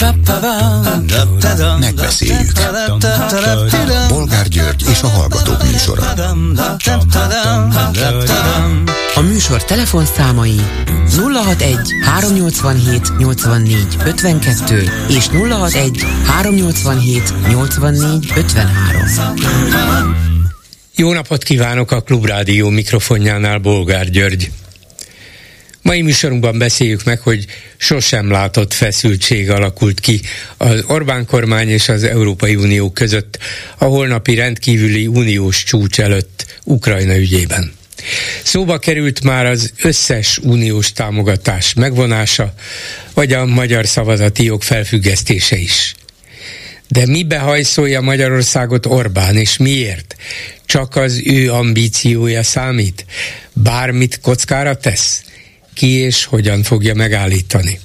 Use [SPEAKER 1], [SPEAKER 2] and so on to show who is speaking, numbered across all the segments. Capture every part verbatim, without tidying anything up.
[SPEAKER 1] Megbeszéljük. Bolgár György és a Hallgatók műsora.
[SPEAKER 2] A műsor telefonszámai nulla hatvanegy háromnyolcvanhét nyolcvannégy ötvenkettő és nulla hatvanegy háromnyolcvanhét nyolcvannégy ötvenhárom.
[SPEAKER 3] Jó napot kívánok, a Klubrádió mikrofonjánál Bolgár György. Mai műsorunkban beszéljük meg, hogy sosem látott feszültség alakult ki az Orbán kormány és az Európai Unió között a holnapi rendkívüli uniós csúcs előtt Ukrajna ügyében. Szóba került már az összes uniós támogatás megvonása, vagy a magyar szavazati jog felfüggesztése is. De mibe hajszolja Magyarországot Orbán, és miért? Csak az ő ambíciója számít? Bármit kockára tesz? Ki és hogyan fogja megállítani?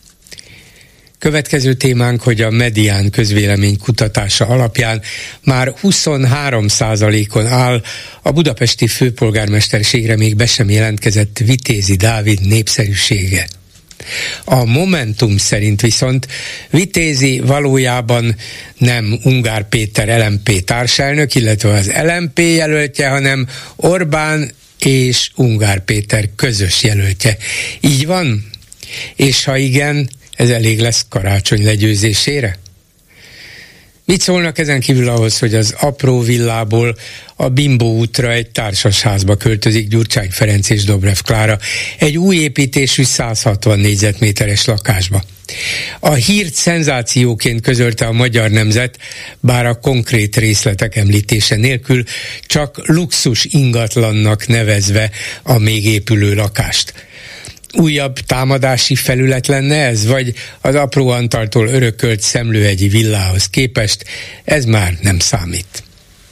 [SPEAKER 3] Következő témánk, hogy a Medián közvélemény kutatása alapján már huszonhárom százalékon áll a budapesti főpolgármesterségre még be sem jelentkezett Vitézi Dávid népszerűsége. A Momentum szerint viszont Vitézi valójában nem Ungár Péter el em pé társelnök, illetve az el em pé jelöltje, hanem Orbán és Ungár Péter közös jelöltje. Így van? És ha igen, ez elég lesz Karácsony legyőzésére? Mit szólnak ezen kívül ahhoz, hogy az apró villából a Bimbó útra egy társasházba költözik Gyurcsány Ferenc és Dobrev Klára, egy új építésű száz hatvan négyzetméteres lakásba? A hírt szenzációként közölte a Magyar Nemzet, bár a konkrét részletek említése nélkül, csak luxus ingatlannak nevezve a még épülő lakást. Újabb támadási felület lenne ez, vagy az apró Antaltól örökölt Szemlőhegyi villához képest ez már nem számít?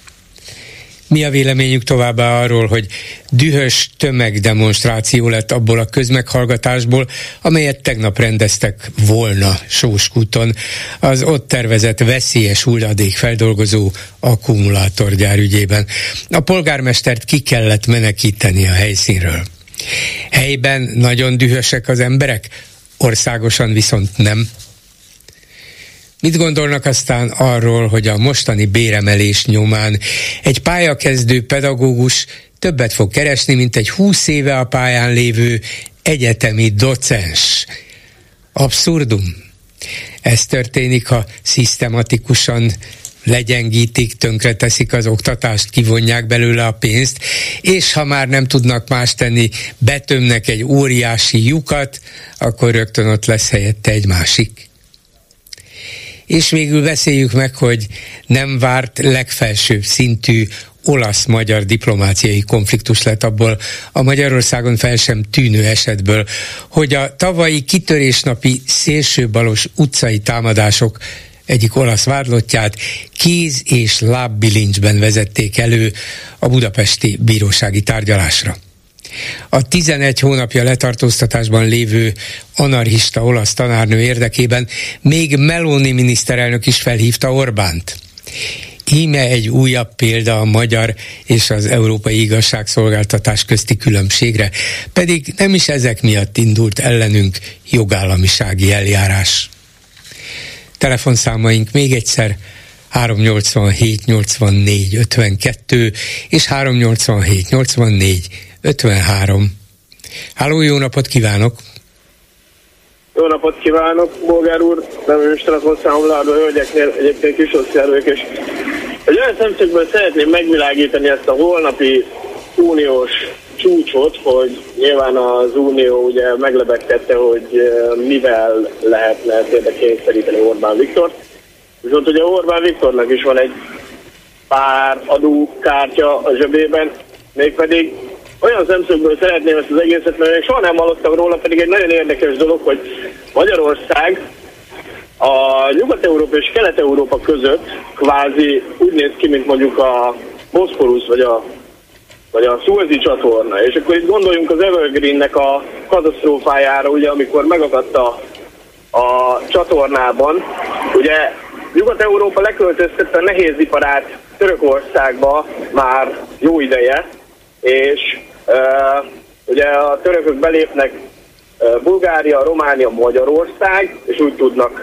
[SPEAKER 3] Mi a véleményük továbbá arról, hogy dühös tömegdemonstráció lett abból a közmeghallgatásból, amelyet tegnap rendeztek volna Sóskúton, az ott tervezett veszélyes hulladékfeldolgozó akkumulátorgyár ügyében. A polgármestert ki kellett menekíteni a helyszínről. Helyben nagyon dühösek az emberek, országosan viszont nem. Mit gondolnak aztán arról, hogy a mostani béremelés nyomán egy pályakezdő pedagógus többet fog keresni, mint egy húsz éve a pályán lévő egyetemi docens? Abszurdum. Ez történik, ha szisztematikusan legyengítik, tönkreteszik az oktatást, kivonják belőle a pénzt, és ha már nem tudnak más tenni, betömnek egy óriási lyukat, akkor rögtön ott lesz helyette egy másik. És végül beszéljük meg, hogy nem várt legfelsőbb szintű olasz-magyar diplomáciai konfliktus lett abból a Magyarországon fel sem tűnő esetből, hogy a tavalyi kitörésnapi szélsőbalos utcai támadások egyik olasz vádlottját kéz- és lábbilincsben vezették elő a budapesti bírósági tárgyalásra. A tizenegy hónapja letartóztatásban lévő anarchista olasz tanárnő érdekében még Meloni miniszterelnök is felhívta Orbánt. Íme egy újabb példa a magyar és az európai igazságszolgáltatás közti különbségre, pedig nem is ezek miatt indult ellenünk jogállamisági eljárás. Telefonszámaink még egyszer háromnyolcvanhét nyolcvannégy ötvenkettő és háromnyolcvanhét nyolcvannégy ötvenhárom. Háló, jó napot kívánok!
[SPEAKER 4] Jó napot kívánok, Bolgár úr! Nem is telefonszámom leadó hölgyeknél egyébként kisoszjárők, és egy olyan szemszögből szeretném megvilágítani ezt a holnapi uniós csúcsot, hogy nyilván az Unió ugye meglebegtette, hogy mivel lehetne ezt kényszeríteni Orbán Viktort. Viszont ugye Orbán Viktornak is van egy pár adókártya a zsebében, mégpedig olyan szemszögből szeretném ezt az egészet, mert még soha nem hallottam róla, pedig egy nagyon érdekes dolog, hogy Magyarország a Nyugat-Európa és Kelet-Európa között kvázi úgy néz ki, mint mondjuk a Boszporusz vagy a vagy a Szuezi csatorna, és akkor itt gondoljunk az Evergreennek a katasztrófájára, ugye, amikor megakadt a, a csatornában, ugye Nyugat-Európa leköltöztette a nehéziparát Törökországba már jó ideje, és uh, ugye a törökök belépnek uh, Bulgária, Románia, Magyarország, és úgy tudnak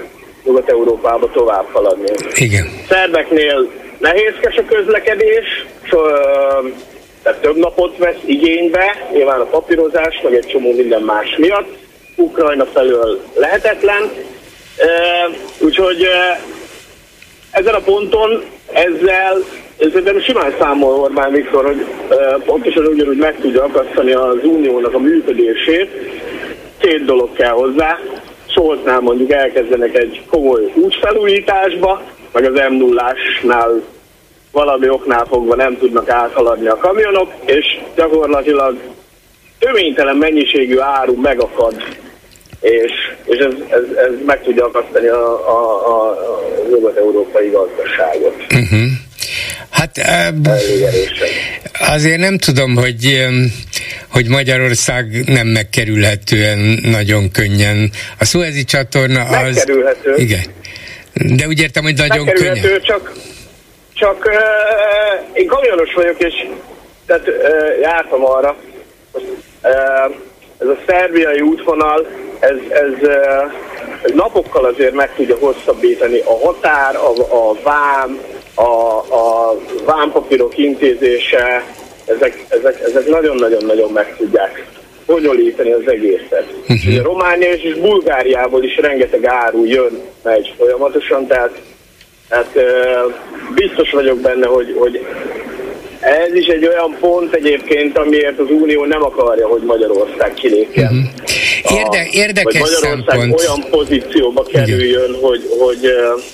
[SPEAKER 4] Nyugat-Európába tovább haladni.
[SPEAKER 3] Igen.
[SPEAKER 4] Szerbeknél nehézkes a közlekedés, so, tehát több napot vesz igénybe, nyilván a papírozás, meg egy csomó minden más miatt. Ukrajna felől lehetetlen. Úgyhogy ezen a ponton ezzel ezzel simán számol Orbán Viktor, hogy pontosan ugyanúgy meg tudja akasztani az uniónak a működését. Két dolog kell hozzá. Scholznál mondjuk elkezdenek egy komoly útfelújításba, meg az em nullásnál valami oknál fogva nem tudnak áthaladni a kamionok, és gyakorlatilag töménytelen mennyiségű áru megakad, és, és ez, ez, ez meg tudja akasztani a, a, a, a nyugat-európai gazdaságot.
[SPEAKER 3] Uh-huh. Hát azért nem tudom, hogy, hogy Magyarország nem megkerülhetően nagyon könnyen. A Szuezi csatorna az...
[SPEAKER 4] Megkerülhető.
[SPEAKER 3] Igen. De úgy értem, hogy nagyon könnyen.
[SPEAKER 4] Csak, csak uh, én kamionos vagyok, és tehát uh, jártam arra. Uh, ez a szerbiai útvonal, ez, ez, uh, ez napokkal azért meg tudja hosszabbítani a határ, a, a vám, a, a vámpapírok intézése, ezek, ezek, ezek nagyon-nagyon-nagyon meg tudják bonyolítani az egészet. Uh-huh. Ugye Románia és Bulgáriából is rengeteg áru jön, megy folyamatosan, tehát, tehát biztos vagyok benne, hogy, hogy ez is egy olyan pont egyébként, amiért az Unió nem akarja, hogy Magyarország kilépjen.
[SPEAKER 3] Uh-huh. Érde, érdekes
[SPEAKER 4] hogy Magyarország
[SPEAKER 3] szempont.
[SPEAKER 4] Olyan pozícióba kerüljön, igen, hogy, hogy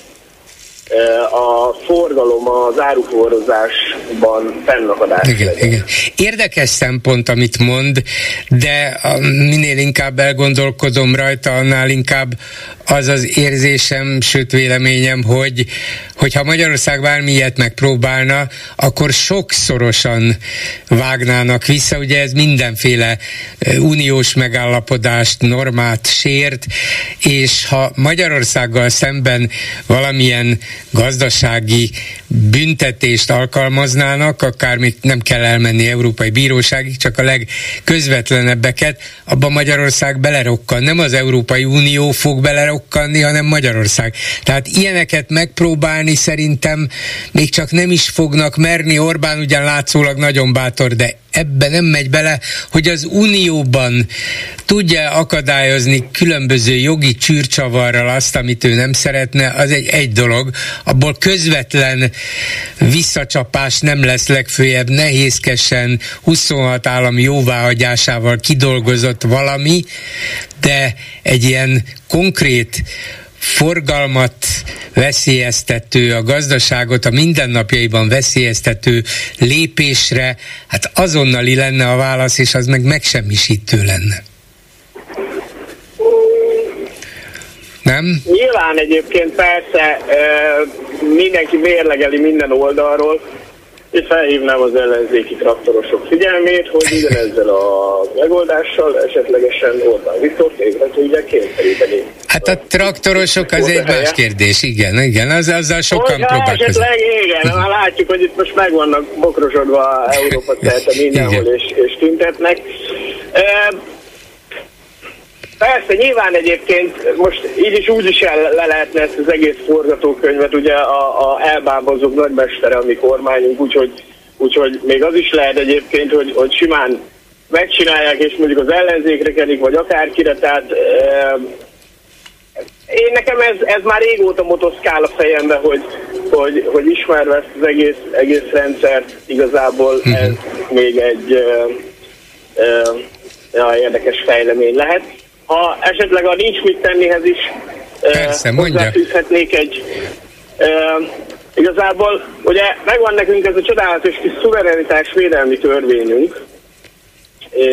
[SPEAKER 4] a forgalom az áruforrozásban fennakadás.
[SPEAKER 3] Igen, igen. Érdekes szempont, amit mond, de minél inkább elgondolkodom rajta, annál inkább az az érzésem, sőt véleményem, hogy hogyha Magyarország bármilyet megpróbálna, akkor sokszorosan vágnának vissza, ugye ez mindenféle uniós megállapodást, normát sért, és ha Magyarországgal szemben valamilyen gazdasági büntetést alkalmaznának, akár még nem kell elmenni Európai Bíróságig, csak a legközvetlenebbeket, abban Magyarország belerokkan. Nem az Európai Unió fog belerokkanni, hanem Magyarország. Tehát ilyeneket megpróbálni szerintem még csak nem is fognak merni. Orbán ugyan látszólag nagyon bátor, de ebbe nem megy bele, hogy az Unióban tudja akadályozni különböző jogi csűrcsavarral azt, amit ő nem szeretne, az egy, egy dolog. Abból közvetlen visszacsapás nem lesz, legfőjebb nehézkesen huszonhat állam jóváhagyásával kidolgozott valami, de egy ilyen konkrét forgalmat veszélyeztető, a gazdaságot a mindennapjaiban veszélyeztető lépésre, hát azonnali lenne a válasz, és az meg megsemmisítő lenne. Nem?
[SPEAKER 4] Nyilván egyébként persze mindenki mérlegeli minden oldalról, és felhívnám az ellenzéki traktorosok figyelmét, hogy ugyanezzel a megoldással esetlegesen Orbán Viktort végre tudják kényszeríteni.
[SPEAKER 3] Hát a traktorosok az egy más kérdés, igen, igen, az, azzal sokan próbálkoznak.
[SPEAKER 4] Esetleg igen, már látjuk, hogy itt most meg vannak bokrosodva Európa szerte mindenhol, és, és tüntetnek. E, Persze, nyilván egyébként most így is úgy is el, le lehetne ezt az egész forgatókönyvet, ugye a, a elbábozók nagymestere a mi kormányunk, úgyhogy, úgyhogy még az is lehet egyébként, hogy, hogy simán megcsinálják, és mondjuk az ellenzékre kerik, vagy akárkire, tehát e, én nekem ez, ez már régóta motoszkál a fejembe, hogy, hogy, hogy ismerve ezt az egész, egész rendszert, igazából ez még egy e, e, ja, érdekes fejlemény lehet. Ha esetleg a nincs mit tennihez is
[SPEAKER 3] Persze,
[SPEAKER 4] hozzáfűzhetnék egy e, igazából, ugye megvan nekünk ez a csodálatos kis szuverenitás védelmi törvényünk, e,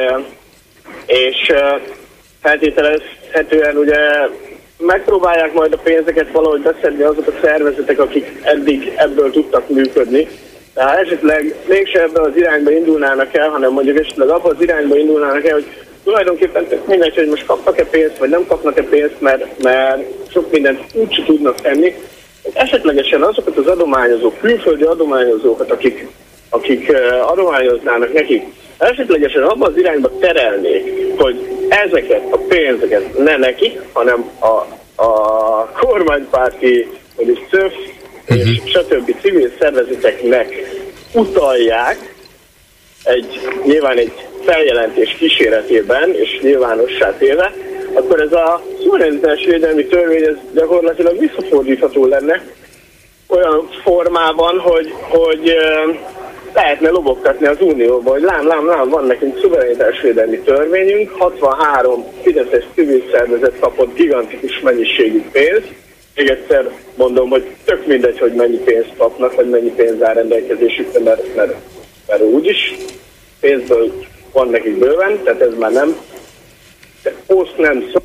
[SPEAKER 4] és e, feltételezhetően ugye megpróbálják majd a pénzeket valahogy beszedni azok a szervezetek, akik eddig ebből tudtak működni. Tehát esetleg mégse ebben az irányba indulnának el, hanem mondjuk esetleg abban az irányba indulnának el, hogy tulajdonképpen mindegy, hogy most kapnak-e pénzt, vagy nem kapnak-e pénzt, mert, mert sok mindent úgyse tudnak tenni. Esetlegesen azokat az adományozók, külföldi adományozókat, akik, akik adományoznának nekik, esetlegesen abban az irányba terelnék, hogy ezeket a pénzeket ne nekik, hanem a, a a kormánypárti, vagyis szöf, uh-huh. és stb. Civil szervezeteknek utalják egy, nyilván egy feljelentés kíséretében, és nyilvánossá téve, akkor ez a szuverenitásvédelmi törvény ez gyakorlatilag visszafordítható lenne olyan formában, hogy, hogy lehetne lobogtatni az Unióba, hogy lám, lám, lám, van nekünk szuverenitásvédelmi törvényünk, hatvanhárom fideszes civil szervezet kapott gigantikus mennyiségű pénzt. Még egyszer mondom, hogy tök mindegy, hogy mennyi pénzt kapnak, vagy mennyi pénz áll rendelkezésükre, mert, mert, mert úgyis pénzből van nekik bőven, tehát ez már nem oszt nem szó.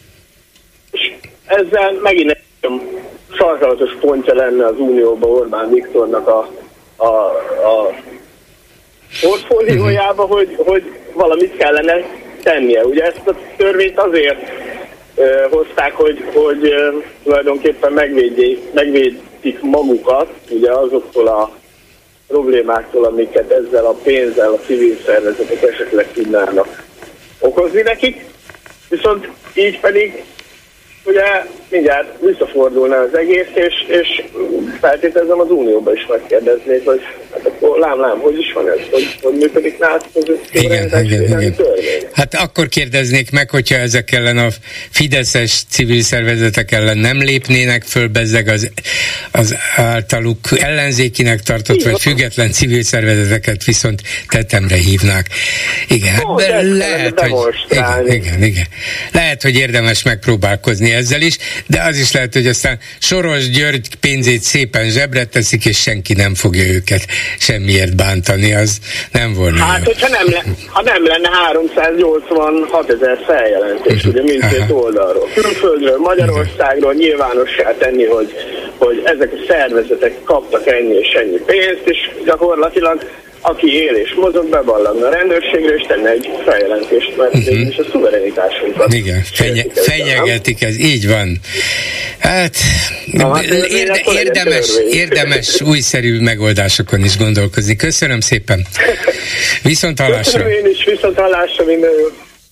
[SPEAKER 4] És ezzel megint egy sarkalatos pontja lenne az Unióba Orbán Viktornak a, a, a portfóliójába, uh-huh. hogy, hogy valamit kellene tennie. Ugye ezt a törvényt azért uh, hozták, hogy, hogy uh, tulajdonképpen megvédjék, megvédik magukat ugye azoktól a problémáktól, amiket ezzel a pénzzel a civil szervezetek esetleg tudnának okozni nekik. Viszont így pedig ugye mindjárt visszafordulna az egész, és, és feltételezem az Unióba is megkérdeznék, hogy hát akkor lám, lám, hogy is van ez, hogy, hogy működik nálatok között?
[SPEAKER 3] Igen, igen, igen. Hát akkor kérdeznék meg, hogyha ezek ellen a fideszes civil szervezetek ellen nem lépnének föl, bezzeg az, az általuk ellenzékinek tartott, igen. vagy független civil szervezeteket viszont tetemre hívnák. Igen, hát oh, lehet, hogy igen, igen, igen. Lehet, hogy érdemes megpróbálkozni ezzel is, de az is lehet, hogy aztán Soros György pénzét szépen zsebre teszik, és senki nem fogja őket semmiért bántani, az nem volna.
[SPEAKER 4] Hát, jó. hogyha nem, le, ha nem lenne háromszáznyolcvanhat ezer feljelentés, uh-huh. ugye mindkét Aha. oldalról. Külföldről, Magyarországról uh-huh. nyilvánossá tenni, hogy, hogy ezek a szervezetek kaptak ennyi és ennyi pénzt, és gyakorlatilag aki él és mozog, beballagna a rendőrségre, és tenne egy feljelentést, mert uh-huh. is a szuverenitásunkat.
[SPEAKER 3] Igen, fenye- fenyegetik, ez így van. Hát, Na, érde- érdemes, érdemes újszerű megoldásokon is gondolkozni. Köszönöm szépen. Viszont hallásra.
[SPEAKER 4] Köszönöm én is, viszont hallásra, minden jó.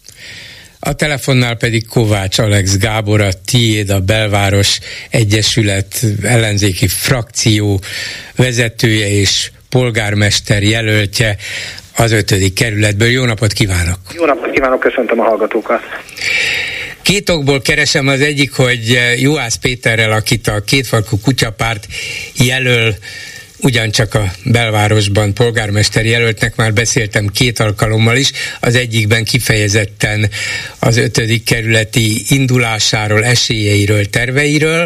[SPEAKER 3] A telefonnál pedig Kovács Alex Gábor, a Tiéd a Belváros Egyesület ellenzéki frakció vezetője és polgármester jelöltje az ötödik kerületből. Jó napot kívánok!
[SPEAKER 5] Jó napot kívánok, köszöntöm a hallgatókat!
[SPEAKER 3] Két okból keresem, az egyik, hogy Juhász Péterrel, akit a Kétfarkú Kutyapárt jelöl, ugyancsak a belvárosban polgármester jelöltnek már beszéltem két alkalommal is, az egyikben kifejezetten az ötödik kerületi indulásáról, esélyeiről, terveiről,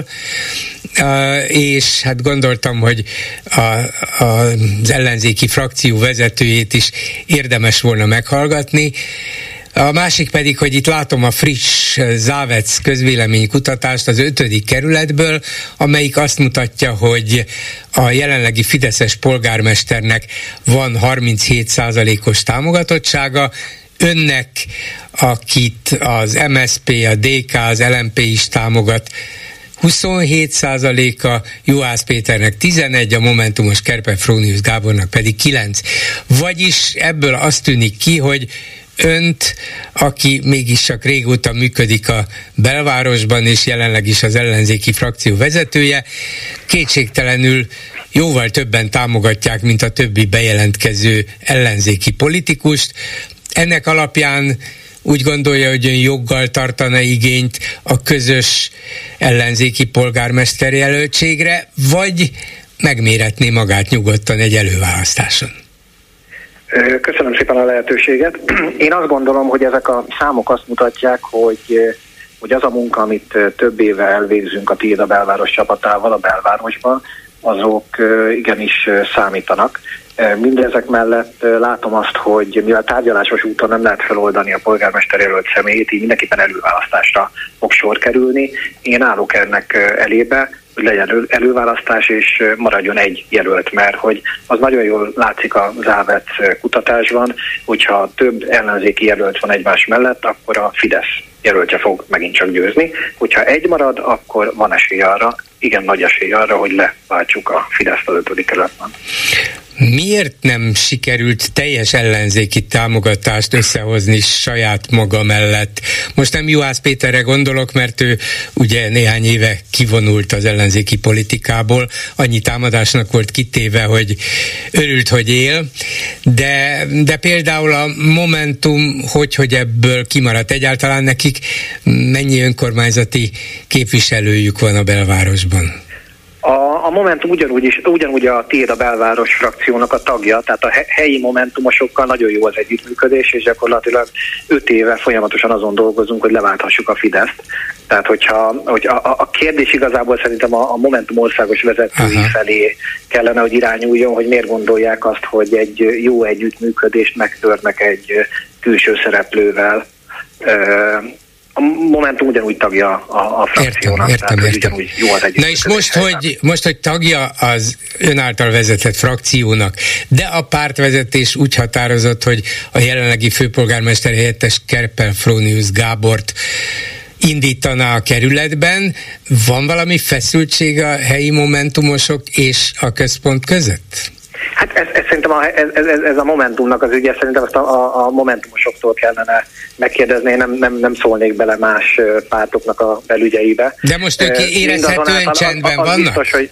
[SPEAKER 3] és hát gondoltam, hogy a, a, az ellenzéki frakció vezetőjét is érdemes volna meghallgatni. A másik pedig, hogy itt látom a friss Závec közvéleménykutatást az ötödik kerületből, amelyik azt mutatja, hogy a jelenlegi fideszes polgármesternek van harminchét százalékos támogatottsága, önnek, akit az em es zé pé, a dé ká, az el em pé is támogat, huszonhét százaléka, Juhász Péternek tizenegy, a momentumos Kerpen-Frónius Gábornak pedig kilenc. Vagyis ebből azt tűnik ki, hogy önt, aki mégis csak régóta működik a belvárosban, és jelenleg is az ellenzéki frakció vezetője, kétségtelenül jóval többen támogatják, mint a többi bejelentkező ellenzéki politikust. Ennek alapján úgy gondolja, hogy ön joggal tartana igényt a közös ellenzéki polgármester jelöltségre, vagy megméretné magát nyugodtan egy előválasztáson?
[SPEAKER 5] Köszönöm szépen a lehetőséget. Én azt gondolom, hogy ezek a számok azt mutatják, hogy, hogy az a munka, amit több éve elvégzünk a Tiéd a Belváros csapatával a belvárosban, azok igenis számítanak. Mindezek mellett látom azt, hogy mivel tárgyalásos úton nem lehet feloldani a polgármester jelölt személyét, így mindenképpen előválasztásra fog sor kerülni. Én állok ennek elébe, hogy legyen előválasztás, és maradjon egy jelölt, mert hogy az nagyon jól látszik a Závec kutatásban, hogyha több ellenzéki jelölt van egymás mellett, akkor a Fidesz jelöltje fog megint csak győzni. Hogyha egy marad, akkor van esély arra, igen nagy esély arra, hogy leváltsuk a Fideszt az ötödik kerületben.
[SPEAKER 3] Miért nem sikerült teljes ellenzéki támogatást összehozni saját maga mellett? Most nem Juhász Péterre gondolok, mert ő ugye néhány éve kivonult az ellenzéki politikából, annyi támadásnak volt kitéve, hogy örült, hogy él, de, de például a Momentum, hogy, hogy ebből kimaradt, egyáltalán nekik mennyi önkormányzati képviselőjük van a belvárosban?
[SPEAKER 5] A, a Momentum ugyanúgy, is, ugyanúgy a Tiéd a belváros frakciónak a tagja, tehát a helyi momentumosokkal nagyon jó az együttműködés, és gyakorlatilag öt éve folyamatosan azon dolgozunk, hogy leválthassuk a Fideszt. Tehát, hogyha hogy a, a kérdés igazából szerintem a, a Momentum országos vezetői Aha. felé kellene, hogy irányuljon, hogy miért gondolják azt, hogy egy jó együttműködést megtörnek egy külső szereplővel. A Momentum ugyanúgy tagja a, a frakciónak,
[SPEAKER 3] értem,
[SPEAKER 5] tehát
[SPEAKER 3] értem,
[SPEAKER 5] ugyanúgy jó az együttműködés.
[SPEAKER 3] Na és most hogy, most, hogy tagja az ön által vezetett frakciónak, de a pártvezetés úgy határozott, hogy a jelenlegi főpolgármester helyettes Kerpel-Fronius Gábort indítaná a kerületben, van valami feszültség a helyi momentumosok és a központ között?
[SPEAKER 5] Hát ez, ez szerintem a, ez, ez, ez a Momentumnak az ügye, szerintem ezt a, a, a momentumosoktól kellene megkérdezni, én nem, nem, nem szólnék bele más pártoknak a belügyeibe.
[SPEAKER 3] De most ők érezhetően csendben vannak? Biztos, hogy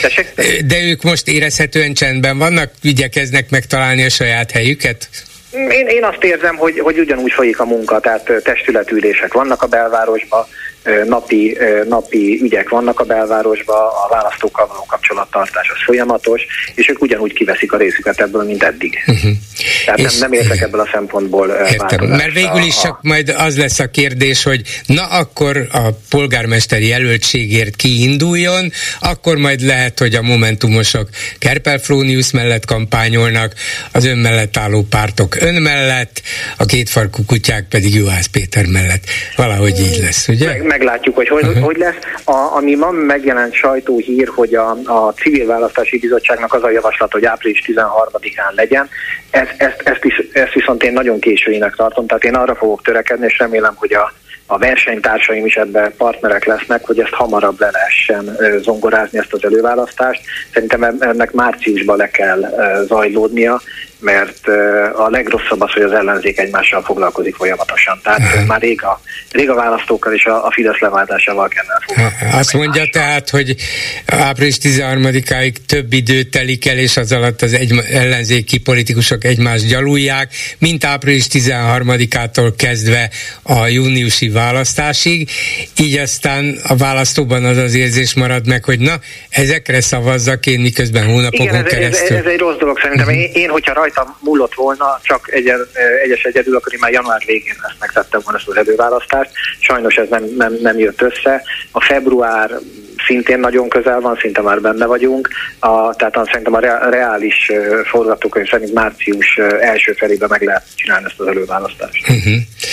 [SPEAKER 3] De ők most érezhetően csendben vannak, igyekeznek megtalálni a saját helyüket?
[SPEAKER 5] Én, én azt érzem, hogy, hogy ugyanúgy folyik a munka, tehát testületülések vannak a belvárosban, napi, napi ügyek vannak a belvárosban, a választókkal való kapcsolattartás az folyamatos, és ők ugyanúgy kiveszik a részüket ebből, mint eddig. Uh-huh. Tehát nem, nem értek ebből a szempontból
[SPEAKER 3] változást. Mert végül is csak majd az lesz a kérdés, hogy na akkor a polgármesteri jelöltségért kiinduljon, akkor majd lehet, hogy a momentumosok Kerpel-Fronius mellett kampányolnak, az ön mellett álló pártok ön mellett, a kétfarkú kutyák pedig Juhász Péter mellett. Valahogy így lesz, ugye?
[SPEAKER 5] Meg, meglátjuk, hogy hogy, uh-huh. hogy lesz. A, ami ma megjelent sajtóhír, hogy a, a Civil Választási Bizottságnak az a javaslat, hogy április tizenharmadikán legyen, ezt, ezt, ezt, is, ezt viszont én nagyon későinek tartom, tehát én arra fogok törekedni, és remélem, hogy a a versenytársaim is ebben partnerek lesznek, hogy ezt hamarabb le lehessen zongorázni, ezt az előválasztást. Szerintem ennek márciusban le kell zajlódnia, mert a legrosszabb az, hogy az ellenzék egymással foglalkozik folyamatosan. Tehát Aha. már rég a, rég a választókkal és a, a Fidesz leváltásával kellene foglalkozni.
[SPEAKER 3] Azt mondja egymással. Tehát, hogy április tizenharmadikáig több idő telik el, és az alatt az egy, ellenzéki politikusok egymást gyalulják, mint április tizenharmadikától kezdve a júniusi választásig, így aztán a választóban az az érzés marad meg, hogy na, ezekre szavazzak én, miközben hónapokon
[SPEAKER 5] Igen, ez,
[SPEAKER 3] keresztül.
[SPEAKER 5] Ez, ez egy rossz dolog szerintem. Uh-huh. Én, én, hogyha rajtam múlott volna, csak egyen, egyes egyedül, akkor én már január végén ezt megtettem volna ezt az előválasztást. Sajnos ez nem, nem, nem jött össze. A február szintén nagyon közel van, szinte már benne vagyunk. A, tehát szerintem a reális forgatókönyv szerint március első felében meg lehet csinálni ezt az előválasztást.
[SPEAKER 3] Uh-huh.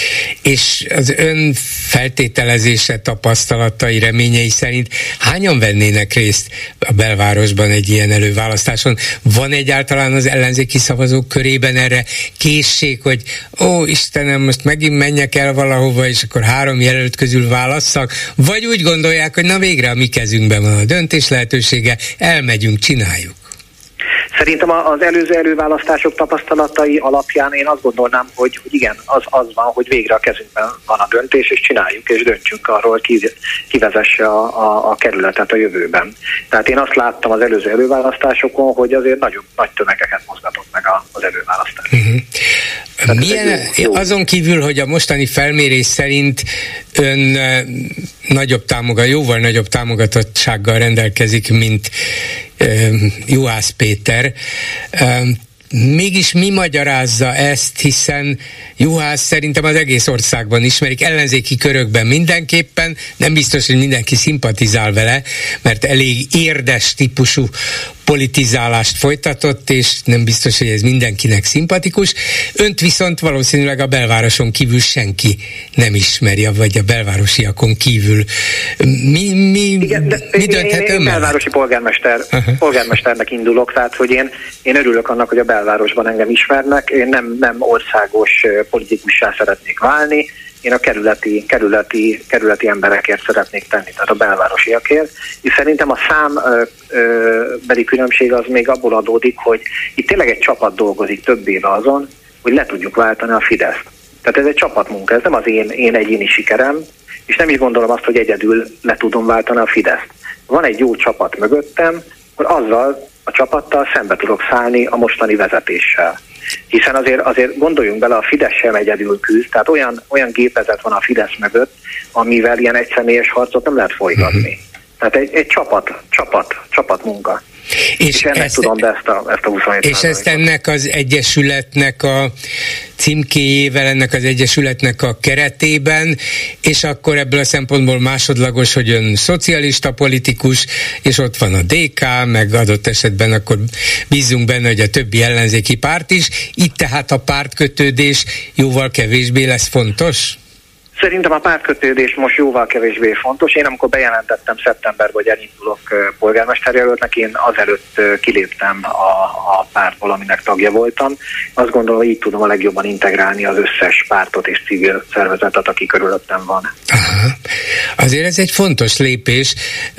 [SPEAKER 3] És az ön feltételezése, tapasztalatai, reményei szerint hányan vennének részt a belvárosban egy ilyen előválasztáson? Van egyáltalán az ellenzéki szavazók körében erre készség, hogy ó, Istenem, most megint menjek el valahova, és akkor három jelölt közül válasszak? Vagy úgy gondolják, hogy na végre a mi kezünkben van a döntés lehetősége, elmegyünk, csináljuk?
[SPEAKER 5] Szerintem az előző előválasztások tapasztalatai alapján én azt gondolnám, hogy, hogy igen, az, az van, hogy végre a kezünkben van a döntés, és csináljuk, és döntsünk arról, ki, ki vezesse a, a, a kerületet a jövőben. Tehát én azt láttam az előző előválasztásokon, hogy azért nagyon nagy tömegeket mozgatott meg az előválasztás. Uh-huh.
[SPEAKER 3] Milyen, azon kívül, hogy a mostani felmérés szerint ön nagyobb támogat, jóval nagyobb támogatottsággal rendelkezik, mint Juhász Péter. Mégis mi magyarázza ezt, hiszen Juhász szerintem az egész országban ismerik, ellenzéki körökben mindenképpen, nem biztos, hogy mindenki szimpatizál vele, mert elég érdes típusú politizálást folytatott, és nem biztos, hogy ez mindenkinek szimpatikus. Önt viszont valószínűleg a belvároson kívül senki nem ismeri, vagy a belvárosiakon kívül. Mi, mi, Igen, de mi dönthet
[SPEAKER 5] én, én, én belvárosi polgármester, uh-huh. polgármesternek indulok, tehát hogy én, én örülök annak, hogy a belvárosban engem ismernek, én nem, nem országos politikussá szeretnék válni, én a kerületi, kerületi, kerületi emberekért szeretnék tenni, tehát a belvárosiakért, és szerintem a számbeli különbség az még abból adódik, hogy itt tényleg egy csapat dolgozik több éve azon, hogy le tudjuk váltani a Fideszt. Tehát ez egy csapatmunka, ez nem az én, én egyéni sikerem, és nem is gondolom azt, hogy egyedül le tudom váltani a Fideszt. Van egy jó csapat mögöttem, hogy azzal a csapattal szembe tudok szállni a mostani vezetéssel. Hiszen azért, azért gondoljunk bele, a Fidesz sem egyedül küzd, tehát olyan, olyan gépezet van a Fidesz mögött, amivel ilyen egyszemélyes harcot nem lehet folytatni. Uh-huh. Tehát egy, egy csapat, csapat, csapatmunka. És, és ennek ezt, tudom be ezt a, ezt a huszonhét
[SPEAKER 3] És ezt ennek az egyesületnek a címkéjével, ennek az egyesületnek a keretében, és akkor ebből a szempontból másodlagos, hogy ön szocialista politikus, és ott van a dé ká, meg adott esetben akkor bízunk benne, hogy a többi ellenzéki párt is. Itt tehát a pártkötődés jóval kevésbé lesz fontos?
[SPEAKER 5] Szerintem a pártkötődés most jóval kevésbé fontos. Én amikor bejelentettem szeptemberben, hogy elindulok polgármesterjelöltnek, én azelőtt kiléptem a, a pártból, aminek tagja voltam. Azt gondolom, hogy így tudom a legjobban integrálni az összes pártot és civil szervezetet, aki körülöttem van.
[SPEAKER 3] Aha. Azért ez egy fontos lépés,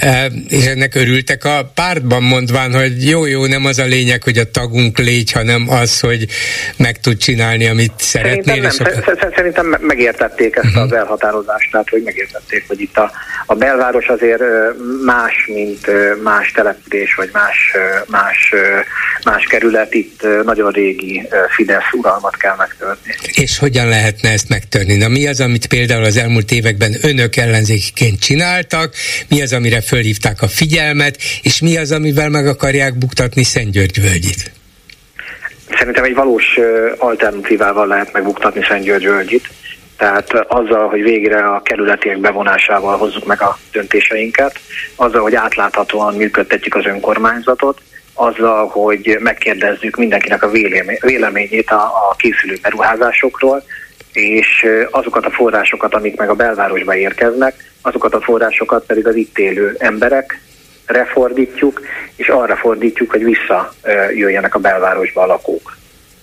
[SPEAKER 3] és ennek örültek a pártban, mondván, hogy jó-jó, nem az a lényeg, hogy a tagunk légy, hanem az, hogy meg tud csinálni, amit szeretnél.
[SPEAKER 5] Szerintem, nem. A... Szerintem megértették ezt uh-huh. az elhatározást, tehát hogy megértették, hogy itt a, a belváros azért más, mint más település, vagy más, más, más kerület, itt nagyon régi Fidesz uralmat kell megtörni.
[SPEAKER 3] És hogyan lehetne ezt megtörni? Na, mi az, amit például az elmúlt években önök ellenzékiként csináltak, mi az, amire fölhívták a figyelmet, és mi az, amivel meg akarják buktatni Szentgyörgyvölgyit?
[SPEAKER 5] Szerintem egy valós alternatívával lehet megbuktatni Szentgyörgyvölgyit. Tehát azzal, hogy végre a kerületiek bevonásával hozzuk meg a döntéseinket, azzal, hogy átláthatóan működtetjük az önkormányzatot, azzal, hogy megkérdezzük mindenkinek a véleményét a, a készülő beruházásokról, és azokat a forrásokat, amik meg a belvárosba érkeznek, azokat a forrásokat pedig az itt élő emberekre fordítjuk, és arra fordítjuk, hogy visszajöjjenek a belvárosba a lakók.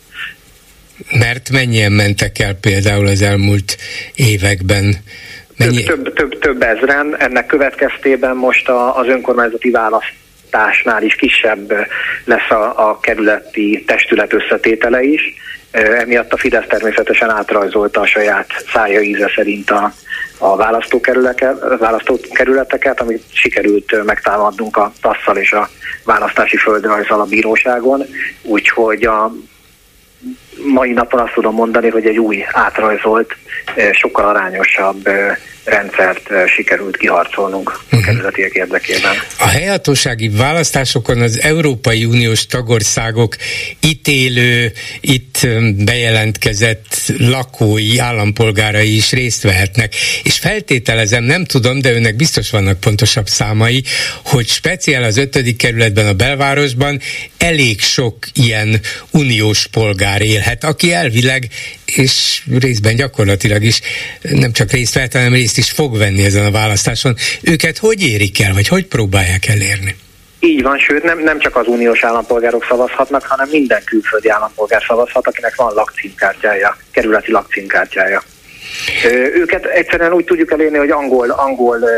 [SPEAKER 3] Mert mennyien mentek el például az elmúlt években? Mennyi...
[SPEAKER 5] Több, több, több, több ezren. Ennek következtében most a, az önkormányzati választásnál is kisebb lesz a, a kerületi testület összetétele is. Emiatt a Fidesz természetesen átrajzolta a saját szája íze szerint a, a választókerületeket, amit sikerült megtámadnunk a tasszal és a választási földrajzzal a bíróságon. Úgyhogy a mai napon azt tudom mondani, hogy egy új átrajzolt, sokkal arányosabb rendszert sikerült kiharcolnunk a kerületiek érdekében.
[SPEAKER 3] A helyhatósági választásokon az Európai Uniós tagországok itt élő, itt bejelentkezett lakói, állampolgárai is részt vehetnek. És feltételezem, nem tudom, de önnek biztos vannak pontosabb számai, hogy speciál az ötödik kerületben, a belvárosban elég sok ilyen uniós polgár élhet, aki elvileg és részben gyakorlatilag is nem csak részt vett, hanem részt is fog venni ezen a választáson. Őket hogy érik el, vagy hogy próbálják elérni?
[SPEAKER 5] Így van, sőt nem, nem csak az uniós állampolgárok szavazhatnak, hanem minden külföldi állampolgár szavazhat, akinek van lakcímkártyája, kerületi lakcímkártyája. Őket egyszerűen úgy tudjuk elérni, hogy angol, angol ö, ö,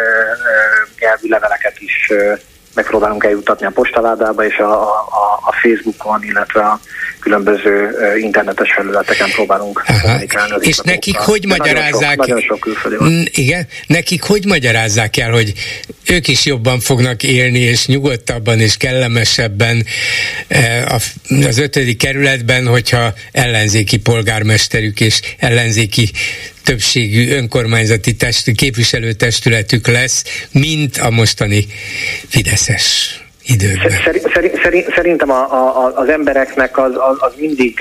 [SPEAKER 5] nyelvű leveleket is ö, megpróbálunk eljuttatni a postaládába, és a, a, a Facebookon, illetve a különböző internetes felületeken próbálunk kommunikálni.
[SPEAKER 3] És nekik hogy De magyarázzák?
[SPEAKER 5] Nagyon sok, nagyon sok van.
[SPEAKER 3] Igen, nekik hogy magyarázzák el, hogy ők is jobban fognak élni, és nyugodtabban és kellemesebben az ötödik kerületben, hogyha ellenzéki polgármesterük és ellenzéki többségű önkormányzati test, képviselőtestületük lesz, mint a mostani fideszes időkben.
[SPEAKER 5] Szerint, szerint, szerintem a, a, az embereknek az, az, az mindig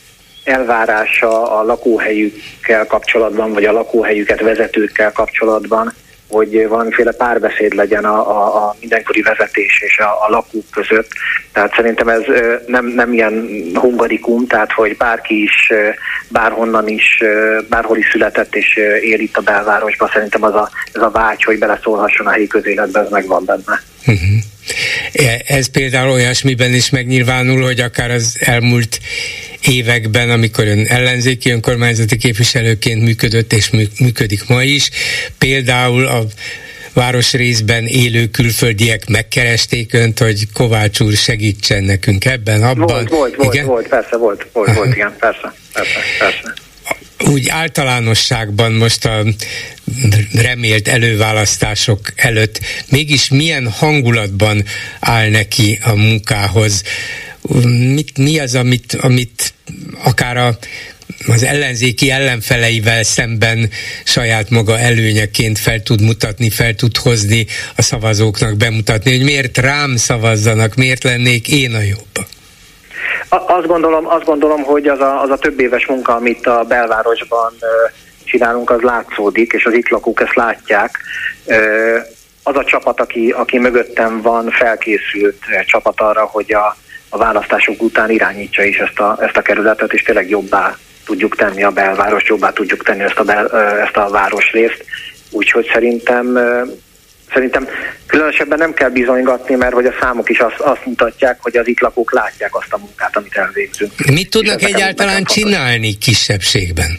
[SPEAKER 5] elvárása a lakóhelyükkel kapcsolatban, vagy a lakóhelyüket vezetőkkel kapcsolatban, hogy valamiféle párbeszéd legyen a, a, a mindenkori vezetés és a, a lakók között. Tehát szerintem ez nem, nem ilyen hungarikum, tehát hogy bárki is, bárhonnan is, bárhol is született és él itt a belvárosban, szerintem az a, ez a vágy, hogy beleszólhasson a helyi közéletbe, ez megvan benne.
[SPEAKER 3] Uh-huh. Ez például olyasmiben is megnyilvánul, hogy akár az elmúlt években, amikor ön ellenzéki önkormányzati képviselőként működött, és működik ma is. Például a városrészben élő külföldiek megkeresték önt, hogy Kovács úr segítsen nekünk ebben, abban.
[SPEAKER 5] Volt, volt, volt, igen? volt, persze, volt, volt, volt, igen, persze, persze, persze.
[SPEAKER 3] Úgy általánosságban most a remélt előválasztások előtt mégis milyen hangulatban áll neki a munkához? Mit, mi az, amit, amit akár a, az ellenzéki ellenfeleivel szemben saját maga előnyeként fel tud mutatni, fel tud hozni a szavazóknak, bemutatni, hogy miért rám szavazzanak, miért lennék én a jobb?
[SPEAKER 5] Azt gondolom, azt gondolom, hogy az a, az a több éves munka, amit a belvárosban csinálunk, az látszódik, és az itt lakók ezt látják. Az a csapat, aki, aki mögöttem van, felkészült csapat arra, hogy a, a választások után irányítsa is ezt a, ezt a kerületet, és tényleg jobbá tudjuk tenni a belvárost, jobbá tudjuk tenni ezt a, bel, ezt a városrészt. Úgyhogy szerintem Szerintem különösebben nem kell bizonygatni, mert hogy a számok is azt, azt mutatják, hogy az itt lakók látják azt a munkát, amit elvégzünk.
[SPEAKER 3] Mit tudnak egyáltalán csinálni kisebbségben?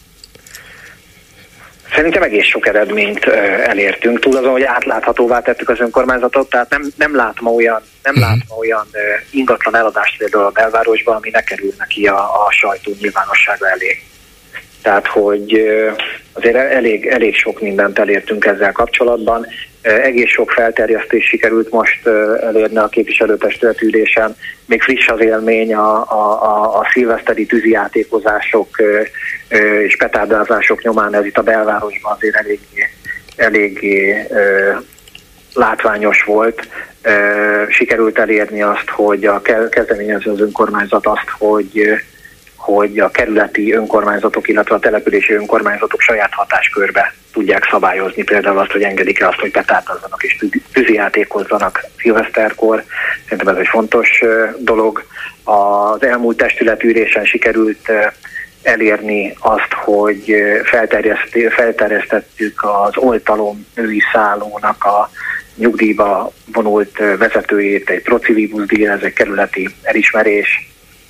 [SPEAKER 5] Szerintem egész sok eredményt elértünk, túl azon, hogy átláthatóvá tettük az önkormányzatot, tehát nem, nem látom olyan, nem uh-huh. látom olyan ingatlan eladást például a belvárosban, ami ne kerül neki a, a sajtó nyilvánossága elé. Tehát, hogy azért elég, elég sok mindent elértünk ezzel kapcsolatban. Egész sok felterjesztés sikerült most elérni a képviselőtestület ülésen. Még friss az élmény a, a, a, a szilveszteri tűzijátékozások és petárdázások nyomán, ez itt a belvárosban azért eléggé, eléggé látványos volt. Sikerült elérni azt, hogy a kezdeményező az önkormányzat azt, hogy hogy a kerületi önkormányzatok, illetve a települési önkormányzatok saját hatáskörbe tudják szabályozni például azt, hogy engedik-e azt, hogy petárdazzanak és tűzijátékozzanak szilveszterkor. Szerintem ez egy fontos dolog. Az elmúlt testületülésen sikerült elérni azt, hogy felterjesztettük az oltalom női szállónak a nyugdíjba vonult vezetőjét, egy procivibus díj, ez egy kerületi elismerés.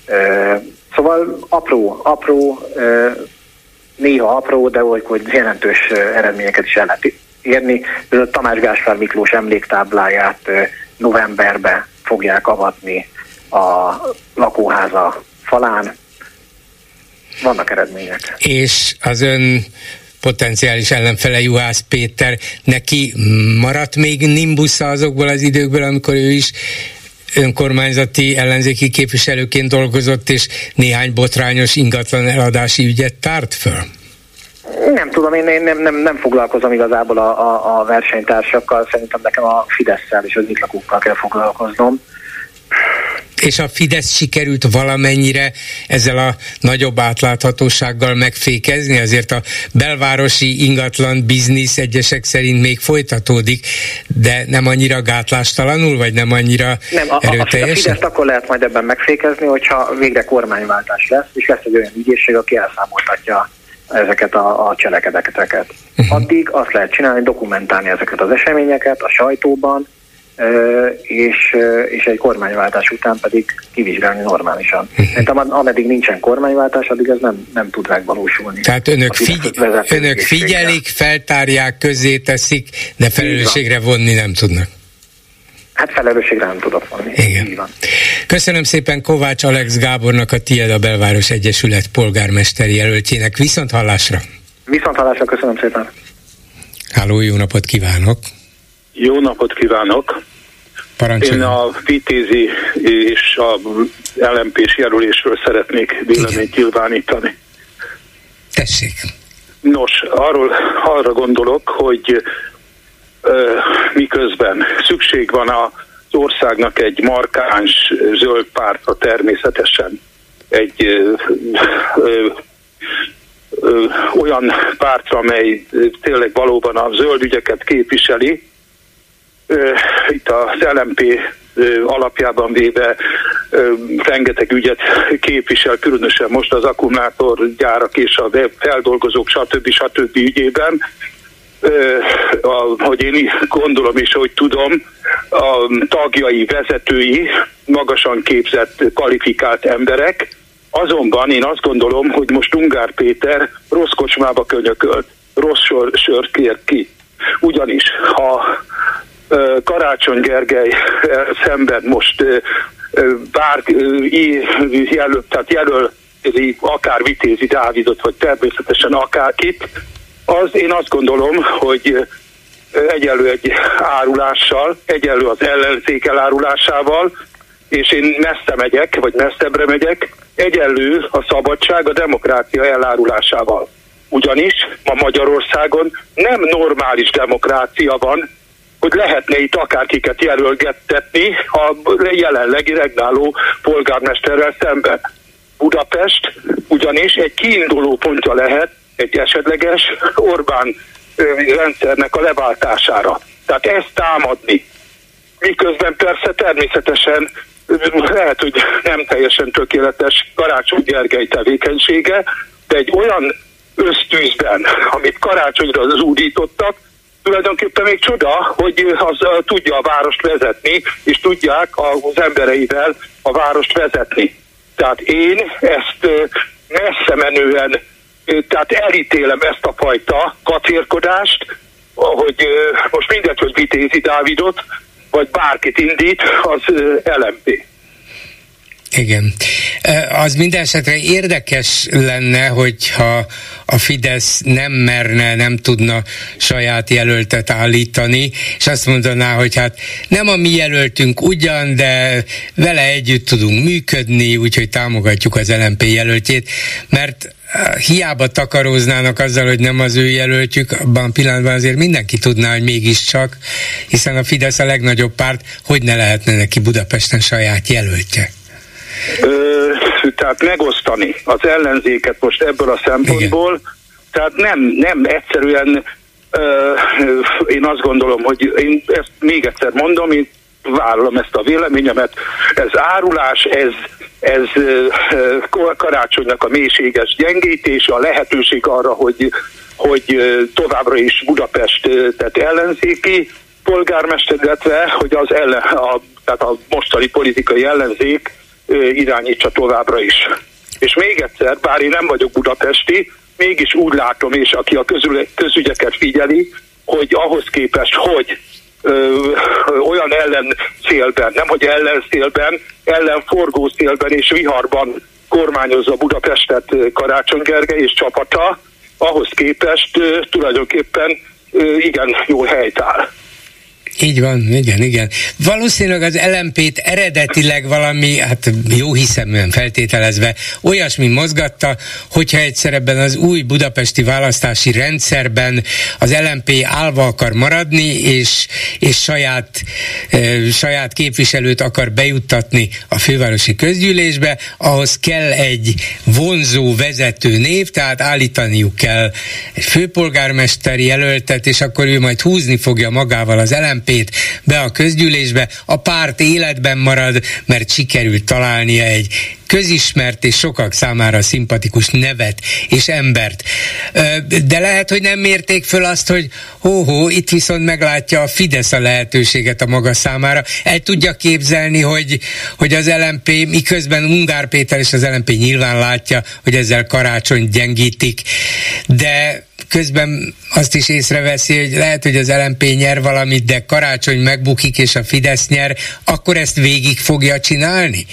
[SPEAKER 5] Szóval apró, apró, néha apró, de olykor jelentős eredményeket is el lehet érni. A Tamás Gáspár Miklós emléktábláját novemberben fogják avatni a lakóháza falán. Vannak eredmények.
[SPEAKER 3] És az ön potenciális ellenfele Juhász Péter, neki maradt még nimbusza azokból az időkből, amikor ő is önkormányzati ellenzéki képviselőként dolgozott, és néhány botrányos ingatlan eladási ügyet tárt föl?
[SPEAKER 5] Nem tudom, én, én nem, nem, nem foglalkozom igazából a, a, a versenytársakkal, szerintem nekem a Fidesszel és az itt lakókkal kell foglalkoznom.
[SPEAKER 3] És a Fidesz sikerült valamennyire ezzel a nagyobb átláthatósággal megfékezni? Azért a belvárosi ingatlan biznisz egyesek szerint még folytatódik, de nem annyira gátlástalanul, vagy nem annyira
[SPEAKER 5] nem, a,
[SPEAKER 3] erőteljesen?
[SPEAKER 5] A Fideszt akkor lehet majd ebben megfékezni, hogyha végre kormányváltás lesz, és lesz egy olyan ügyészség, aki elszámoltatja ezeket a, a cselekedeteket. Uh-huh. Addig azt lehet csinálni, dokumentálni ezeket az eseményeket a sajtóban, és, és egy kormányváltás után pedig kivizsgálni normálisan. Szerintem ameddig nincsen kormányváltás, addig ez nem, nem tud megvalósulni.
[SPEAKER 3] Tehát önök, figy- önök figyelik, feltárják, közzé teszik, de felelősségre vonni nem tudnak.
[SPEAKER 5] Hát felelősségre nem tudok vonni.
[SPEAKER 3] Igen. Így van. Köszönöm szépen Kovács Alex Gábornak, a Tied a Belváros Egyesület polgármesteri jelöltjének. Viszont hallásra! Viszont
[SPEAKER 5] hallásra, köszönöm szépen!
[SPEAKER 3] Háló, jó napot kívánok!
[SPEAKER 6] Jó napot kívánok!
[SPEAKER 3] Parancsoljon.
[SPEAKER 6] Én a vitézi és a el em pés jelölésről szeretnék véleményt nyilvánítani.
[SPEAKER 3] Tessék!
[SPEAKER 6] Nos, arról, arra gondolok, hogy ö, miközben szükség van az országnak egy markáns zöld pártra, természetesen egy ö, ö, ö, olyan pártra, amely tényleg valóban a zöld ügyeket képviseli. Itt az el em pé alapjában véve rengeteg ügyet képvisel, különösen most az akkumulátorgyárak és a feldolgozók, stb. stb. Ügyében. Hogy én gondolom és hogy tudom, a tagjai, vezetői, magasan képzett, kvalifikált emberek, Azonban én azt gondolom, hogy most Ungár Péter rossz kocsmába könyökölt, rossz sör, sört kér ki. Ugyanis, ha uh, Karácsony Gergely uh, szemben most uh, bár uh, jelöl, tehát jelöl akár Vitézi Dávidot, vagy természetesen akárkit, az én azt gondolom, hogy egyenlő egy árulással, egyenlő az ellenzék elárulásával, és én messze megyek, vagy messzebbre megyek, egyenlő a szabadság, a demokrácia elárulásával. Ugyanis ma Magyarországon nem normális demokrácia van, hogy lehetne itt akárkiket jelölgettetni a jelenlegi regnáló polgármesterrel szemben. Budapest ugyanis egy kiinduló pontja lehet egy esetleges Orbán rendszernek a leváltására. Tehát ezt támadni. Miközben persze természetesen lehet, hogy nem teljesen tökéletes Karácsony Gergely tevékenysége, de egy olyan ösztűzben, amit Karácsonyra zúdítottak, tulajdonképpen még csoda, hogy az tudja a várost vezetni, és tudják az embereivel a várost vezetni. Tehát én ezt messze menően, tehát elítélem ezt a fajta kacérkodást, hogy most mindegy, hogy Vitézi Dávidot, vagy bárkit indít, az el em pé.
[SPEAKER 3] Igen. Az minden esetre érdekes lenne, hogyha a Fidesz nem merne, nem tudna saját jelöltet állítani, és azt mondaná, hogy hát nem a mi jelöltünk ugyan, de vele együtt tudunk működni, úgyhogy támogatjuk az el em pé jelöltjét, mert hiába takaróznának azzal, hogy nem az ő jelöltjük, abban a pillanatban azért mindenki tudná, hogy mégiscsak, hiszen a Fidesz a legnagyobb párt, hogy ne lehetne neki Budapesten saját jelöltje.
[SPEAKER 6] Ö, tehát megosztani az ellenzéket most ebből a szempontból, igen. Tehát nem, nem egyszerűen ö, én azt gondolom, hogy én ezt még egyszer mondom, én vállalom ezt a véleményemet, ez árulás, ez, ez ö, Karácsonynak a mélységes gyengítése, a lehetőség arra, hogy, hogy továbbra is Budapest tehát ellenzéki polgármester, illetve hogy az ellen, a, tehát a mostani politikai ellenzék irányítsa továbbra is. És még egyszer, bár én nem vagyok budapesti, mégis úgy látom, és aki a közül, közügyeket figyeli, hogy ahhoz képest, hogy ö, olyan ellenszélben, nem hogy ellenszélben, ellenforgószélben és viharban kormányozza Budapestet Karácsony Gergely és csapata, ahhoz képest ö, tulajdonképpen ö, igen jól helytáll.
[SPEAKER 3] Így van, igen, igen. Valószínűleg az el em pét eredetileg valami, hát jó hiszeműen feltételezve, olyasmi mozgatta, hogyha egyszer ebben az új budapesti választási rendszerben az el em pé állva akar maradni, és, és saját, e, saját képviselőt akar bejuttatni a fővárosi közgyűlésbe, ahhoz kell egy vonzó vezető név, tehát állítaniuk kell egy főpolgármester jelöltet, és akkor ő majd húzni fogja magával az el em pét be a közgyűlésbe, a párt életben marad, mert sikerült találnia egy közismert és sokak számára szimpatikus nevet és embert. De lehet, hogy nem mérték föl azt, hogy hó-hó, itt viszont meglátja a Fidesz a lehetőséget a maga számára. El tudja képzelni, hogy, hogy az el em pé, miközben Ungár Péter és az el em pé nyilván látja, hogy ezzel Karácsonyt gyengítik, de közben azt is észreveszi, hogy lehet, hogy az el em pé nyer valamit, de Karácsony megbukik és a Fidesz nyer, akkor ezt végig fogja csinálni?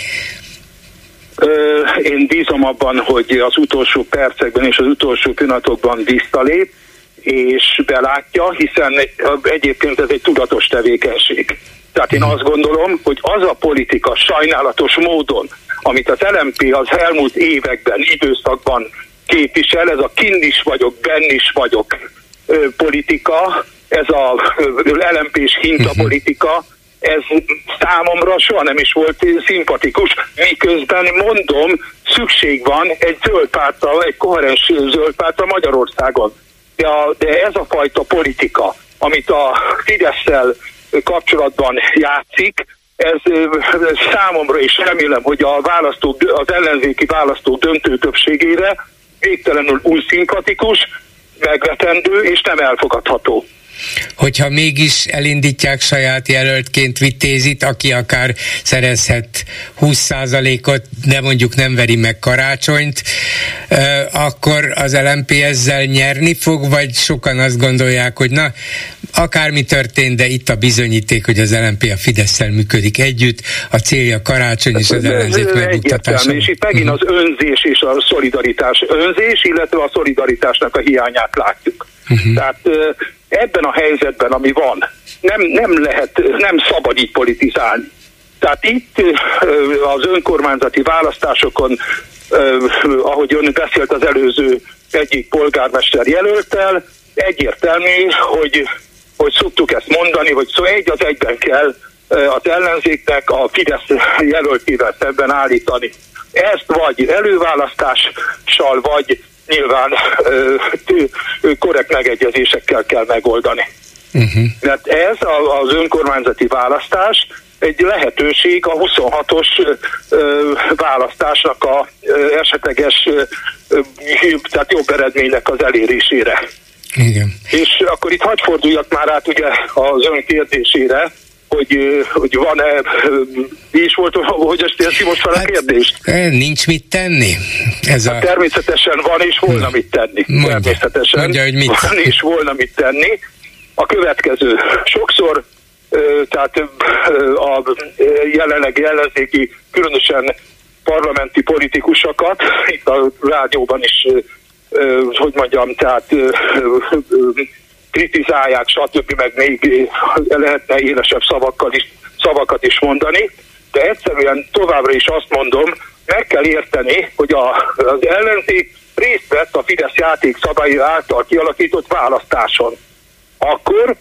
[SPEAKER 6] Én bízom abban, hogy az utolsó percekben és az utolsó pillanatokban visszalép, és belátja, hiszen egyébként ez egy tudatos tevékenység. Tehát én azt gondolom, hogy az a politika sajnálatos módon, amit az el em pé az elmúlt években, időszakban képvisel, ez a kinn is vagyok, benn is vagyok politika, ez a el em pés hintapolitika, ez számomra soha nem is volt szimpatikus, miközben mondom, szükség van egy zöld pártra, egy koherens zöld pártra Magyarországon. De, a, de ez a fajta politika, amit a Fidesszel kapcsolatban játszik, ez számomra is remélem, hogy a választók, az ellenzéki választók döntő többségére végtelenül új szimpatikus, megvetendő és nem elfogadható.
[SPEAKER 3] hogyha mégis elindítják saját jelöltként Vitézit, aki akár szerezhet húsz százalékot, de mondjuk nem veri meg Karácsonyt, akkor az el em pé ezzel nyerni fog, vagy sokan azt gondolják, hogy na, akármi történt, de itt a bizonyíték, hogy az el em pé a Fidesszel működik együtt, a célja Karácsony és az ellenzék megbuktatása.
[SPEAKER 6] És itt megint az önzés és a szolidaritás. Önzés, illetve a szolidaritásnak a hiányát látjuk. Uh-huh. Tehát ebben a helyzetben, ami van, nem, nem lehet, nem szabad így politizálni. Tehát itt az önkormányzati választásokon, ahogy ön beszélt az előző egyik polgármester jelölttel, egyértelmű, hogy, hogy szoktuk ezt mondani, hogy szó egy az egyben kell az ellenzéknek a Fidesz jelöltével szemben állítani. Ezt vagy előválasztással, vagy nyilván ö, ö, korrekt megegyezésekkel kell megoldani. Uh-huh. Mert ez a, az önkormányzati választás egy lehetőség a huszonhatos ö, választásnak a ö, esetleges ö, ö, tehát jobb eredménynek az elérésére.
[SPEAKER 3] Igen.
[SPEAKER 6] És akkor itt hadd forduljak már át ugye az ön kérdésére, hogy, hogy van-e, mi is volt, hogy ezt érzi most fel a kérdést?
[SPEAKER 3] Hát, nincs mit tenni. Ez
[SPEAKER 6] hát a... Természetesen van és volna mit tenni.
[SPEAKER 3] Mondja,
[SPEAKER 6] Természetesen
[SPEAKER 3] mondja, hogy mit
[SPEAKER 6] van és volna mit tenni. A következő. Sokszor tehát a jelenlegi ellenzéki, különösen parlamenti politikusokat, itt a rádióban is, hogy mondjam, tehát kritizálják, stb. Meg még lehetne élesebb szavakkal is, szavakat is mondani, de egyszerűen továbbra is azt mondom, meg kell érteni, hogy a, az ellenzék részt vett a Fidesz játékszabályi által kialakított választáson. Akkor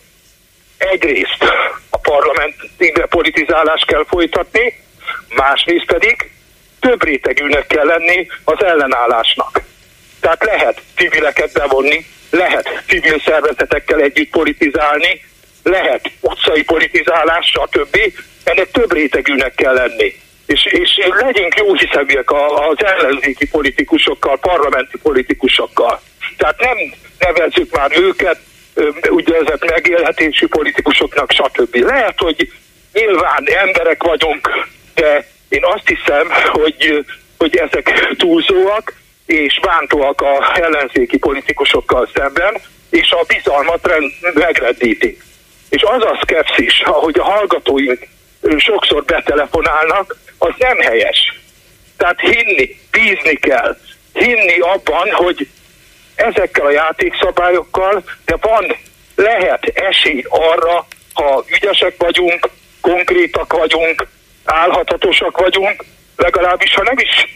[SPEAKER 6] egyrészt a parlamenti politizálást kell folytatni, másrészt pedig több rétegűnek kell lenni az ellenállásnak. Tehát lehet civileket bevonni, lehet civil szervezetekkel együtt politizálni, lehet utcai politizálás, stb. Ennek több rétegűnek kell lenni. És, és legyünk jó hiszeműek az ellenzéki politikusokkal, parlamenti politikusokkal. Tehát nem nevezzük már őket úgynevezett megélhetési politikusoknak, stb. Lehet, hogy nyilván emberek vagyunk, de én azt hiszem, hogy, hogy ezek túlzóak, és bántóak a ellenzéki politikusokkal szemben, és a bizalmat rend, megrendítik. És az a szkepszis, ahogy a hallgatóink sokszor betelefonálnak, az nem helyes. Tehát hinni, bízni kell. Hinni abban, hogy ezekkel a játékszabályokkal, de van, lehet esély arra, ha ügyesek vagyunk, konkrétak vagyunk, állhatatosak vagyunk, legalábbis, ha nem is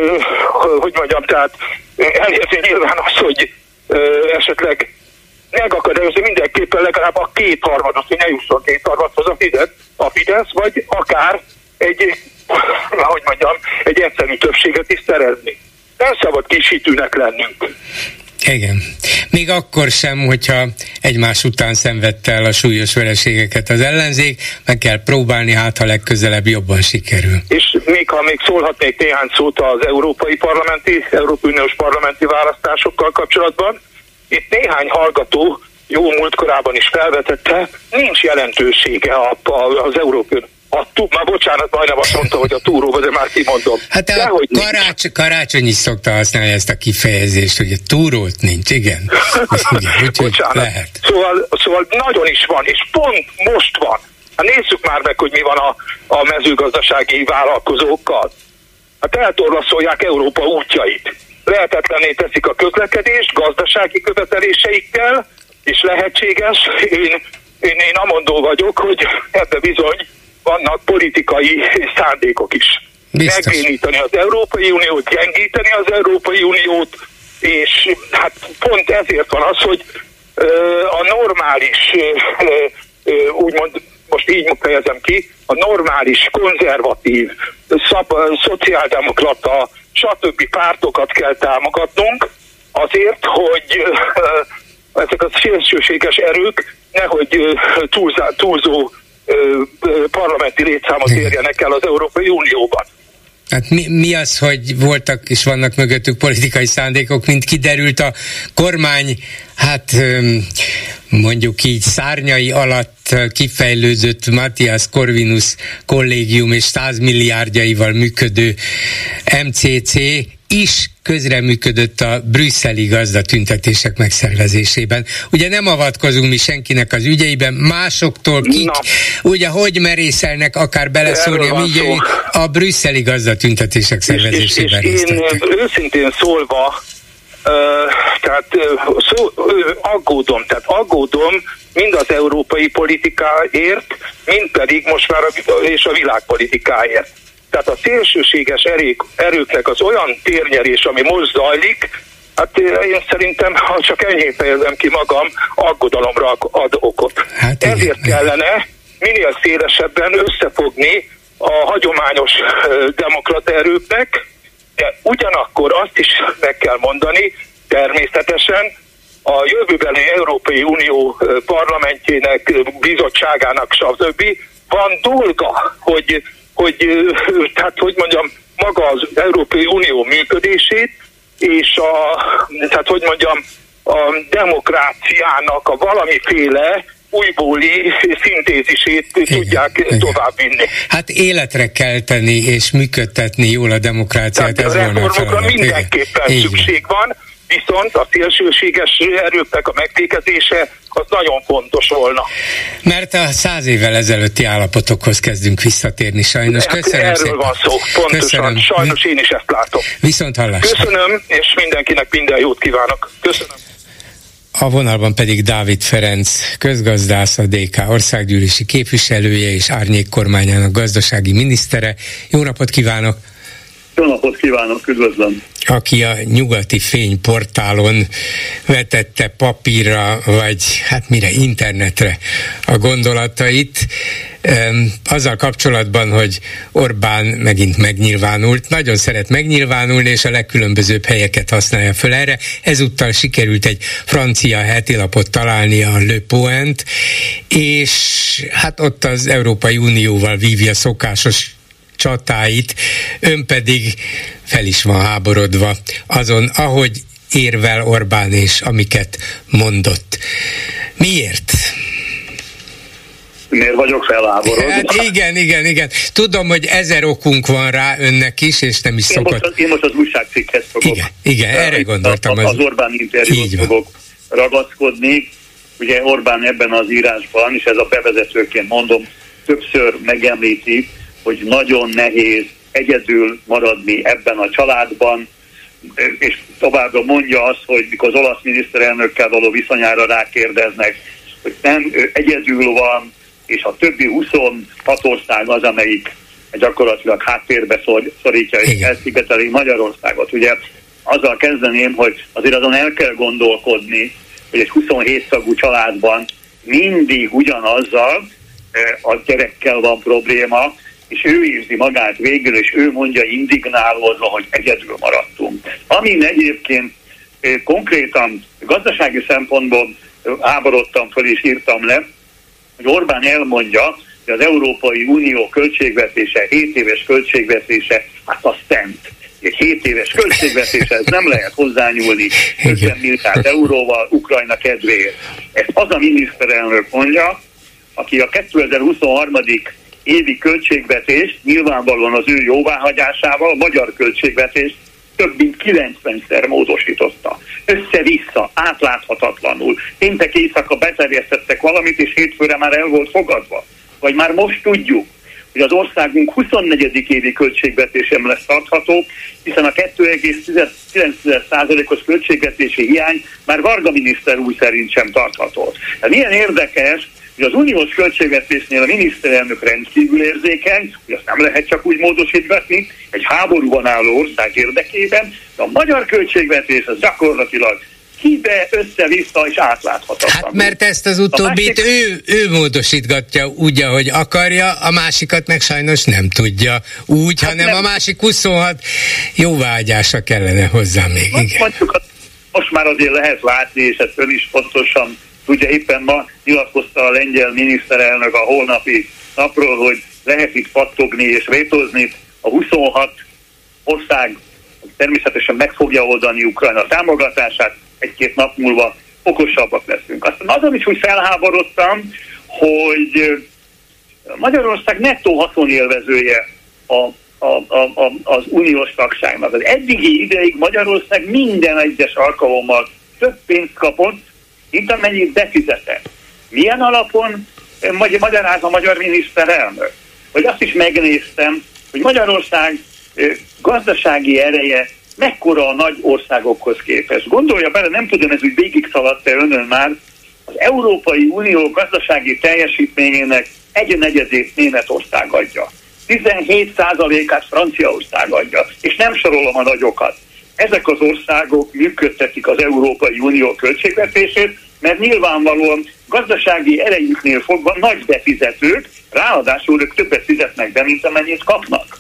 [SPEAKER 6] hogy mondjam, tehát elérzi nyilván az, hogy esetleg megakadályozni mindenképpen legalább a kétharmadot, hogy ne jusson kétharmadhoz a Fidesz, a Fidesz, vagy akár egy, hogy mondjam, egy egyszerű többséget is szerezni. Nem szabad kishitűnek lennünk.
[SPEAKER 3] Igen. Még akkor sem, hogyha egymás után szenvedte el a súlyos vereségeket az ellenzék, meg kell próbálni, hát ha legközelebb jobban sikerül.
[SPEAKER 6] És még ha még szólhatnék néhány szót az európai parlamenti, Európai Uniós parlamenti választásokkal kapcsolatban, itt néhány hallgató jó múltkorában is felvetette, nincs jelentősége a, a, az Európai A tú, már bocsánat, majdnem azt mondta, hogy a túróba, de már kimondom.
[SPEAKER 3] Hát a karács, Karácsony is szokta használni ezt a kifejezést, hogy a túrót nincs, igen. igen
[SPEAKER 6] bocsánat.
[SPEAKER 3] Lehet.
[SPEAKER 6] Szóval, szóval nagyon is van, és pont most van. Hát nézzük már meg, hogy mi van a, a mezőgazdasági vállalkozókkal. Hát eltorlaszolják Európa útjait. Lehetetlenné teszik a közlekedést gazdasági követeléseikkel, és lehetséges, én, én, én amondó vagyok, hogy ebbe bizony vannak politikai szándékok is. Biztos. Megbénítani az Európai Uniót, gyengíteni az Európai Uniót, és hát pont ezért van az, hogy ö, a normális, ö, ö, úgymond, most így fejezem ki, a normális, konzervatív, szab, szociáldemokrata, stb. Pártokat kell támogatnunk azért, hogy ö, ezek a szélsőséges erők nehogy túlzá, túlzó parlamenti létszámot érjenek el az Európai Unióban.
[SPEAKER 3] Hát mi, mi az, hogy voltak és vannak mögöttük politikai szándékok, mint kiderült a kormány, hát mondjuk így szárnyai alatt kifejlődött Matthias Corvinus kollégium és százmilliárdjaival működő em cé cé is közreműködött a brüsszeli gazdatüntetések megszervezésében. Ugye nem avatkozunk mi senkinek az ügyeiben, másoktól kik, Na. ugye hogy merészelnek akár beleszólni a mi ügyeink, a brüsszeli gazdatüntetések szervezésében
[SPEAKER 6] és, és, és én őszintén szólva Uh, tehát uh, szó, uh, aggódom, tehát aggódom mind az európai politikáért, mind pedig most már a, és a világpolitikáért. Tehát a szélsőséges erők, erőknek az olyan térnyerés, ami most zajlik, hát én szerintem, ha csak enyhén fejezem ki magam, aggodalomra ad okot. Hát igen, Ezért igen. kellene minél szélesebben összefogni a hagyományos uh, demokrata erőknek, de ugyanakkor azt is meg kell mondani, természetesen a jövőbeli Európai Unió parlamentjének, bizottságának, stb. Van dolga, hogy, hogy, tehát, hogy mondjam, maga az Európai Unió működését, és a, tehát, hogy mondjam, a demokráciának a valamiféle újbóli szintézisét igen, tudják igen. továbbvinni.
[SPEAKER 3] Hát életre kelteni és működtetni jól a demokráciát,
[SPEAKER 6] tehát
[SPEAKER 3] ez volna a
[SPEAKER 6] reformokra mindenképpen igen. szükség van, viszont a szélsőséges erőknek a megfékezése az nagyon fontos volna.
[SPEAKER 3] Mert a száz évvel ezelőtti állapotokhoz kezdünk visszatérni sajnos. Köszönöm
[SPEAKER 6] Erről
[SPEAKER 3] szépen.
[SPEAKER 6] van szó, pontosan. Köszönöm. Sajnos én is ezt látom.
[SPEAKER 3] Viszont hallásra.
[SPEAKER 6] Köszönöm, és mindenkinek minden jót kívánok. Köszönöm.
[SPEAKER 3] A vonalban pedig Dávid Ferenc, közgazdász, a dé ká országgyűlési képviselője és Árnyék kormányának gazdasági minisztere. Jó napot kívánok!
[SPEAKER 7] Jó napot kívánok, üdvözlöm! Aki
[SPEAKER 3] a Nyugati Fény portálon vetette papírra, vagy hát mire, internetre a gondolatait, azzal kapcsolatban, hogy Orbán megint megnyilvánult, nagyon szeret megnyilvánulni, és a legkülönbözőbb helyeket használja föl erre. Ezúttal sikerült egy francia hetilapot találni, a Le Point, és hát ott az Európai Unióval vívja szokásos csatáit, ön pedig fel is van háborodva azon, ahogy érvel Orbán és amiket mondott. Miért?
[SPEAKER 7] Miért vagyok felháborodva?
[SPEAKER 3] Hát igen, igen, igen. Tudom, hogy ezer okunk van rá önnek is, és nem is
[SPEAKER 7] én
[SPEAKER 3] szokott.
[SPEAKER 7] Most, én most az újságcikkhez fogok.
[SPEAKER 3] Igen, igen, erre gondoltam.
[SPEAKER 7] Az, az Orbán interjút fogok ragaszkodni. Ugye Orbán ebben az írásban, és ez a bevezetőként mondom, többször megemlíti, hogy nagyon nehéz egyedül maradni ebben a családban, és továbbra mondja azt, hogy mikor az olasz miniszterelnökkel való viszonyára rákérdeznek, hogy nem, ő egyedül van, és a többi huszonhat ország az, amelyik gyakorlatilag háttérbe szorítja és elszigeteli Magyarországot. Ugye azzal kezdeném, hogy azért azon el kell gondolkodni, hogy egy huszonhét tagú családban mindig ugyanazzal a gyerekkel van probléma, és ő érzi magát végül, és ő mondja indignálódva, hogy egyedül maradtunk. Amin egyébként konkrétan gazdasági szempontból háborodtam fel és írtam le, hogy Orbán elmondja, hogy az Európai Unió költségvetése, hét éves költségvetése, hát a szent. Egy hét éves költségvetéshez nem lehet hozzányúlni ötven milliárd euróval Ukrajna kedvéért. Ezt az a miniszterelnök mondja, aki a kétezer-huszonhárom évi költségvetés nyilvánvalóan az ő jóváhagyásával a magyar költségvetés több mint kilencvenszer módosította. Össze-vissza, átláthatatlanul. Péntek éjszaka beterjesztettek valamit, és hétfőre már el volt fogadva. Vagy már most tudjuk, hogy az országunk huszonnegyedik évi költségvetése lesz tartható, hiszen a kettő egész kilenc százalékos költségvetési hiány már Varga miniszter úr szerint sem tartható. De milyen érdekes, hogy az uniós költségvetésnél a miniszterelnök rendkívül érzékeny, hogy azt nem lehet csak úgy módosítgatni egy háborúban álló ország érdekében, de a magyar költségvetés az gyakorlatilag hibe, össze-vissza és átláthatatlan.
[SPEAKER 3] Hát mert ezt az utóbbit másik... ő, ő módosítgatja úgy, ahogy akarja, a másikat meg sajnos nem tudja úgy, hát hanem nem. A másik huszonhat jóváhagyása kellene hozzá még.
[SPEAKER 7] Most, mondjuk, most már azért lehet látni, és ezt ön is pontosan tudja, éppen ma nyilatkozta a lengyel miniszterelnök a holnapi napról, hogy lehet itt pattogni és vétózni. A huszonhat ország természetesen meg fogja oldani Ukrajna támogatását, egy-két nap múlva okosabbak leszünk. Aztán azon is úgy felháborodtam, hogy Magyarország nettó haszonélvezője a, a, a, a, az uniós tagságnak. Az eddigi ideig Magyarország minden egyes alkalommal több pénzt kapott, mint amennyit befizetett. Milyen alapon magyaráz a magyar miniszterelnök? Vagy azt is megnéztem, hogy Magyarország gazdasági ereje mekkora a nagy országokhoz képest. Gondolja bele, nem tudom, ez úgy végig szaladt-e önön már, az Európai Unió gazdasági teljesítményének egy negyedét Németország adja. tizenhét százalékát Franciaország adja, és nem sorolom a nagyokat. Ezek az országok működtetik az Európai Unió költségvetését, mert nyilvánvalóan gazdasági erejüknél fogva nagy befizetők, ráadásul ők többet fizetnek be, mint amennyit kapnak.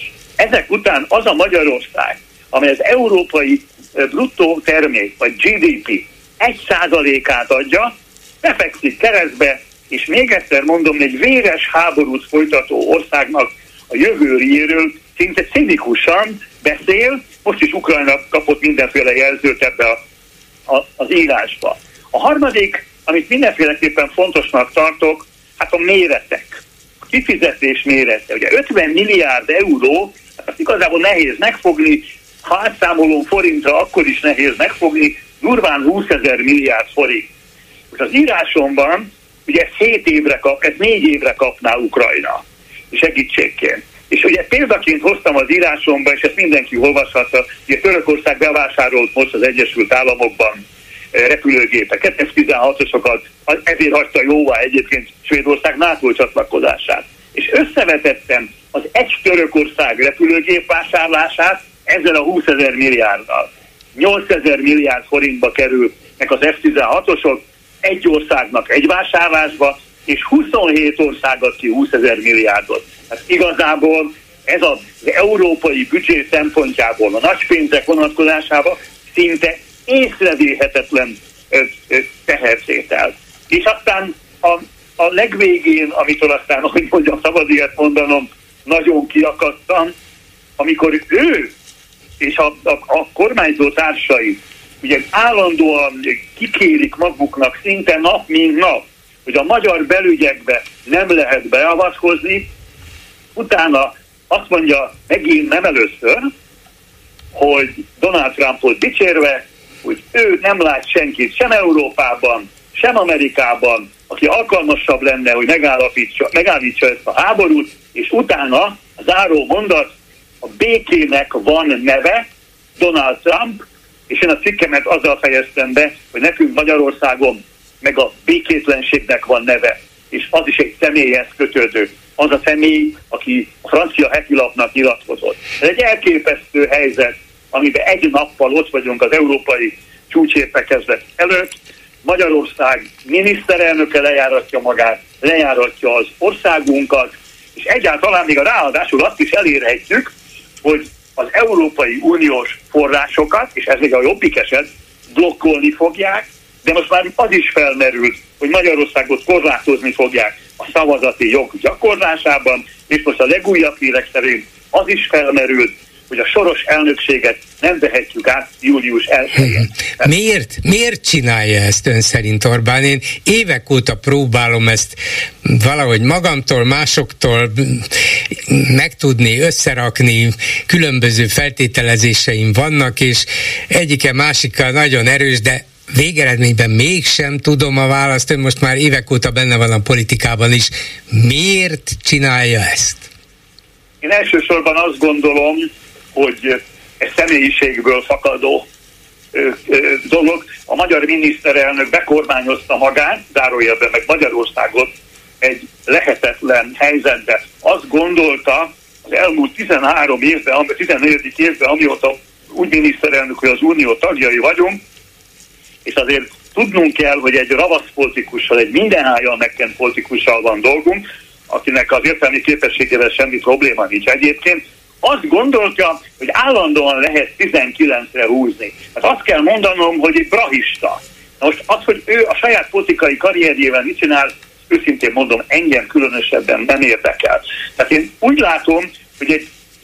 [SPEAKER 7] Ezek után az a Magyarország, amely az európai bruttó termék, vagy gé dé pé egy százalékát adja, befekszik keresztbe, és még egyszer mondom, egy véres háborút folytató országnak a jövőjéről szinte cinikusan beszél, most is Ukrajna kapott mindenféle jelzőt ebbe a, a, az írásba. A harmadik, amit mindenféleképpen fontosnak tartok, hát a méretek. A kifizetés mérete. Ugye ötven milliárd euró, hát azt igazából nehéz megfogni, ha átszámolom forintra, akkor is nehéz megfogni, durván húszezer milliárd forint. Most az írásomban, ugye ezt hét évre kap, ezt négy évre kapná Ukrajna segítségként. És ugye példaként hoztam az írásomban, és ezt mindenki olvashatta, hogy Törökország bevásárolt most az Egyesült Államokban repülőgépeket, ef tizenhatosokat, ezért hagyta jóvá egyébként Svédország NATO csatlakozását. És összevetettem az egy Törökország repülőgép vásárlását ezzel a húszezer milliárddal. nyolcezer milliárd forintba kerülnek az ef tizenhatosok, egy országnak egy vásárlásba, és huszonhét ország ad ki húszezer milliárdot. Hát igazából ez az európai büdzsé szempontjából, a nagy pénzek vonatkozásában szinte észrevéhetetlen tehertétel. És aztán a, a legvégén, amitől aztán, ahogy mondjam, szabad ilyet mondanom, nagyon kiakadtam, amikor ő és a, a, a kormányzó társai ugye állandóan kikérik maguknak szinte nap, mint nap, hogy a magyar belügyekbe nem lehet beavatkozni, utána azt mondja megint nem először, hogy Donald Trumpot dicsérve, hogy ő nem lát senkit sem Európában, sem Amerikában, aki alkalmasabb lenne, hogy megállapítsa, megállítsa ezt a háborút, és utána a záró mondat, a békének van neve, Donald Trump, és én a cikkemet azzal fejeztem be, hogy nekünk Magyarországon meg a békétlenségnek van neve, és az is egy személyhez kötődő. Az a személy, aki a francia hetilapnak nyilatkozott. Ez egy elképesztő helyzet, amiben egy nappal ott vagyunk az európai csúcsértekezlet előtt. Magyarország miniszterelnöke lejáratja magát, lejáratja az országunkat, és egyáltalán még a ráadásul azt is elérhetjük, hogy az Európai Uniós forrásokat, és ez még a jobbik eset, blokkolni fogják, de most már az is felmerült, hogy Magyarországot korlátozni fogják a szavazati jog gyakorlásában, és most a legújabb hírek szerint az is felmerült, hogy a soros elnökséget nem vehetjük át július elsején.
[SPEAKER 3] Miért? Miért csinálja ezt ön szerint Orbán? Én évek óta próbálom ezt valahogy magamtól, másoktól megtudni, összerakni, különböző feltételezéseim vannak, és egyike másikkal nagyon erős, de végeredményben mégsem tudom a választ, ön most már évek óta benne van a politikában is. Miért csinálja ezt?
[SPEAKER 7] Én elsősorban azt gondolom, hogy egy személyiségből fakadó ö, ö, dolog. A magyar miniszterelnök bekormányozta magát, zárójelben meg Magyarországot egy lehetetlen helyzetbe. Azt gondolta az elmúlt tizenhárom évben, tizennegyedik évben, amióta úgy miniszterelnök, hogy az unió tagjai vagyunk, és azért tudnunk kell, hogy egy ravasz politikussal, egy mindenhájjal megkent politikussal van dolgunk, akinek az értelmi képességével semmi probléma nincs egyébként, azt gondolta, hogy állandóan lehet tizenkilencre húzni. Hát azt kell mondanom, hogy egy brahista. Most az, hogy ő a saját politikai karrierjével mit csinál, őszintén mondom, engem különösebben nem érdekel. Tehát én úgy látom, hogy egy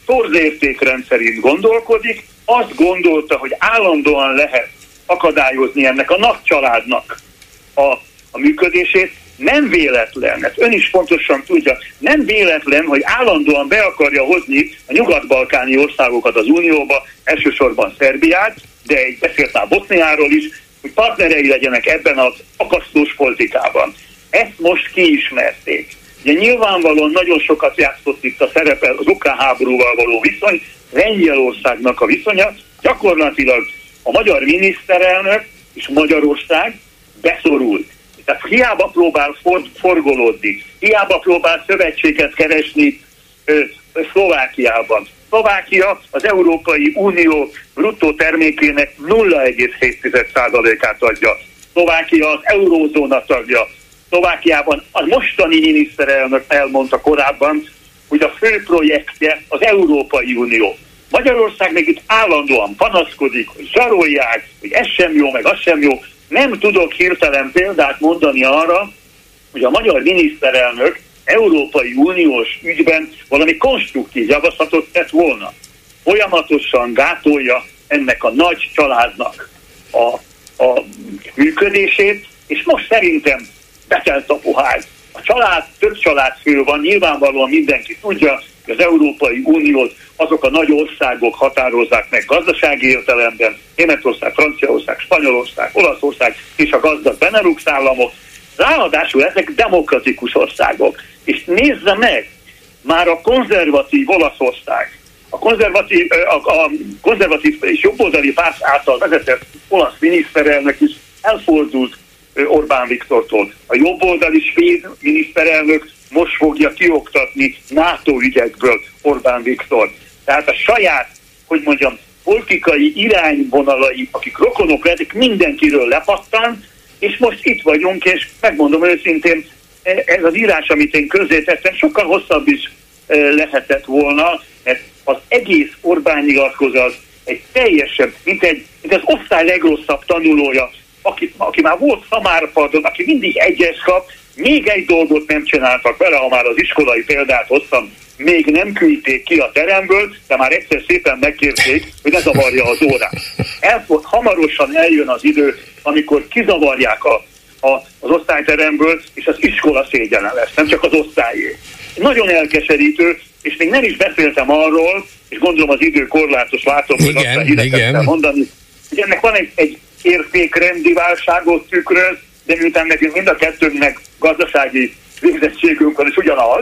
[SPEAKER 7] torzértékrend szerint gondolkodik, azt gondolta, hogy állandóan lehet akadályozni ennek a nagy családnak a, a működését. Nem véletlen, ezt ön is pontosan tudja, nem véletlen, hogy állandóan be akarja hozni a nyugat-balkáni országokat az Unióba, elsősorban Szerbiát, de egy beszélt már Boszniáról is, hogy partnerei legyenek ebben az akasztós politikában. Ezt most kiismerték. Ugye nyilvánvalóan nagyon sokat játszott itt a szerepe az ukrán háborúval való viszony, Lengyelországnak a viszonya, gyakorlatilag a magyar miniszterelnök és Magyarország beszorult. Tehát hiába próbál for, forgolódni, hiába próbál szövetséget keresni ö, ö, Szlovákiában. Szlovákia az Európai Unió bruttó termékének nulla egész hét százalékát adja. Szlovákia az eurózóna tagja. Szlovákiában a mostani miniszterelnök elmondta korábban, hogy a fő projektje az Európai Unió. Magyarország meg itt állandóan panaszkodik, hogy zsarolják, hogy ez sem jó, meg az sem jó. Nem tudok hirtelen példát mondani arra, hogy a magyar miniszterelnök Európai Uniós ügyben valami konstruktív javaslatot tett volna. Folyamatosan gátolja ennek a nagy családnak a, a működését, és most szerintem betelt a pohár. A család, több családfő van, nyilvánvalóan mindenki tudja, hogy az Európai Uniót azok a nagy országok határozzák meg gazdasági értelemben, Németország, Franciaország, Spanyolország, Olaszország és a gazdag Benelux államok. Ráadásul ezek demokratikus országok. És nézze meg, már a konzervatív Olaszország, a konzervatív, a, a konzervatív és jobboldali párt által vezetett olasz miniszterelnök is elfordult Orbán Viktortól. A jobboldali svéd miniszterelnök most fogja kioktatni NATO ügyekből Orbán Viktor. Tehát a saját, hogy mondjam, politikai irányvonalai, akik rokonok lettek, mindenkiről lepattan, és most itt vagyunk, és megmondom őszintén, ez az írás, amit én közzétettem, sokkal hosszabb is lehetett volna, mert az egész Orbán nyilatkozat egy teljesen, mint, egy, mint az osztály legrosszabb tanulója, aki, aki már volt szamárpadon, aki mindig egyes kap, még egy dolgot nem csináltak vele, ha már az iskolai példát hoztam, még nem küldték ki a teremből, de már egyszer szépen megkérték, hogy ne zavarja az órát. El, hamarosan eljön az idő, amikor kizavarják a, a, az osztályteremből, és az iskola szégyene lesz, nem csak az osztályé. Nagyon elkeserítő, és még nem is beszéltem arról, és gondolom az idő korlátos, látom, hogy azt a híreket kell mondani, hogy ennek van egy, egy értékrendi válságot tükröz, de miután nekünk mind a kettőnknek gazdasági végzettségünk van, és ugyanaz,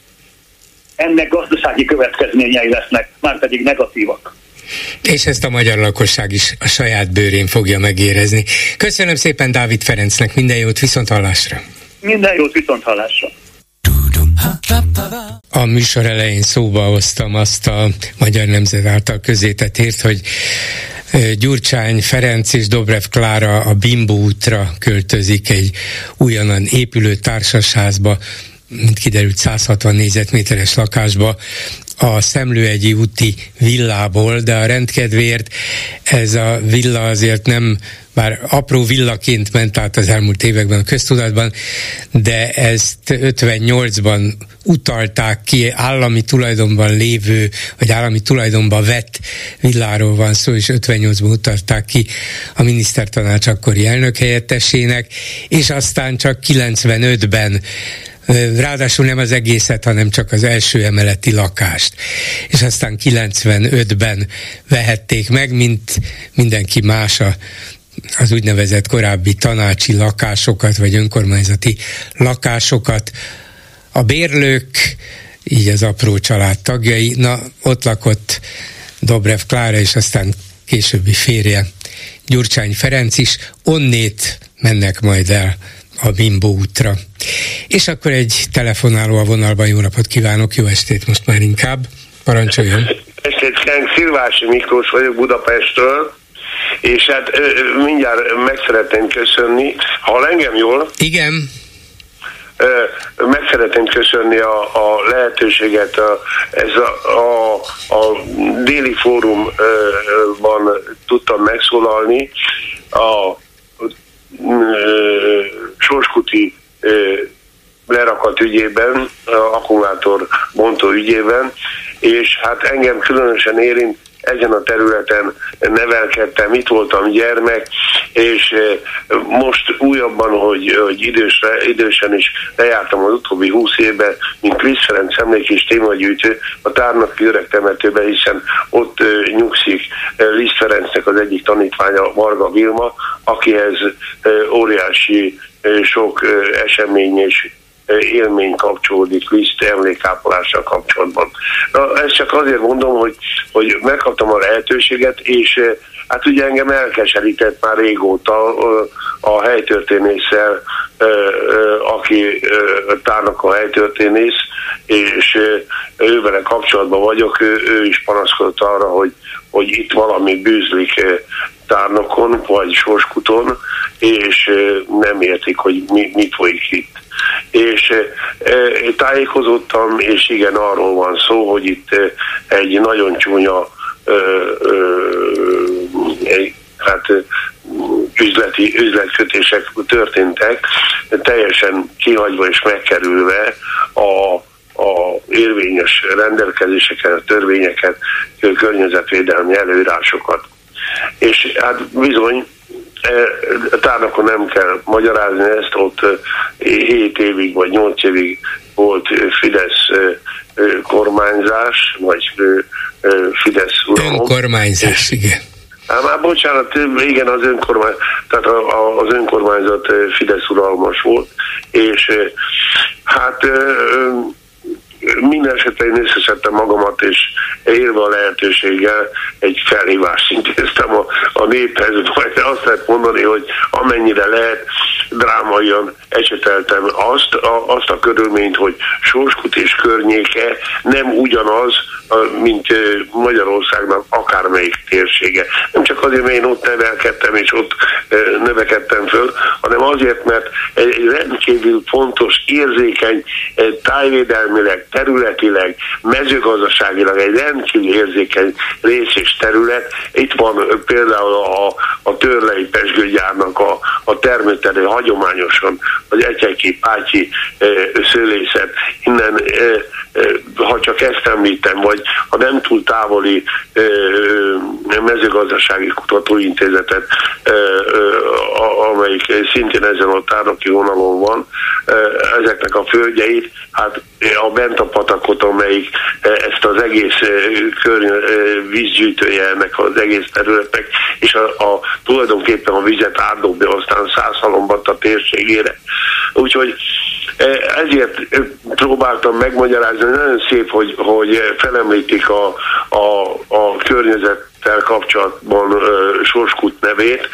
[SPEAKER 7] ennek gazdasági következményei lesznek, már pedig negatívak.
[SPEAKER 3] És ezt a magyar lakosság is a saját bőrén fogja megérezni. Köszönöm szépen Dávid Ferencnek, minden jót, viszonthallásra!
[SPEAKER 7] Minden jót, viszonthallásra!
[SPEAKER 3] A műsor elején szóba hoztam azt a Magyar Nemzet által közzétett hírt, hogy Gyurcsány Ferenc és Dobrev Klára a Bimbo útra költözik, egy újonnan épülő társasházba, mint kiderült száz hatvan négyzetméteres lakásba, a Szemlőhegyi úti villából, de a rendkedvéért ez a villa azért nem, bár apró villaként ment át az elmúlt években a köztudatban, de ezt ötvennyolcban utalták ki, állami tulajdonban lévő, vagy állami tulajdonban vett villáról van szó, és ötvennyolcban utalták ki a minisztertanács akkori elnökhelyettesének, és aztán csak kilencvenötben, ráadásul nem az egészet, hanem csak az első emeleti lakást. És aztán kilencvenötben vehették meg, mint mindenki más a, az úgynevezett korábbi tanácsi lakásokat, vagy önkormányzati lakásokat. A bérlők, így az apró család tagjai, na ott lakott Dobrev Klára, és aztán későbbi férje Gyurcsány Ferenc is, onnét mennek majd el a Bimbo útra. És akkor egy telefonáló a vonalban, jó napot kívánok, jó estét most már inkább, parancsoljon.
[SPEAKER 8] Estét, Szilvási Miklós vagyok Budapestről, és hát mindjárt meg szeretném köszönni, hall engem jól?
[SPEAKER 3] Igen.
[SPEAKER 8] Meg szeretném köszönni a, a lehetőséget, a, ez a, a, a déli fórumban tudtam megszólalni, a Sorskuti lerakat ügyében, akkumulátor bontó ügyében, és hát engem különösen érint, ezen a területen nevelkedtem, itt voltam gyermek, és most újabban, hogy, hogy idősre, idősen is lejártam az utóbbi húsz évben, mint Krisz Ferenc emlék és témagyűjtő a Tárnoki öreg temetőben, hiszen ott nyugszik Liszt Ferencnek az egyik tanítványa, Varga Vilma, akihez óriási sok esemény és élmény kapcsolódik Liszt emlékápolással kapcsolatban. Na, ezt csak azért mondom, hogy, hogy megkaptam a lehetőséget, és hát ugye engem elkeserített már régóta a helytörténésszel, aki Tárnak a helytörténész, és ővele kapcsolatban vagyok, ő, ő is panaszkodott arra, hogy, hogy itt valami bűzlik Tárnokon, vagy Sorskuton, és nem értik, hogy mi, mit folyik itt. És e, tájékozottam, és igen, arról van szó, hogy itt egy nagyon csúnya e, e, hát üzleti, üzletkötések történtek, teljesen kihagyva és megkerülve a, a érvényes rendelkezéseket, a törvényeket, a környezetvédelmi előírásokat. És hát bizony, Tárnokon nem kell magyarázni ezt, ott hét évig vagy nyolc évig volt Fidesz kormányzás, vagy Fidesz uralom.
[SPEAKER 3] Önkormányzás, igen.
[SPEAKER 8] Hát már bocsánat, igen, az önkormány, tehát az önkormányzat Fidesz uralmas volt, és hát minden esetre én összeszedtem magamat, és élve a lehetőséggel egy felhívást intéztem a, a néphez, majd azt lehet mondani, hogy amennyire lehet, drámaian ecseteltem azt a, azt a körülményt, hogy Sorskut és környéke nem ugyanaz, mint Magyarországnak akármelyik térsége. Nem csak azért, mert én ott nevelkedtem és ott növekedtem föl, hanem azért, mert egy rendkívül fontos, érzékeny, tájvédelmileg, területileg, mezőgazdaságilag egy rendkívül érzékeny rész és terület. Itt van például a, a Törlei pezsgőgyárnak a, a termőterű hagyományosan, az Etyeki, Pátyi e, szőlészet. Innen, e, e, ha csak ezt említem, vagy ha nem túl távoli e, e, mezőgazdasági kutatóintézetet, e, e, amelyik szintén ezen a tárnoki vonalon van, e, ezeknek a földjeit, hát a bent a patakot, amelyik ezt az egész körny- vízgyűjtője ennek az egész területnek, és a, a, tulajdonképpen a vizet átdobja aztán Százhalombatta térségére. Úgyhogy ezért próbáltam megmagyarázni, nagyon szép, hogy, hogy felemlítik a, a, a környezet kapcsolatban uh, Sorskut nevét,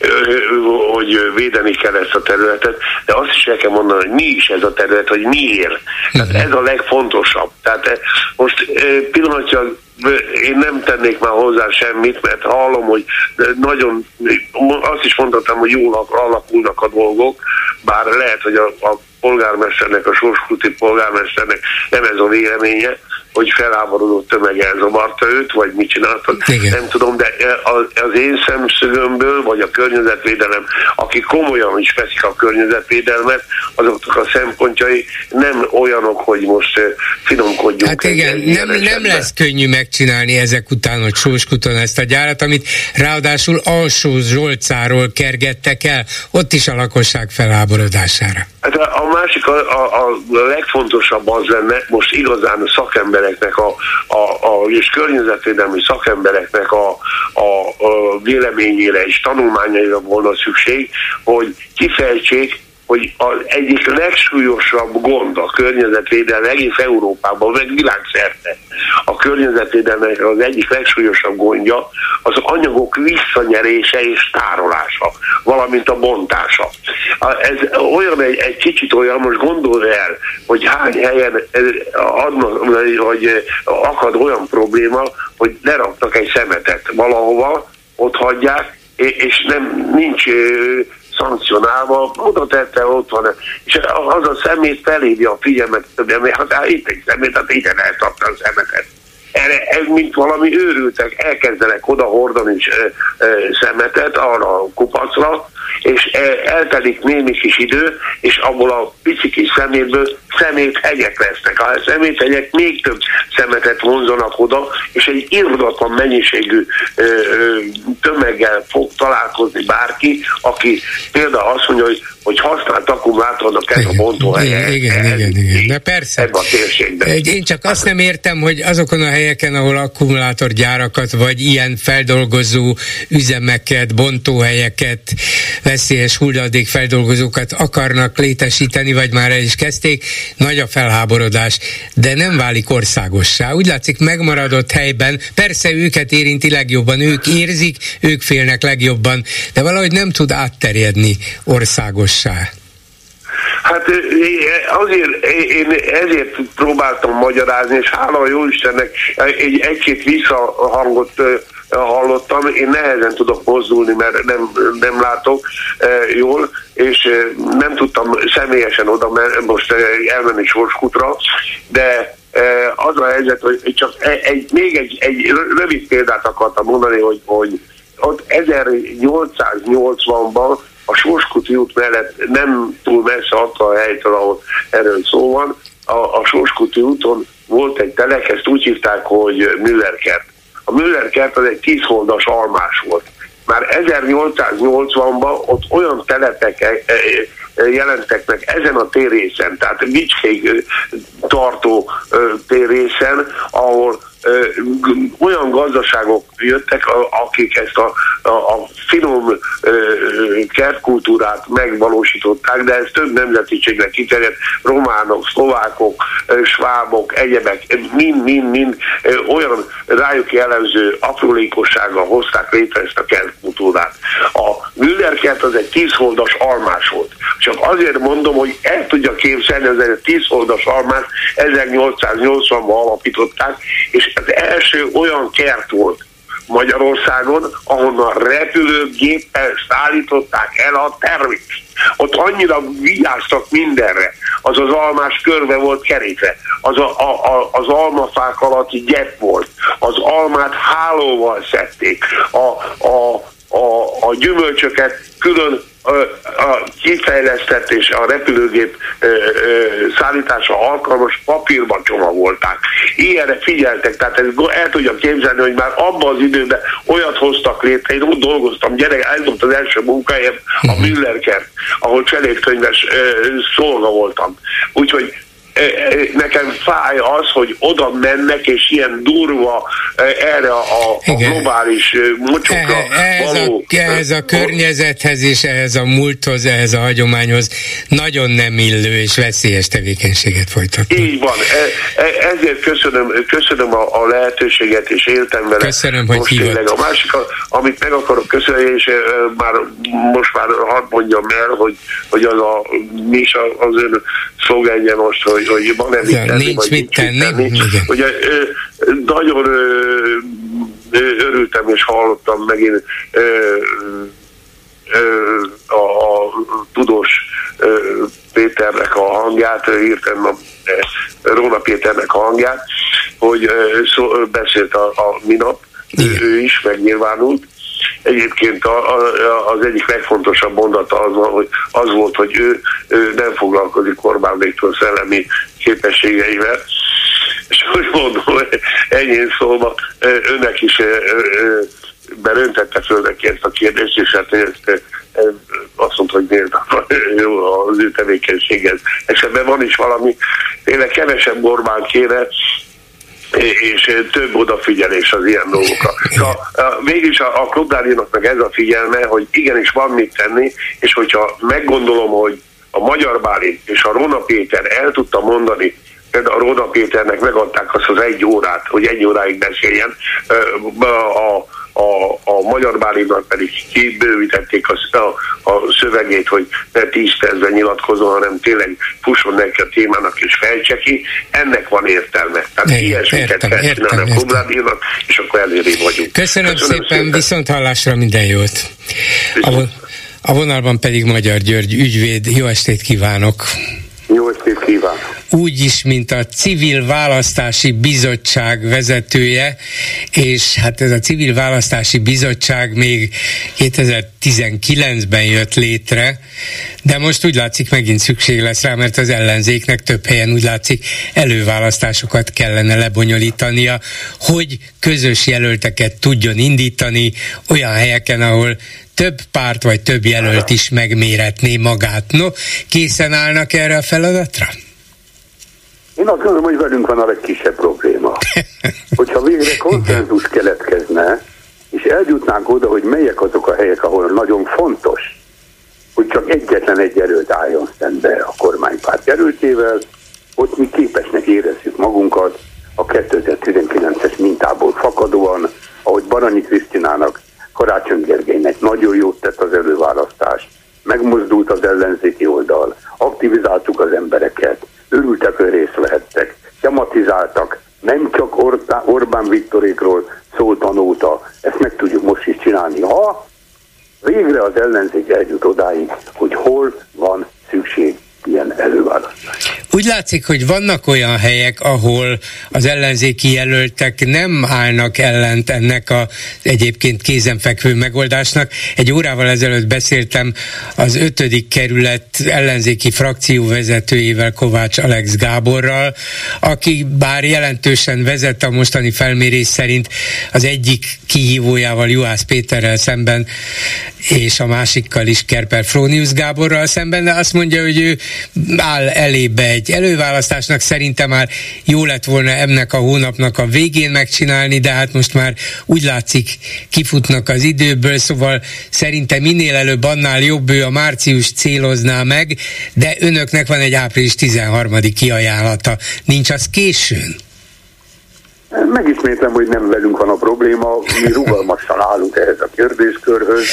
[SPEAKER 8] uh, hogy védeni kell ezt a területet, de azt is el kell mondani, hogy mi is ez a terület, hogy miért. Tehát ez a legfontosabb. Tehát uh, most uh, pillanatnyilag én nem tennék már hozzá semmit, mert hallom, hogy nagyon, azt is mondhatom, hogy jól alakulnak a dolgok, bár lehet, hogy a, a polgármesternek, a sorskuti polgármesternek nem ez a véleménye, hogy felháborodott tömeg elzavarta őt, vagy mit csináltak, nem tudom, de az én szemszögömből, vagy a környezetvédelem, akik komolyan is veszik a környezetvédelmet, azoknak a szempontjai nem olyanok, hogy most finomkodjunk.
[SPEAKER 3] Hát igen, nem, nem lesz könnyű megcsinálni ezek után, hogy Sorskuton ezt a gyárat, amit ráadásul Alsó Zsolcáról kergettek el, ott is a lakosság felháborodására.
[SPEAKER 8] Hát a másik, a, a, a legfontosabb az lenne, most igazán a szakembereknek, a, a, a, és környezetvédelmi szakembereknek a, a, a véleményére és tanulmányaira volna szükség, hogy kifejtsék, hogy az egyik legsúlyosabb gond a környezetvédelem egész Európában, meg világszerte. A környezetvédelmek az egyik legsúlyosabb gondja az anyagok visszanyerése és tárolása, valamint a bontása. Ez olyan egy, egy kicsit olyan, most gondolj el, hogy hány helyen adnak, vagy akad olyan probléma, hogy leraktak egy szemetet valahova, ott hagyják, és nem nincs szankcionálva, oda tette, ott van, és az a szemét felhívja a figyelmet, mert hát itt egy szemét, hát igen, eltartta a szemetet. erre, ez mint valami őrültek, elkezdenek oda hordani szemetet arra a kupacra, és eltelik némi kis idő, és abból a pici kis szemétből szeméthegyek lesznek. A szeméthegyek még több szemetet vonzanak oda, és egy irdatlan mennyiségű ö, ö, tömeggel fog találkozni bárki, aki például azt mondja, hogy, hogy használt akkumulátornak ez a bontóhelye.
[SPEAKER 3] Igen, igen, igen, igen. De persze.
[SPEAKER 8] Ebben a térségben.
[SPEAKER 3] Én csak azt nem értem, hogy azokon a helyeken, ahol akkumulátorgyárakat, vagy ilyen feldolgozó üzemeket, bontóhelyeket, veszélyes hulladékfeldolgozókat akarnak létesíteni, vagy már el is kezdték, nagy a felháborodás, de nem válik országossá. Úgy látszik, megmaradott helyben, persze őket érinti legjobban, ők érzik, ők félnek legjobban, de valahogy nem tud átterjedni országossá.
[SPEAKER 8] Hát azért én ezért próbáltam magyarázni, és hála a Jóistennek egy, egy-két visszahangot hallottam, én nehezen tudok mozdulni, mert nem, nem látok e, jól, és e, nem tudtam személyesen oda most elmenni Sorskutra, de e, az a helyzet, hogy csak egy, még egy, egy rövid példát akartam mondani, hogy, hogy ott ezernyolcszáznyolcvanban a Sorskuti út mellett nem túl messze attól a helytől, ahol erről szó van, a, a Sorskuti úton volt egy telek, ezt úgy hívták, hogy Müllerkert. A Müllerkert az egy tízholdas almás volt. Már ezernyolcszáznyolcvanban ott olyan telepek jelentek meg ezen a térrészen, tehát Bicskig tartó térrészen, ahol Ö, olyan gazdaságok jöttek, akik ezt a, a, a finom ö, kertkultúrát megvalósították, de ez több nemzetiségre kiterjedt, románok, szlovákok, ö, svábok, egyebek, mind-mind-mind olyan rájuk jellemző aprólékossággal hozták létre ezt a kertkultúrát. A Müllerkert az egy tízholdas almás volt. Csak azért mondom, hogy el tudja képzelni, az egy tízholdas almát ezernyolcszáznyolcvanban alapították, és az első olyan kert volt Magyarországon, ahonnan repülőgéppel szállították el a termést. Ott annyira vigyáztak mindenre. Az az almás körbe volt kerítve. Az a, a, a, az almafák alatti gyep volt. Az almát hálóval szedték. A, a, a, a gyümölcsöket külön a kifejlesztett és a repülőgép ö, ö, szállítása alkalmas papírban csomagolták. Ilyenre figyeltek, tehát ez el tudjam képzelni, hogy már abban az időben olyat hoztak létre, én úgy dolgoztam, gyerek, ez volt az első munkahelyem, a Müllerkert, ahol cselédkönyves ö, szolga voltam. Úgyhogy nekem fáj az, hogy oda mennek, és ilyen durva erre a, a globális mocsokra
[SPEAKER 3] ehhez
[SPEAKER 8] való...
[SPEAKER 3] A, ehhez a környezethez és ehhez a múlthoz, ehhez a hagyományhoz nagyon nem illő és veszélyes tevékenységet folytatnak.
[SPEAKER 8] Így van. Ezért köszönöm, köszönöm a, a lehetőséget, és éltem vele.
[SPEAKER 3] Köszönöm, hogy hívott.
[SPEAKER 8] A másik, amit meg akarok köszönni, és már most már hadd mondjam el, hogy, hogy az a mi is az ön szlogenje most, hogy hogy van-e mit tenni,
[SPEAKER 3] nincs
[SPEAKER 8] vagy
[SPEAKER 3] mit tenni. tenni.
[SPEAKER 8] Ugye, nagyon örültem és hallottam megint a, a tudós Péternek a hangját, írtam a Róna Péternek a hangját, hogy szó, beszélt a, a minap, ő, ő is megnyilvánult. Egyébként a, a, az egyik legfontosabb mondata az, hogy az volt, hogy ő, ő nem foglalkozik Orbán Viktor szellemi képességeivel. És úgy mondom, ennyi szóval önnek is beröntette föl neki ezt a kérdést, és hát ezt, azt mondta, hogy miért az ő tevékenységhez. És ebben van is valami, tényleg kevesebb Orbán kéne, és több odafigyelés az ilyen dolgokra. Szóval mégis a, a Klubrádiónak meg ez a figyelme, hogy igenis van mit tenni, és hogyha meggondolom, hogy a Magyar Bálint és a Róna Péter el tudta mondani, például a Róna Péternek megadták azt az egy órát, hogy egy óráig beszéljen, a A, a Magyar Bálintnak pedig kibővítették a, a, a szövegét, hogy ne tíz percben nyilatkozom, hanem tényleg fusson neki a témának és fejtse ki. Ennek van értelme. Tehát ilyesmiket kell csinálni a Klubrádiónak, és akkor eléré vagyunk.
[SPEAKER 3] Köszönöm, Köszönöm szépen, szépen, viszont hallásra, minden jót. A, a vonalban pedig Magyar György ügyvéd. Jó estét kívánok!
[SPEAKER 8] Jó estét kívánok!
[SPEAKER 3] úgy is, mint a Civil Választási Bizottság vezetője, és hát ez a Civil Választási Bizottság még kétezer-tizenkilencben jött létre, de most úgy látszik megint szükség lesz rá, mert az ellenzéknek több helyen úgy látszik előválasztásokat kellene lebonyolítania, hogy közös jelölteket tudjon indítani olyan helyeken, ahol több párt vagy több jelölt is megméretné magát. No, készen állnak erre a feladatra?
[SPEAKER 9] Én azt gondolom, hogy velünk van a legkisebb probléma. Hogyha végre konszenzus keletkezne, és eljutnánk oda, hogy melyek azok a helyek, ahol nagyon fontos, hogy csak egyetlen egy jelölt álljon szembe a kormánypárt jelöltjével, ott mi képesnek érezzük magunkat a kétezer-tizenkilences mintából fakadóan, ahogy Baranyi Krisztinának, Karácsony Gergelynek nagyon jót tett az előválasztás, megmozdult az ellenzéki oldal, aktivizáltuk az embereket, örültek, hogy részt vehettek, tematizáltak, nem csak Or- Orbán Viktorékról szólt a nóta, ezt meg tudjuk most is csinálni, ha végre az ellenzék eljut odáig, hogy hol van szükség ilyen előválasztás.
[SPEAKER 3] Úgy látszik, hogy vannak olyan helyek, ahol az ellenzéki jelöltek nem állnak ellent ennek a egyébként kézenfekvő megoldásnak. Egy órával ezelőtt beszéltem az ötödik kerület ellenzéki frakcióvezetőjével, Kovács Alex Gáborral, aki bár jelentősen vezet a mostani felmérés szerint az egyik kihívójával, Juhász Péterrel szemben, és a másikkal is, Kerper Frónius Gáborral szemben, de azt mondja, hogy ő áll elébe egy előválasztásnak, szerintem már jó lett volna ennek a hónapnak a végén megcsinálni, de hát most már úgy látszik kifutnak az időből, szóval szerintem minél előbb annál jobb, ő a március célozná meg, de önöknek van egy április tizenharmadik kiajánlata. Nincs az későn?
[SPEAKER 9] Megismétlem, hogy nem velünk van a probléma, mi rugalmasan állunk ehhez a kérdéskörhöz.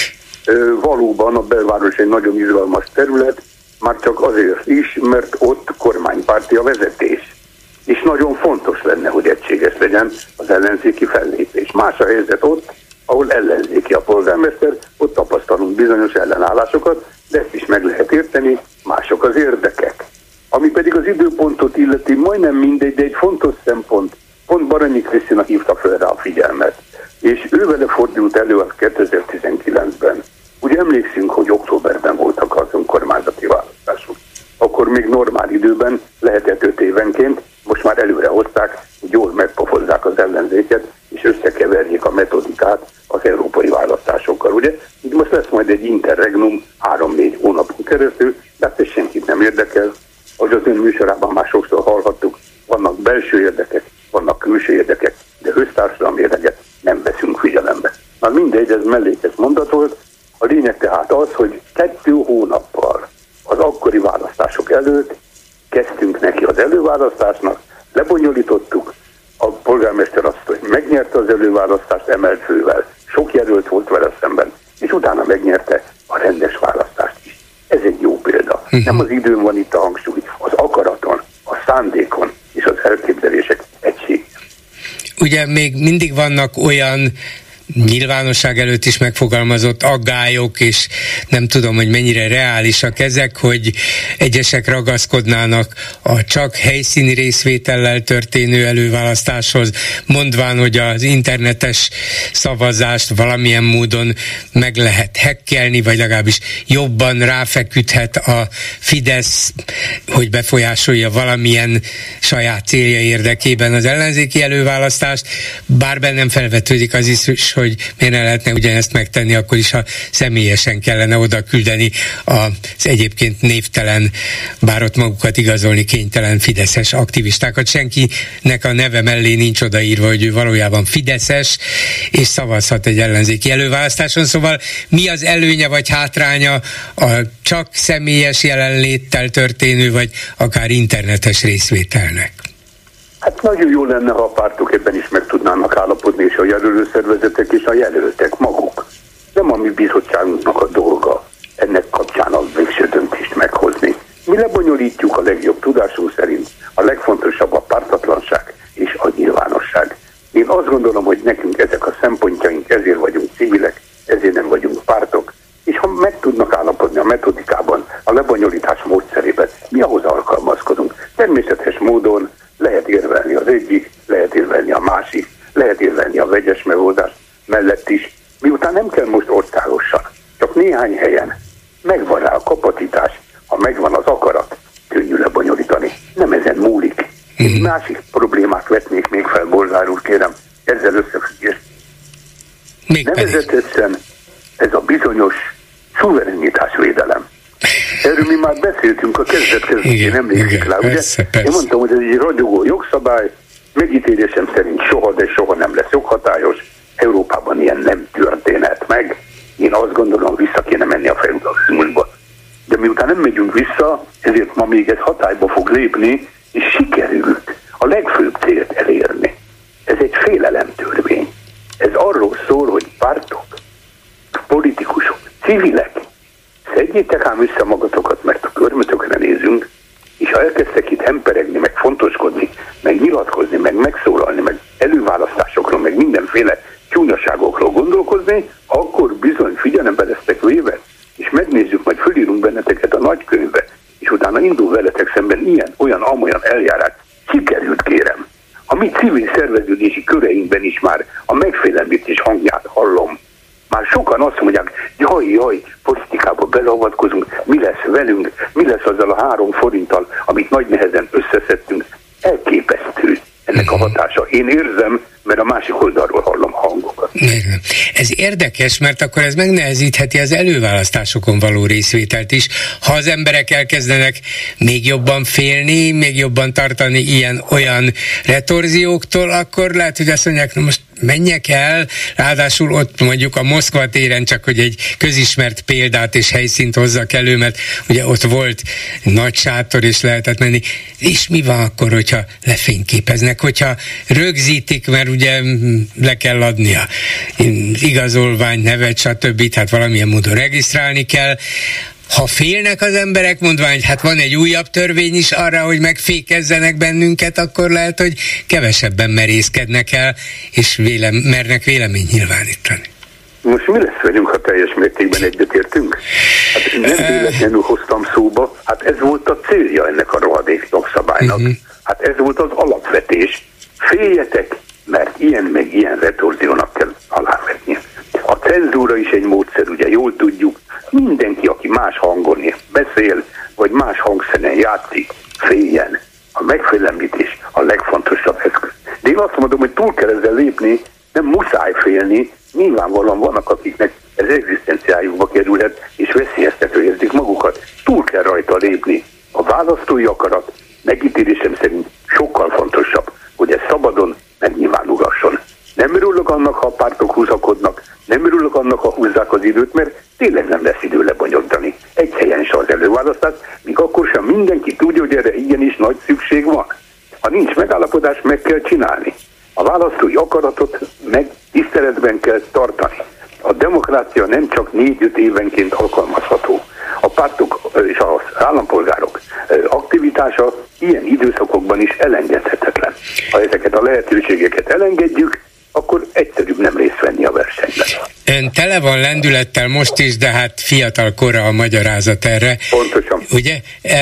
[SPEAKER 9] Valóban a belváros egy nagyon izgalmas terület, már csak azért is, mert ott kormánypárti a vezetés. És nagyon fontos lenne, hogy egységes legyen az ellenzéki fellépés. Más a helyzet ott, ahol ellenzéki a polgármester, ott tapasztalunk bizonyos ellenállásokat, de ezt is meg lehet érteni, mások az érdekek. Ami pedig az időpontot illeti, majdnem mindegy, de egy fontos szempont, pont Baranyi Krisztina hívta fel rá a figyelmet, és ő vele fordult elő az kétezer-tizenkilencben. Ugye emlékszünk, hogy októberben voltak az önkormányzati választások. Akkor még normál időben lehetett öt évenként, most már előre hozták, hogy jól megpofozzák az ellenzéket, és összekeverjék a metodikát az európai választásokkal. Ugye? Így most lesz majd egy interregnum három-négy hónapon keresztül, de hát ez senkit nem érdekel. Ahogy az ön műsorában már sokszor hallhattuk, vannak belső érdekek, vannak külső érdekek, de össztársadalmi érdeket nem veszünk figyelembe. Már mindegy, ez mellékes mondat volt. A lényeg tehát az, hogy kettő hónappal az akkori választások előtt kezdtünk neki az előválasztásnak, lebonyolítottuk, a polgármester azt, hogy megnyerte az előválasztást emelt fővel, sok jelölt volt vele szemben, és utána megnyerte a rendes választást is. Ez egy jó példa. Nem az időn van itt a hangsúly, az akaraton, a szándékon és az elképzelések egységén.
[SPEAKER 3] Ugye még mindig vannak olyan nyilvánosság előtt is megfogalmazott aggályok, és nem tudom, hogy mennyire reálisak ezek, hogy egyesek ragaszkodnának a csak helyszíni részvétellel történő előválasztáshoz, mondván, hogy az internetes szavazást valamilyen módon meg lehet hekkelni, vagy legalábbis jobban ráfeküdhet a Fidesz, hogy befolyásolja valamilyen saját célja érdekében az ellenzéki előválasztást, bár bennem felvetődik az is, hogy miért ne lehetne ugyanezt megtenni, akkor is, ha személyesen kellene oda küldeni az egyébként névtelen, bár ott magukat igazolni kénytelen fideszes aktivistákat. Senkinek a neve mellé nincs odaírva, hogy ő valójában fideszes, és szavazhat egy ellenzéki előválasztáson. Szóval mi az előnye vagy hátránya a csak személyes jelenléttel történő, vagy akár internetes részvételnek?
[SPEAKER 9] Hát nagyon jó lenne, ha a pártok ebben is meg tudnának állapodni, és a jelölőszervezetek és a jelöltek maguk. Nem a mi bizottságunknak a dolga ennek kapcsán a végső döntést meghozni. Mi lebonyolítjuk a legjobb tudásunk szerint, a legfontosabb a pártatlanság és a nyilvánosság. Én azt gondolom, hogy nekünk ezek a szempontjaink, ezért vagyunk civilek, ezért nem vagyunk pártok, és ha meg tudnak állapodni a metodikában, a lebonyolítás módszerében, mi ahhoz alkalmazkodunk. Természetes egyik, lehet érvelni a másik, lehet érvelni a vegyes megoldás mellett is, miután nem kell most országosan, csak néhány helyen megvan rá a kapacitás, ha megvan az akarat, könnyű lebonyolítani. Nem ezen múlik. Egy mm. másik problémát vetnék még fel, Bolgár úr, kérem, ezzel összefüggés. Nevezetesen ez a bizonyos szuverenitásvédelem. Erről mi már beszéltünk a kezdet-kezdetén, emlékszik rá, ugye? Persze, persze. Én mondtam, hogy ez egy ragyogó jogszabály, megítélésem szerint soha, de soha nem lesz joghatályos. Európában ilyen nem történhet meg. Én azt gondolom, vissza kéne menni a feudalizmusba. De miután nem megyünk vissza, ezért ma még ez hatályba fog lépni, és sikerült a legfőbb célt elérni. Ez egy félelemtörvény. Ez arról szól, hogy pártok, politikusok, civilek, szedjétek ám össze magatokat, mert a körmötökre nézünk, és ha elkezdtek itt hemperegni, meg fontoskodni, meg nyilatkozni, meg megszólalni, meg előválasztásokról, meg mindenféle csúnyaságokról gondolkozni, akkor bizony figyelembe lesztek véve, és megnézzük, majd fölírunk benneteket a nagykönyvbe, és utána indul veletek szemben ilyen, olyan, amolyan eljárás. Sikerült, kérem. A mi civil szerveződési köreinkben is már a megfélemlítés hangját hallom. Már sokan azt mondják, jaj, jaj, politikába beleavatkozunk, mi lesz velünk, mi lesz azzal a három forinttal, amit nagy nehezen összeszedtünk. Elképesztő ennek a hatása. Én érzem, mert a másik oldalról hallom a hangokat.
[SPEAKER 3] Ez érdekes, mert akkor ez megnehezítheti az előválasztásokon való részvételt is. Ha az emberek elkezdenek még jobban félni, még jobban tartani ilyen-olyan retorzióktól, akkor lehet, hogy azt mondják, na most menjek el, ráadásul ott mondjuk a Moszkva téren, csak hogy egy közismert példát és helyszínt hozzak elő, mert ugye ott volt nagy sátor, és lehetett menni. És mi van akkor, hogyha lefényképeznek, hogyha rögzítik, mert ugye le kell adni a igazolvány, nevet, stb. Hát valamilyen módon regisztrálni kell. Ha félnek az emberek, mondván, hogy hát van egy újabb törvény is arra, hogy megfékezzenek bennünket, akkor lehet, hogy kevesebben merészkednek el, és vélem, mernek véleményt nyilvánítani.
[SPEAKER 9] Most mi lesz velünk, ha teljes mértékben egyetértünk? Hát nem véletlenül hoztam szóba, hát ez volt a célja ennek a rohadék jogszabálynak. Uh-huh. Hát ez volt az alapvetés. Féljetek, mert ilyen meg ilyen retorziónak kell alávetni. A cenzúra is egy módszer, ugye jól tudjuk, mindenki, aki más hangon beszél, vagy más hangszeren játszik, féljen. A megfélemlítés a legfontosabb eszköz. De én azt mondom, hogy túl kell ezzel lépni, nem muszáj félni, nyilvánvalóan vannak, akiknek ez egzisztenciájukba kerülhet, és veszélyeztető érzik magukat. Túl kell rajta lépni. A választói akarat megítélésem szerint sokkal fontosabb, hogy ez szabadon megnyilvánulhasson. Nem örülök annak, ha a pártok húzakodnak, nem örülök annak, ha húzzák az időt, mert tényleg nem lesz idő lebonyolítani. Egy helyen se az előválasztás, míg akkor sem mindenki tudja, hogy erre igenis nagy szükség van. Ha nincs megállapodás, meg kell csinálni. A választói akaratot meg tiszteletben kell tartani. A demokrácia nem csak négy-öt évenként alkalmazható. A pártok és az állampolgárok aktivitása ilyen időszakokban is elengedhetetlen. Ha ezeket a lehetőségeket elengedjük, akkor egyszerűbb nem részt venni a versenyben.
[SPEAKER 3] Ön tele van lendülettel most is, de hát fiatal kora a magyarázat erre.
[SPEAKER 9] Pontosan.
[SPEAKER 3] Ugye?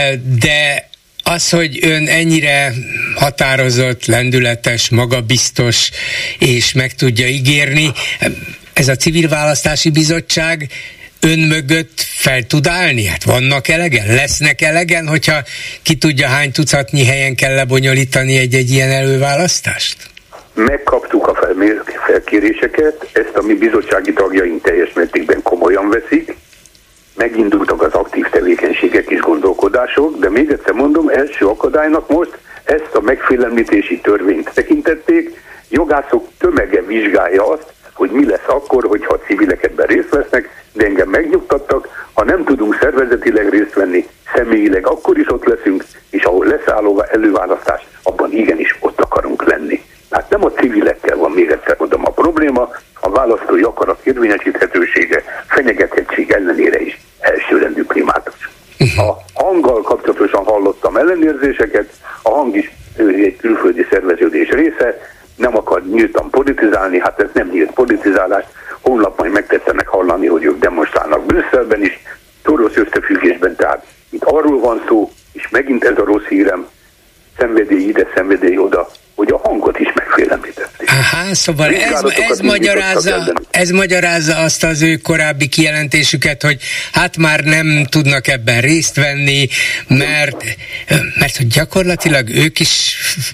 [SPEAKER 3] De az, hogy ön ennyire határozott, lendületes, magabiztos, és meg tudja ígérni, ez a Civil Választási Bizottság ön mögött fel tud állni? Hát vannak elegen? Lesznek elegen, hogyha ki tudja, hány tucatnyi helyen kell lebonyolítani egy-egy ilyen előválasztást?
[SPEAKER 9] Megkaptuk a felkéréseket, ezt a mi bizottsági tagjaink teljes mértékben komolyan veszik, megindultak az aktív tevékenységek és gondolkodások, de még egyszer mondom, első akadálynak most ezt a megfélemlítési törvényt tekintették, jogászok tömege vizsgálja azt, hogy mi lesz akkor, hogyha a civilek ebben részt vesznek, de engem megnyugtattak, ha nem tudunk szervezetileg részt venni, személyileg akkor is ott leszünk, és ahol lesz álló előválasztás, abban igenis ott akarunk lenni. Hát nem a civilekkel van, még egyszer mondom, a probléma, a választói akarat érvényesíthetősége, fenyegetettség ellenére is elsőrendű primátus. A hanggal kapcsolatosan hallottam ellenérzéseket, a hang is egy külföldi szerveződés része, nem akar nyíltan politizálni, hát ez nem nyílt politizálás, holnap majd megtetszenek hallani, hogy ők demonstrálnak Brüsszelben is, rossz összefüggésben, tehát itt arról van szó, és megint ez a rossz hírem, szenvedély ide, szenvedély oda, hogy a hang
[SPEAKER 3] Á, szóval ez, ez, magyarázza, ez magyarázza azt az ő korábbi kijelentésüket, hogy hát már nem tudnak ebben részt venni, mert, mert hogy gyakorlatilag ők is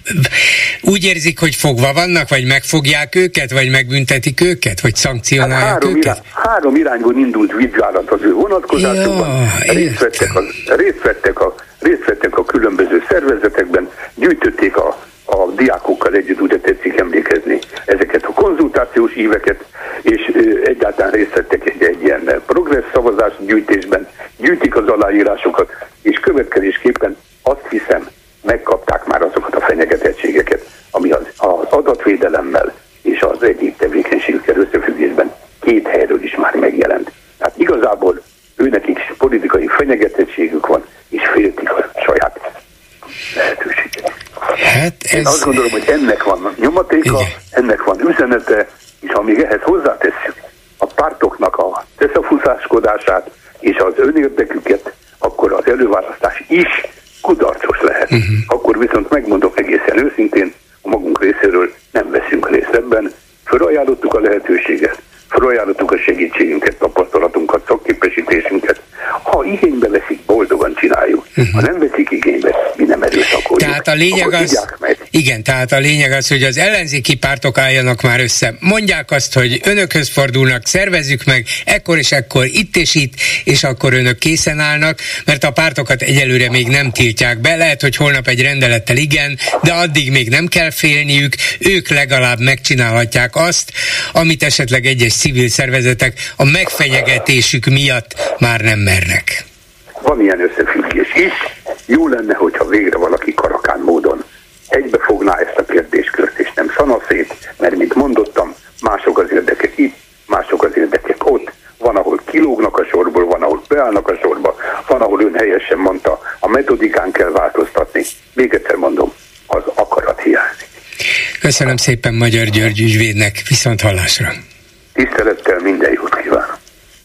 [SPEAKER 3] úgy érzik, hogy fogva vannak, vagy megfogják őket, vagy megbüntetik őket, vagy szankcionálják hát három őket?
[SPEAKER 9] Irány, három irányból indult vizsgálat az ő vonatkozásukban. Részt vettek, a, részt, vettek a, részt vettek a különböző szervezetekben, gyűjtötték a a diákokkal együtt, úgy tetszik emlékezni ezeket a konzultációs íveket, és ö, egyáltalán részt vettek egy, egy ilyen progressz szavazás gyűjtésben, gyűjtik az aláírásokat, és következésképpen azt hiszem, megkapták már azokat a fenyegetettségeket, ami az, az adatvédelemmel és az egyéb tevékenységükkel összefüggésben két helyről is már megjelent. Tehát igazából őnekik is politikai fenyegetettségük van, és féltik a saját lehetőséget.
[SPEAKER 3] Hát ez...
[SPEAKER 9] Én azt gondolom, hogy ennek van nyomatéka, igen, ennek van üzenete, és ha még ehhez hozzátesszük a pártoknak a összefutáskodását és az önérdeküket, akkor az előválasztás is kudarcos lehet. Uh-huh. Akkor viszont megmondok egészen őszintén, a magunk részéről nem veszünk részt ebben, felajánlottuk a lehetőséget, felajánlottuk a segítségünket, tapasztalatunkat, szakképesítésünket. Ha igénybe veszik, boldogan csináljuk. Uh-huh. Ha nem veszik igénybe, mi nem erőszakoljuk.
[SPEAKER 3] Tehát a lényeg az, igen, tehát a lényeg az, hogy az ellenzéki pártok álljanak már össze. Mondják azt, hogy önökhöz fordulnak, szervezzük meg, ekkor és ekkor, itt és itt, és akkor önök készen állnak, mert a pártokat egyelőre még nem tiltják be. Lehet, hogy holnap egy rendelettel igen, de addig még nem kell félniük, ők legalább megcsinálhatják azt, amit esetleg egyes civil szervezetek a megfenyegetésük miatt már nem mernek.
[SPEAKER 9] Van ilyen összefüggés is. Jó lenne, hogyha végre valaki karakán módon egybefogná ezt a kérdéskört, és nem szanaszét, mert mint mondottam, mások az érdekek itt, mások az érdekek ott. Van, ahol kilógnak a sorból, van, ahol beállnak a sorba, van, ahol ön helyesen mondta, a metodikán kell változtatni. Még egyszer mondom, az akarat hiányzik.
[SPEAKER 3] Köszönöm szépen Magyar György ügyvédnek, viszont hallásra.
[SPEAKER 9] Tisztelettel minden jót kívánok.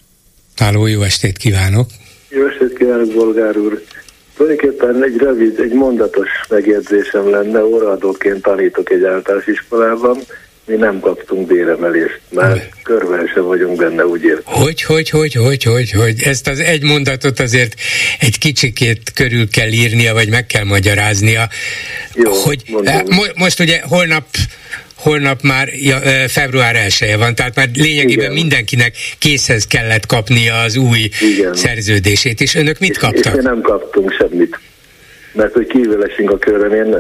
[SPEAKER 3] Háló, jó estét kívánok.
[SPEAKER 10] Jó estét kívánok, bolgár úr. Tulajdonképpen egy rövid, egy mondatos megjegyzésem lenne, óraadóként tanítok egy általános iskolában, mi nem kaptunk béremelést, már körben sem vagyunk benne, úgy értem.
[SPEAKER 3] Hogy, hogy, hogy, hogy, hogy, hogy, ezt az egy mondatot azért egy kicsikét körül kell írnia, vagy meg kell magyaráznia.
[SPEAKER 10] Jó,
[SPEAKER 3] hogy mo- most ugye holnap holnap már ja, február elseje van, tehát már lényegében igen, mindenkinek készhez kellett kapnia az új igen, szerződését, és önök mit
[SPEAKER 10] és,
[SPEAKER 3] kaptak?
[SPEAKER 10] És nem kaptunk semmit, mert hogy kívül esünk a körben. Én,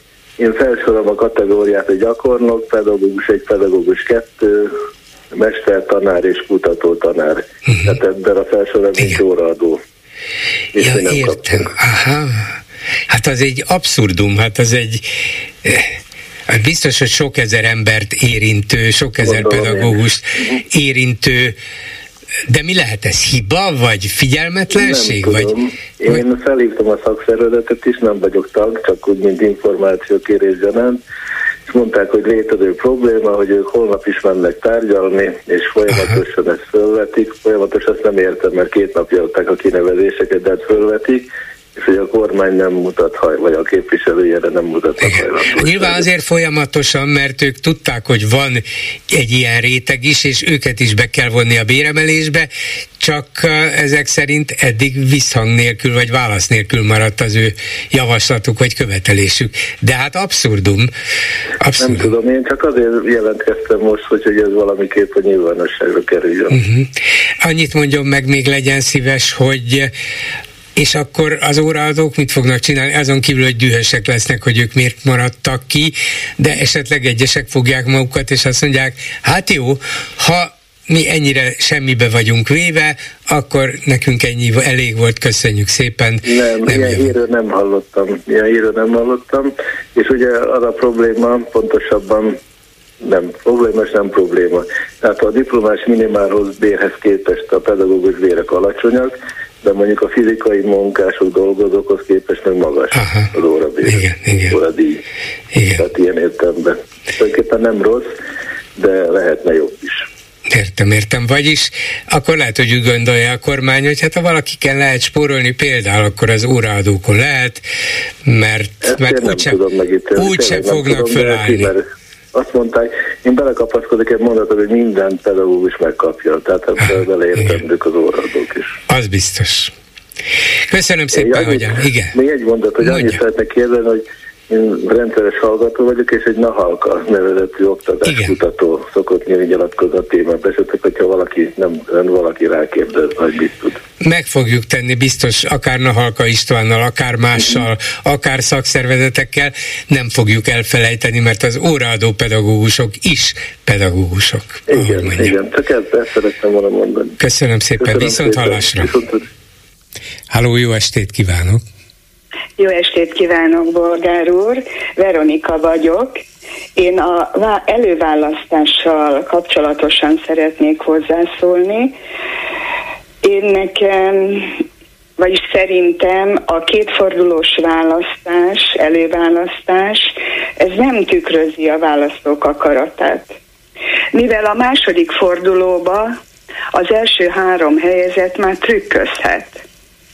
[SPEAKER 10] én felsorolom a kategóriát, egy gyakornok, pedagógus egy, pedagógus kettő, mestertanár és kutatótanár. Uh-huh. Tehát ebben a felsorolom nincs óraadó. És
[SPEAKER 3] ja,
[SPEAKER 10] mi nem
[SPEAKER 3] értem.
[SPEAKER 10] kaptunk.
[SPEAKER 3] Aha. Hát az egy abszurdum, hát az egy... Biztos, hogy sok ezer embert érintő, sok ezer pedagógust érintő, de mi lehet ez? Hiba, vagy figyelmetlenség?
[SPEAKER 10] Nem
[SPEAKER 3] vagy,
[SPEAKER 10] tudom. Én vagy... felhívtam a szakszervezetet is, nem vagyok tag, csak úgy, mint információkérés gyanánt, és mondták, hogy létező probléma, hogy ők holnap is mennek tárgyalni, és folyamatosan aha, ezt fölvetik. Folyamatosan ezt nem értem, mert két napja adták a kinevezéseket, de hát fölvetik, és hogy a kormány nem mutat, vagy a képviselőjére nem mutatnak hajlandóságot.
[SPEAKER 3] Nyilván azért folyamatosan, mert ők tudták, hogy van egy ilyen réteg is, és őket is be kell vonni a béremelésbe, csak ezek szerint eddig visszhang nélkül, vagy válasz nélkül maradt az ő javaslatuk, vagy követelésük. De hát abszurdum. abszurdum.
[SPEAKER 10] Nem tudom, én csak azért jelentkeztem most, hogy ez valamiképp a nyilvánosságra kerüljön.
[SPEAKER 3] Uh-huh. Annyit mondjon meg, még legyen szíves, hogy és akkor az óraadók mit fognak csinálni? Azon kívül, hogy dühösek lesznek, hogy ők miért maradtak ki, de esetleg egyesek fogják magukat, és azt mondják, hát jó, ha mi ennyire semmibe vagyunk véve, akkor nekünk ennyi elég volt, köszönjük szépen.
[SPEAKER 10] Nem, nem ilyen hírről nem hallottam, ilyen hírről nem hallottam, és ugye az a probléma, pontosabban nem probléma, és nem probléma. Tehát a diplomás minimálhoz bérhez képest a pedagógus bérek alacsonyak, de mondjuk a fizikai munkások, dolgozókhoz képest meg magas aha, az órabér,
[SPEAKER 3] igen, igen,
[SPEAKER 10] óradíj. Igen. Tehát ilyen értelemben. Tulajdonképpen nem rossz, de lehetne jobb is.
[SPEAKER 3] Értem, értem. Vagyis akkor lehet, hogy úgy gondolja a kormány, hogy hát ha valakiken lehet spórolni, például akkor az óraadókon lehet, mert, mert úgysem úgy fognak
[SPEAKER 10] tudom,
[SPEAKER 3] fölállni.
[SPEAKER 10] Mert azt mondták, én belekapaszkodok egy mondatot, hogy minden pedagógus megkapja, tehát ebben beleértendők az óraadók is.
[SPEAKER 3] Az biztos. Köszönöm szépen, hogy igen.
[SPEAKER 10] Még egy mondat, hogy annyit szeretnék kérdeni, hogy én rendszeres hallgató vagyok, és egy Nahalka nevezetű oktatáskutató szokott nyilatkozni a témát, esetleg, hogyha valaki, nem, nem valaki rákérdez, vagy biztos.
[SPEAKER 3] Meg fogjuk tenni biztos, akár Nahalka Istvánnal, akár mással, akár szakszervezetekkel, nem fogjuk elfelejteni, mert az óraadó pedagógusok is pedagógusok.
[SPEAKER 10] Igen, igen, csak ezt, ezt szerettem volna mondani.
[SPEAKER 3] Köszönöm szépen, Köszönöm viszont szépen. Hallásra. Viszont... Halló, jó estét kívánok!
[SPEAKER 11] Jó estét kívánok, Bolgár úr! Veronika vagyok. Én a előválasztással kapcsolatosan szeretnék hozzászólni. Én nekem, vagyis szerintem a kétfordulós választás, előválasztás, ez nem tükrözi a választók akaratát. Mivel a második fordulóba az első három helyezett már trükközhet.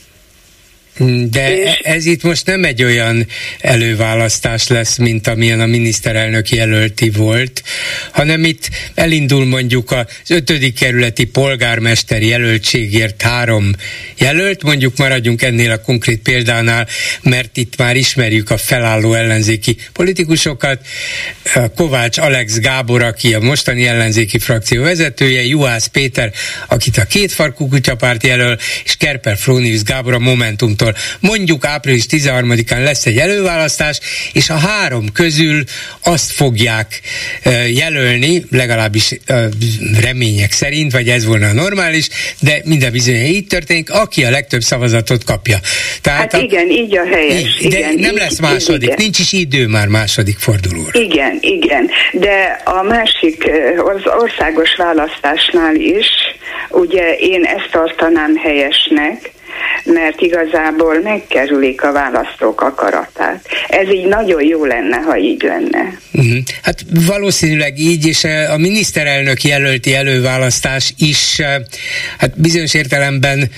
[SPEAKER 3] De ez itt most nem egy olyan előválasztás lesz, mint amilyen a miniszterelnök jelölti volt, hanem itt elindul mondjuk az ötödik kerületi polgármester jelöltségért három jelölt, mondjuk maradjunk ennél a konkrét példánál, mert itt már ismerjük a felálló ellenzéki politikusokat, Kovács Alex Gábor, aki a mostani ellenzéki frakció vezetője, Juhász Péter, akit a Kétfarkú Kutyapárt jelöl, és Kerper Frónius Gábor a Momentumtól. Mondjuk április tizenharmadikán lesz egy előválasztás, és a három közül azt fogják uh, jelölni, legalábbis uh, remények szerint, vagy ez volna normális, de minden bizonyan így történik, aki a legtöbb szavazatot kapja. Tehát
[SPEAKER 11] hát
[SPEAKER 3] a,
[SPEAKER 11] igen, így a helyes.
[SPEAKER 3] Így, de
[SPEAKER 11] igen,
[SPEAKER 3] nem
[SPEAKER 11] így,
[SPEAKER 3] lesz második, igen. Nincs is idő már második fordulóra.
[SPEAKER 11] Igen, igen, de a másik, az országos választásnál is, ugye én ezt tartanám helyesnek, mert igazából megkerülik a választók akaratát. Ez így nagyon jó lenne, ha így lenne.
[SPEAKER 3] Uh-huh. Hát valószínűleg így, és a miniszterelnök jelölti előválasztás is hát bizonyos értelemben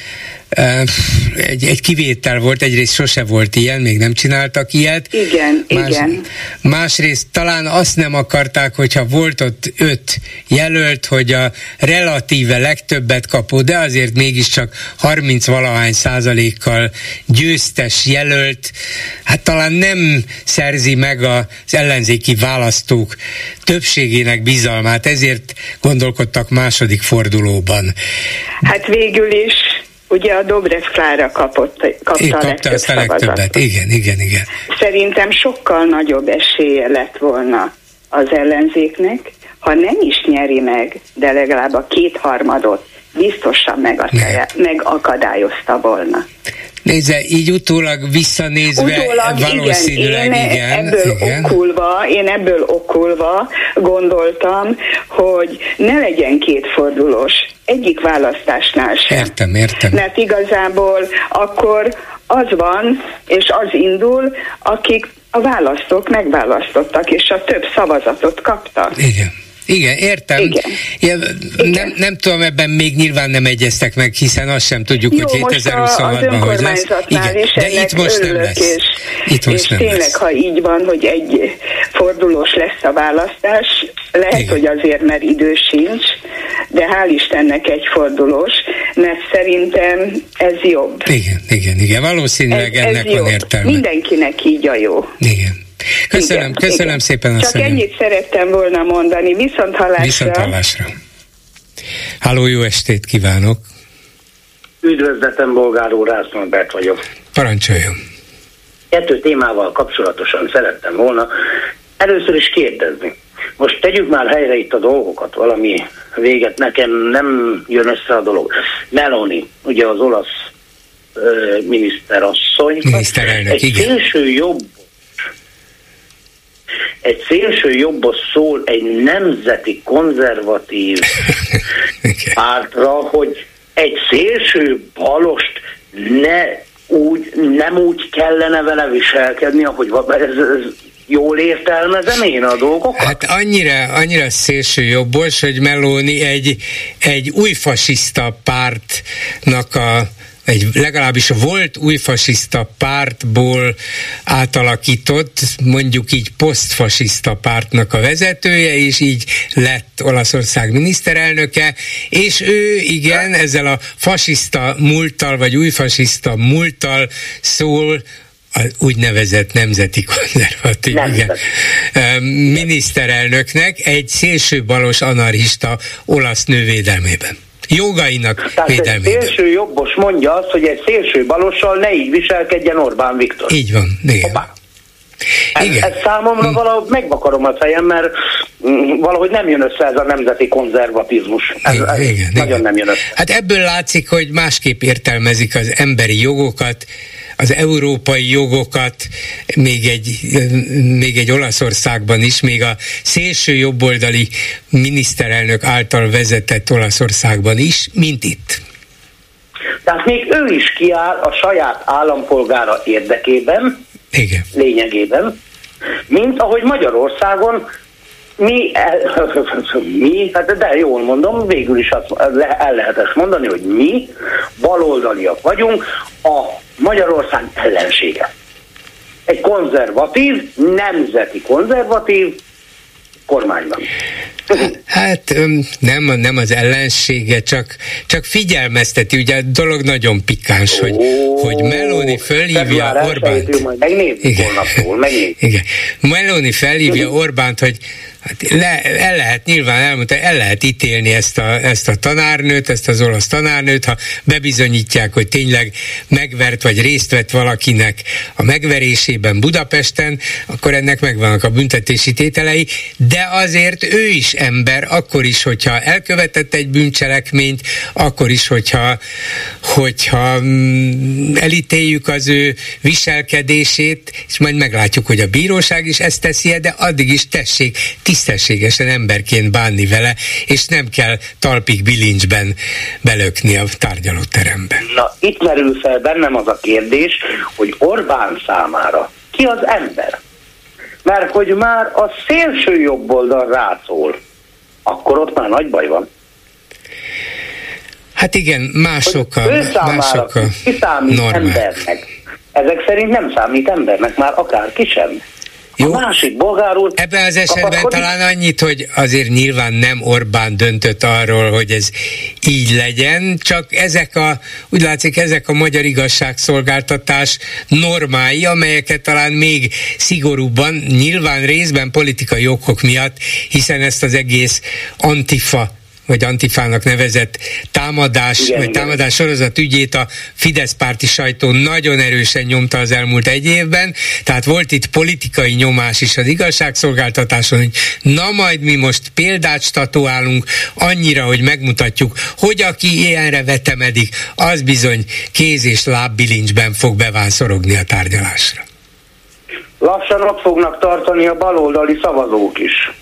[SPEAKER 3] Egy, egy kivétel volt, egyrészt sose volt ilyen, még nem csináltak ilyet.
[SPEAKER 11] Igen, Más, igen.
[SPEAKER 3] Másrészt talán azt nem akarták, hogyha volt ott öt jelölt, hogy a relatíve legtöbbet kapó, de azért mégiscsak harminc-valahány százalékkal győztes jelölt, hát talán nem szerzi meg az ellenzéki választók többségének bizalmát, ezért gondolkodtak második fordulóban.
[SPEAKER 11] Hát végül is ugye a Dobrev Klára kapott, kapta
[SPEAKER 3] Én
[SPEAKER 11] a
[SPEAKER 3] kapta
[SPEAKER 11] legtöbb
[SPEAKER 3] a legtöbbet, igen, igen, igen.
[SPEAKER 11] Szerintem sokkal nagyobb esélye lett volna az ellenzéknek, ha nem is nyeri meg, de legalább a kétharmadot biztosan megakadályozta volna.
[SPEAKER 3] Nézze, így utólag visszanézve
[SPEAKER 11] utólag,
[SPEAKER 3] valószínűleg
[SPEAKER 11] igen. Én
[SPEAKER 3] igen.
[SPEAKER 11] Ebből
[SPEAKER 3] igen.
[SPEAKER 11] okulva, én ebből okulva gondoltam, hogy ne legyen kétfordulós egyik választásnál sem.
[SPEAKER 3] Értem, értem.
[SPEAKER 11] Mert igazából akkor az van, és az indul, akik a választók megválasztottak, és a több szavazatot kaptak.
[SPEAKER 3] Igen. Igen, értem.
[SPEAKER 11] Igen.
[SPEAKER 3] Ja,
[SPEAKER 11] Igen.
[SPEAKER 3] Nem, nem tudom, ebben még nyilván nem egyeztek meg, hiszen azt sem tudjuk,
[SPEAKER 11] jó,
[SPEAKER 3] hogy kétezer-huszonhatban hogy lesz.
[SPEAKER 11] Igen,
[SPEAKER 3] is de itt most nem lesz.
[SPEAKER 11] És,
[SPEAKER 3] itt most
[SPEAKER 11] és
[SPEAKER 3] nem
[SPEAKER 11] tényleg,
[SPEAKER 3] lesz.
[SPEAKER 11] ha így van, hogy egy fordulós lesz a választás, lehet, igen. hogy azért, mert idő sincs, de hál' Istennek egy fordulós, mert szerintem ez jobb.
[SPEAKER 3] Igen, igen, igen. Valószínűleg ez, ennek ez van értelme.
[SPEAKER 11] Mindenkinek így a jó.
[SPEAKER 3] Igen. Köszönöm, igen, köszönöm igen. szépen.
[SPEAKER 11] Csak
[SPEAKER 3] asszonyom.
[SPEAKER 11] ennyit szerettem volna mondani. Viszont hallásra.
[SPEAKER 3] Viszont hallásra. Halló, jó estét kívánok.
[SPEAKER 12] Üdvözletem, Bolgár úr, Rászlónbert vagyok.
[SPEAKER 3] Parancsoljon.
[SPEAKER 12] Kettő témával kapcsolatosan szerettem volna először is kérdezni. Most tegyük már helyre itt a dolgokat, valami véget, nekem nem jön össze a dolog. Meloni, ugye az olasz ö, miniszterasszony.
[SPEAKER 3] Miniszterelnök,
[SPEAKER 12] egy
[SPEAKER 3] igen.
[SPEAKER 12] szélső jobb Egy szélső jobbos szól egy nemzeti konzervatív pártra, hogy egy szélső balost ne úgy, nem úgy kellene vele viselkedni, ahogy ez, ez jól értelmezem én a dolgokat?
[SPEAKER 3] Hát annyira, annyira szélső jobbos, hogy Meloni egy, egy új fasiszta pártnak a egy legalábbis volt újfasiszta pártból átalakított, mondjuk így posztfasiszta pártnak a vezetője, és így lett Olaszország miniszterelnöke, és ő igen, ezzel a fasiszta múlttal, vagy újfasiszta múlttal szól az úgynevezett nemzeti konzervatív igen, miniszterelnöknek egy szélsőbalos anarchista olasz nő védelmében. Jogainak
[SPEAKER 12] Tehát
[SPEAKER 3] védelmében.
[SPEAKER 12] Egy szélső jobbos mondja azt, hogy egy szélső balossal ne így viselkedjen Orbán Viktor.
[SPEAKER 3] Így van, igen.
[SPEAKER 12] Ez, ez számomra hmm. valahogy megvakarom a fejem, mert valahogy nem jön össze ez a nemzeti konzervatizmus. Ez,
[SPEAKER 3] igen,
[SPEAKER 12] ez
[SPEAKER 3] igen,
[SPEAKER 12] nagyon
[SPEAKER 3] igen.
[SPEAKER 12] nem jön össze.
[SPEAKER 3] Hát ebből látszik, hogy másképp értelmezik az emberi jogokat, az európai jogokat, még egy, még egy Olaszországban is, még a szélső jobboldali miniszterelnök által vezetett Olaszországban is, mint itt.
[SPEAKER 12] Tehát még ő is kiáll a saját állampolgára érdekében,
[SPEAKER 3] igen.
[SPEAKER 12] lényegében, mint ahogy Magyarországon mi, el, mi, hát de jól mondom, végül is el lehet ezt mondani, hogy mi baloldaliak vagyunk, a Magyarország ellensége. Egy konzervatív, nemzeti konzervatív kormányban.
[SPEAKER 3] Hát nem, nem az ellensége, csak, csak figyelmezteti, ugye a dolog nagyon pikáns, hogy, oh, hogy Meloni fölhívja Orbánt. Igen. Igen. Meloni felhívja Orbánt, hogy hát le, el lehet, nyilván elmondta, el lehet ítélni ezt a, ezt a tanárnőt, ezt az olasz tanárnőt, ha bebizonyítják, hogy tényleg megvert vagy részt vett valakinek a megverésében Budapesten, akkor ennek megvannak a büntetési tételei, de azért ő is ember, akkor is, hogyha elkövetett egy bűncselekményt, akkor is, hogyha, hogyha elítéljük az ő viselkedését, és majd meglátjuk, hogy a bíróság is ezt teszi, de addig is tessék tisztességesen emberként bánni vele, és nem kell talpig bilincsben belökni a tárgyalóteremben.
[SPEAKER 12] Na, itt merül fel bennem az a kérdés, hogy Orbán számára ki az ember? Mert hogy már a szélső jobb oldal rászól, akkor ott már nagy baj van.
[SPEAKER 3] Hát igen, mások a,
[SPEAKER 12] ő számára
[SPEAKER 3] mások a
[SPEAKER 12] ki számít
[SPEAKER 3] normák.
[SPEAKER 12] Embernek. Ezek szerint nem számít embernek, már akárki sem.
[SPEAKER 3] Jó.
[SPEAKER 12] A másik bolgár úr...
[SPEAKER 3] Ebben az esetben kapaszkodik. Talán annyit, hogy azért nyilván nem Orbán döntött arról, hogy ez így legyen, csak ezek a, úgy látszik, ezek a magyar igazságszolgáltatás normái, amelyeket talán még szigorúbban, nyilván részben politikai okok miatt, hiszen ezt az egész Antifa vagy Antifának nevezett támadás, igen, vagy igen. támadás sorozat ügyét a Fidesz párti sajtó nagyon erősen nyomta az elmúlt egy évben, tehát volt itt politikai nyomás is az igazságszolgáltatáson, hogy na majd mi most példát statuálunk annyira, hogy megmutatjuk, hogy aki ilyenre vetemedik, az bizony kéz és lábbilincsben fog bevánszorogni a tárgyalásra.
[SPEAKER 12] Lassan ott fognak tartani a baloldali szavazók is.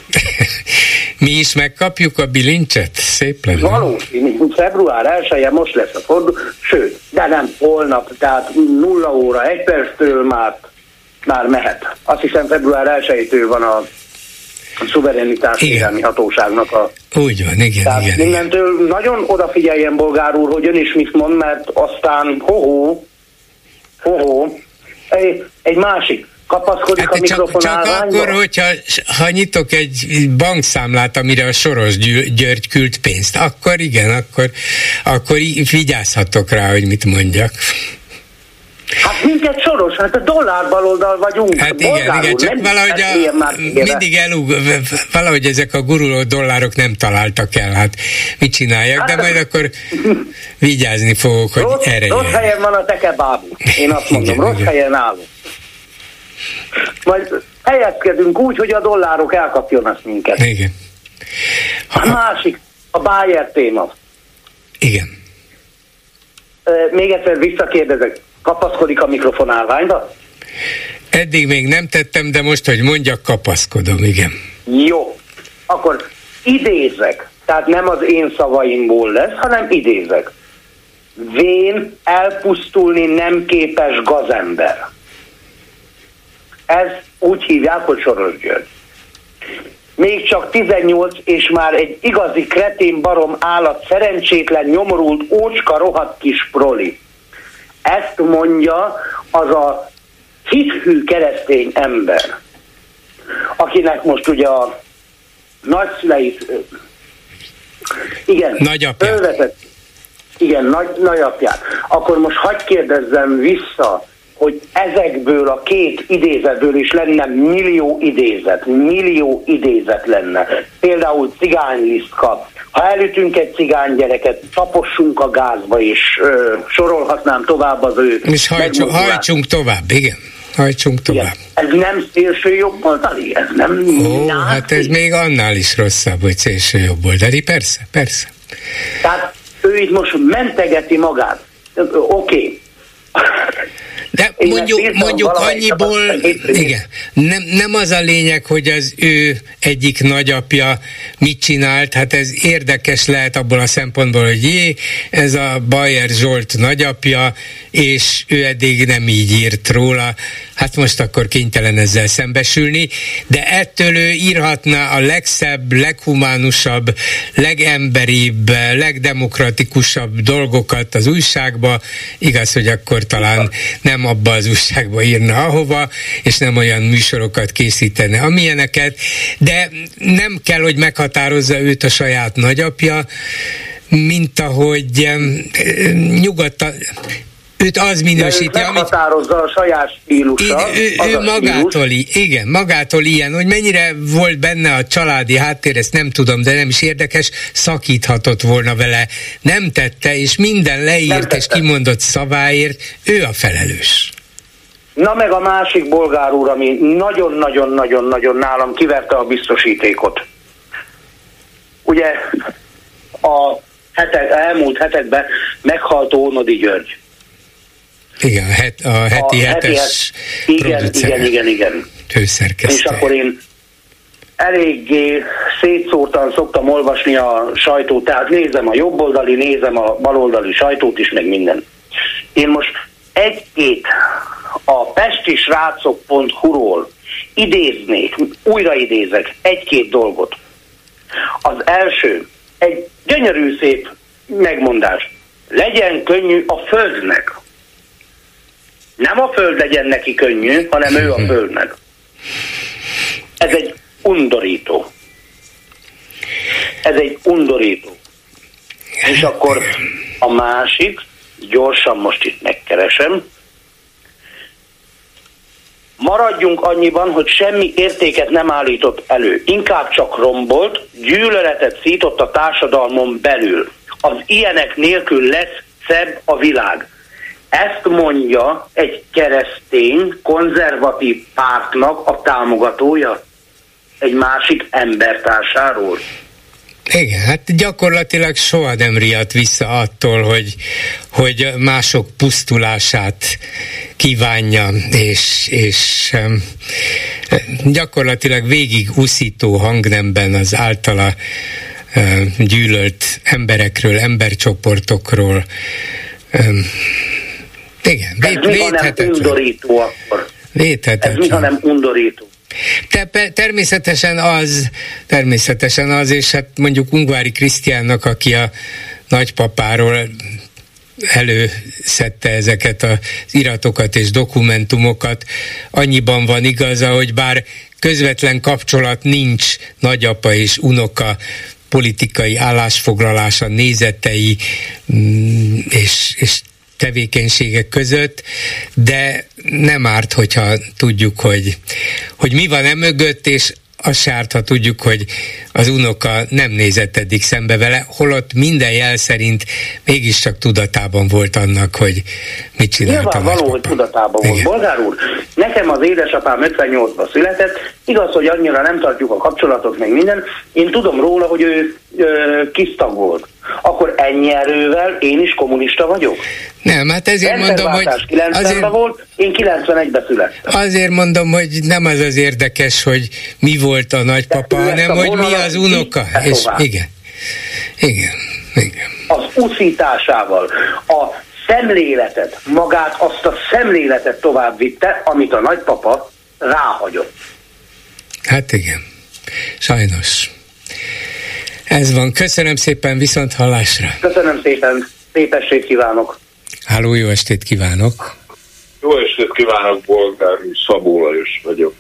[SPEAKER 3] Mi is megkapjuk a bilincset? Szép lenne.
[SPEAKER 12] Valószínű, február elseje most lesz a forduló, sőt, de nem holnap, tehát nulla óra, egy perctől már, már mehet. Azt hiszem február elsejétől van a szuverenitásvédelmi hatóságnak a...
[SPEAKER 3] Úgy van, igen,
[SPEAKER 12] tehát
[SPEAKER 3] igen.
[SPEAKER 12] mindentől igen. Nagyon odafigyeljen, bolgár úr, hogy ön is mit mond, mert aztán ho-ho, ho-ho, egy, egy másik, kapaszkodik hát a mikrofon
[SPEAKER 3] csak, csak akkor, hogyha ha nyitok egy bankszámlát, amire a Soros György küld pénzt, akkor igen, akkor, akkor vigyázhatok rá, hogy mit mondjak.
[SPEAKER 12] Hát minket Soros, hát a dollár baloldal vagyunk.
[SPEAKER 3] Hát igen, igen, csak valahogy, a, mindig elug, valahogy ezek a guruló dollárok nem találtak el, hát mit csináljak, hát, de majd akkor vigyázni fogok, hogy
[SPEAKER 12] rossz,
[SPEAKER 3] erre
[SPEAKER 12] rossz helyen van a tekebábú, én azt mondom, igen, rossz igen. helyen állunk. Majd helyezkedünk úgy, hogy a dollárok elkapjanak minket.
[SPEAKER 3] Igen.
[SPEAKER 12] Ha... A másik, a Bayer téma.
[SPEAKER 3] Igen.
[SPEAKER 12] Még egyszer visszakérdezek, kapaszkodik a mikrofonálványba?
[SPEAKER 3] Eddig még nem tettem, de most, hogy mondjak, kapaszkodom, igen.
[SPEAKER 12] Jó. Akkor idézek, tehát nem az én szavaimból lesz, hanem idézek. Vén, elpusztulni nem képes gazember. Ez úgy hívják, hogy Soros György. még csak tizennyolc, és már egy igazi kretén barom állat, szerencsétlen, nyomorult, ócska, rohadt kis proli. Ezt mondja az a hithű keresztény ember, akinek most ugye a nagyszüleit, igen, fölvetett, igen, nagy, nagyapját. Akkor most hadd kérdezzem vissza, hogy ezekből a két idézetből is lenne millió idézet, millió idézet lenne. Például cigánylisztka. Ha elütünk egy cigánygyereket, tapossunk a gázba, és ö, sorolhatnám tovább az ő
[SPEAKER 3] és hajtsunk, hajtsunk tovább, igen. Hajtsunk tovább. Igen.
[SPEAKER 12] Ez nem szélső jobboldali? Ez nem
[SPEAKER 3] Ó, náci. Hát ez még annál is rosszabb, hogy szélső jobboldali. Persze, persze.
[SPEAKER 12] Tehát ő itt most mentegeti magát. Oké. Okay.
[SPEAKER 3] De én mondjuk, mondjuk annyiból, igen, nem, nem az a lényeg, hogy az ő egyik nagyapja mit csinált, hát ez érdekes lehet abból a szempontból, hogy jé, ez a Bayer Zsolt nagyapja, és ő eddig nem így írt róla, hát most akkor kénytelen ezzel szembesülni, de ettől ő írhatna a legszebb, leghumánusabb, legemberibb, legdemokratikusabb dolgokat az újságba, igaz, hogy akkor talán nem abba az újságba írna ahova, és nem olyan műsorokat készítene, amilyeneket, de nem kell, hogy meghatározza őt a saját nagyapja, mint ahogy nyugodtan őt az minősíti,
[SPEAKER 12] amit... meghatározza a saját stílusa.
[SPEAKER 3] Ő, ő, ő magától, stílus. Igen, magától ilyen, hogy mennyire volt benne a családi háttér, ezt nem tudom, de nem is érdekes, szakíthatott volna vele. Nem tette, és minden leírt és kimondott szaváért ő a felelős.
[SPEAKER 12] Na meg a másik bolgár úr, ami nagyon-nagyon-nagyon-nagyon nálam kiverte a biztosítékot. Ugye a hetek, elmúlt hetekben meghalt Ónodi György.
[SPEAKER 3] Igen, a, het, a heti a hetes
[SPEAKER 12] heti, igen, igen, igen, igen.
[SPEAKER 3] Főszerkesztő.
[SPEAKER 12] És akkor én eléggé szétszórtan szoktam olvasni a sajtót, tehát nézem a jobboldali, nézem a baloldali sajtót is, meg minden. Én most egy-két a pestisrácok pont hu-ról idéznék, újra idézek egy-két dolgot. Az első, egy gyönyörű szép megmondás. Legyen könnyű a földnek. Nem a föld legyen neki könnyű, hanem ő a földnek. Ez egy undorító. Ez egy undorító. És akkor a másik, gyorsan most itt megkeresem, maradjunk annyiban, hogy semmi értéket nem állított elő. Inkább csak rombolt, gyűlöletet szított a társadalmon belül. Az ilyenek nélkül lesz szebb a világ. Ezt mondja egy keresztény, konzervatív pártnak a támogatója egy másik embertársáról.
[SPEAKER 3] Igen, hát gyakorlatilag soha nem riadt vissza attól, hogy, hogy mások pusztulását kívánja, és, és um, gyakorlatilag végig uszító hangnemben az általa uh, gyűlölt emberekről, embercsoportokról. Um, igen,
[SPEAKER 12] vét, ez mi, ha nem undorító akkor?
[SPEAKER 3] Védhetetlen.
[SPEAKER 12] Ez mi, ha nem undorító?
[SPEAKER 3] Te, természetesen az, természetesen az, és hát mondjuk Ungvári Krisztiánnak, aki a nagypapáról előszedte ezeket az iratokat és dokumentumokat, annyiban van igaza, hogy bár közvetlen kapcsolat nincs nagyapa és unoka politikai állásfoglalása, nézetei és, és tevékenységek között, de nem árt, hogyha tudjuk, hogy, hogy mi van e mögött, és az se árt, ha tudjuk, hogy az unoka nem nézett eddig szembe vele, holott minden jel szerint mégiscsak tudatában volt annak, hogy mit csinált a
[SPEAKER 12] való, hogy tudatában volt. Bolgár úr, nekem az édesapám ötvennyolcban született, igaz, hogy annyira nem tartjuk a kapcsolatot, meg minden, én tudom róla, hogy ő ö, kisztag volt. Akkor ennyi erővel én is kommunista vagyok?
[SPEAKER 3] Nem, hát ezért mondom, hogy...
[SPEAKER 12] kilencvenben volt, én kilencvenegyben születtem.
[SPEAKER 3] Azért mondom, hogy nem az az érdekes, hogy mi volt a nagypapa, hanem hogy mi az unoka. És igen, igen, igen.
[SPEAKER 12] Az uszításával a szemléletet, magát, azt a szemléletet tovább vitte, amit a nagypapa ráhagyott.
[SPEAKER 3] Hát igen. Sajnos. Ez van. Köszönöm szépen, viszont hallásra.
[SPEAKER 12] Köszönöm szépen. Szép estét kívánok.
[SPEAKER 3] Háló, jó estét kívánok.
[SPEAKER 13] Jó estét kívánok, Bolgár úr, Szabó Lajos vagyok.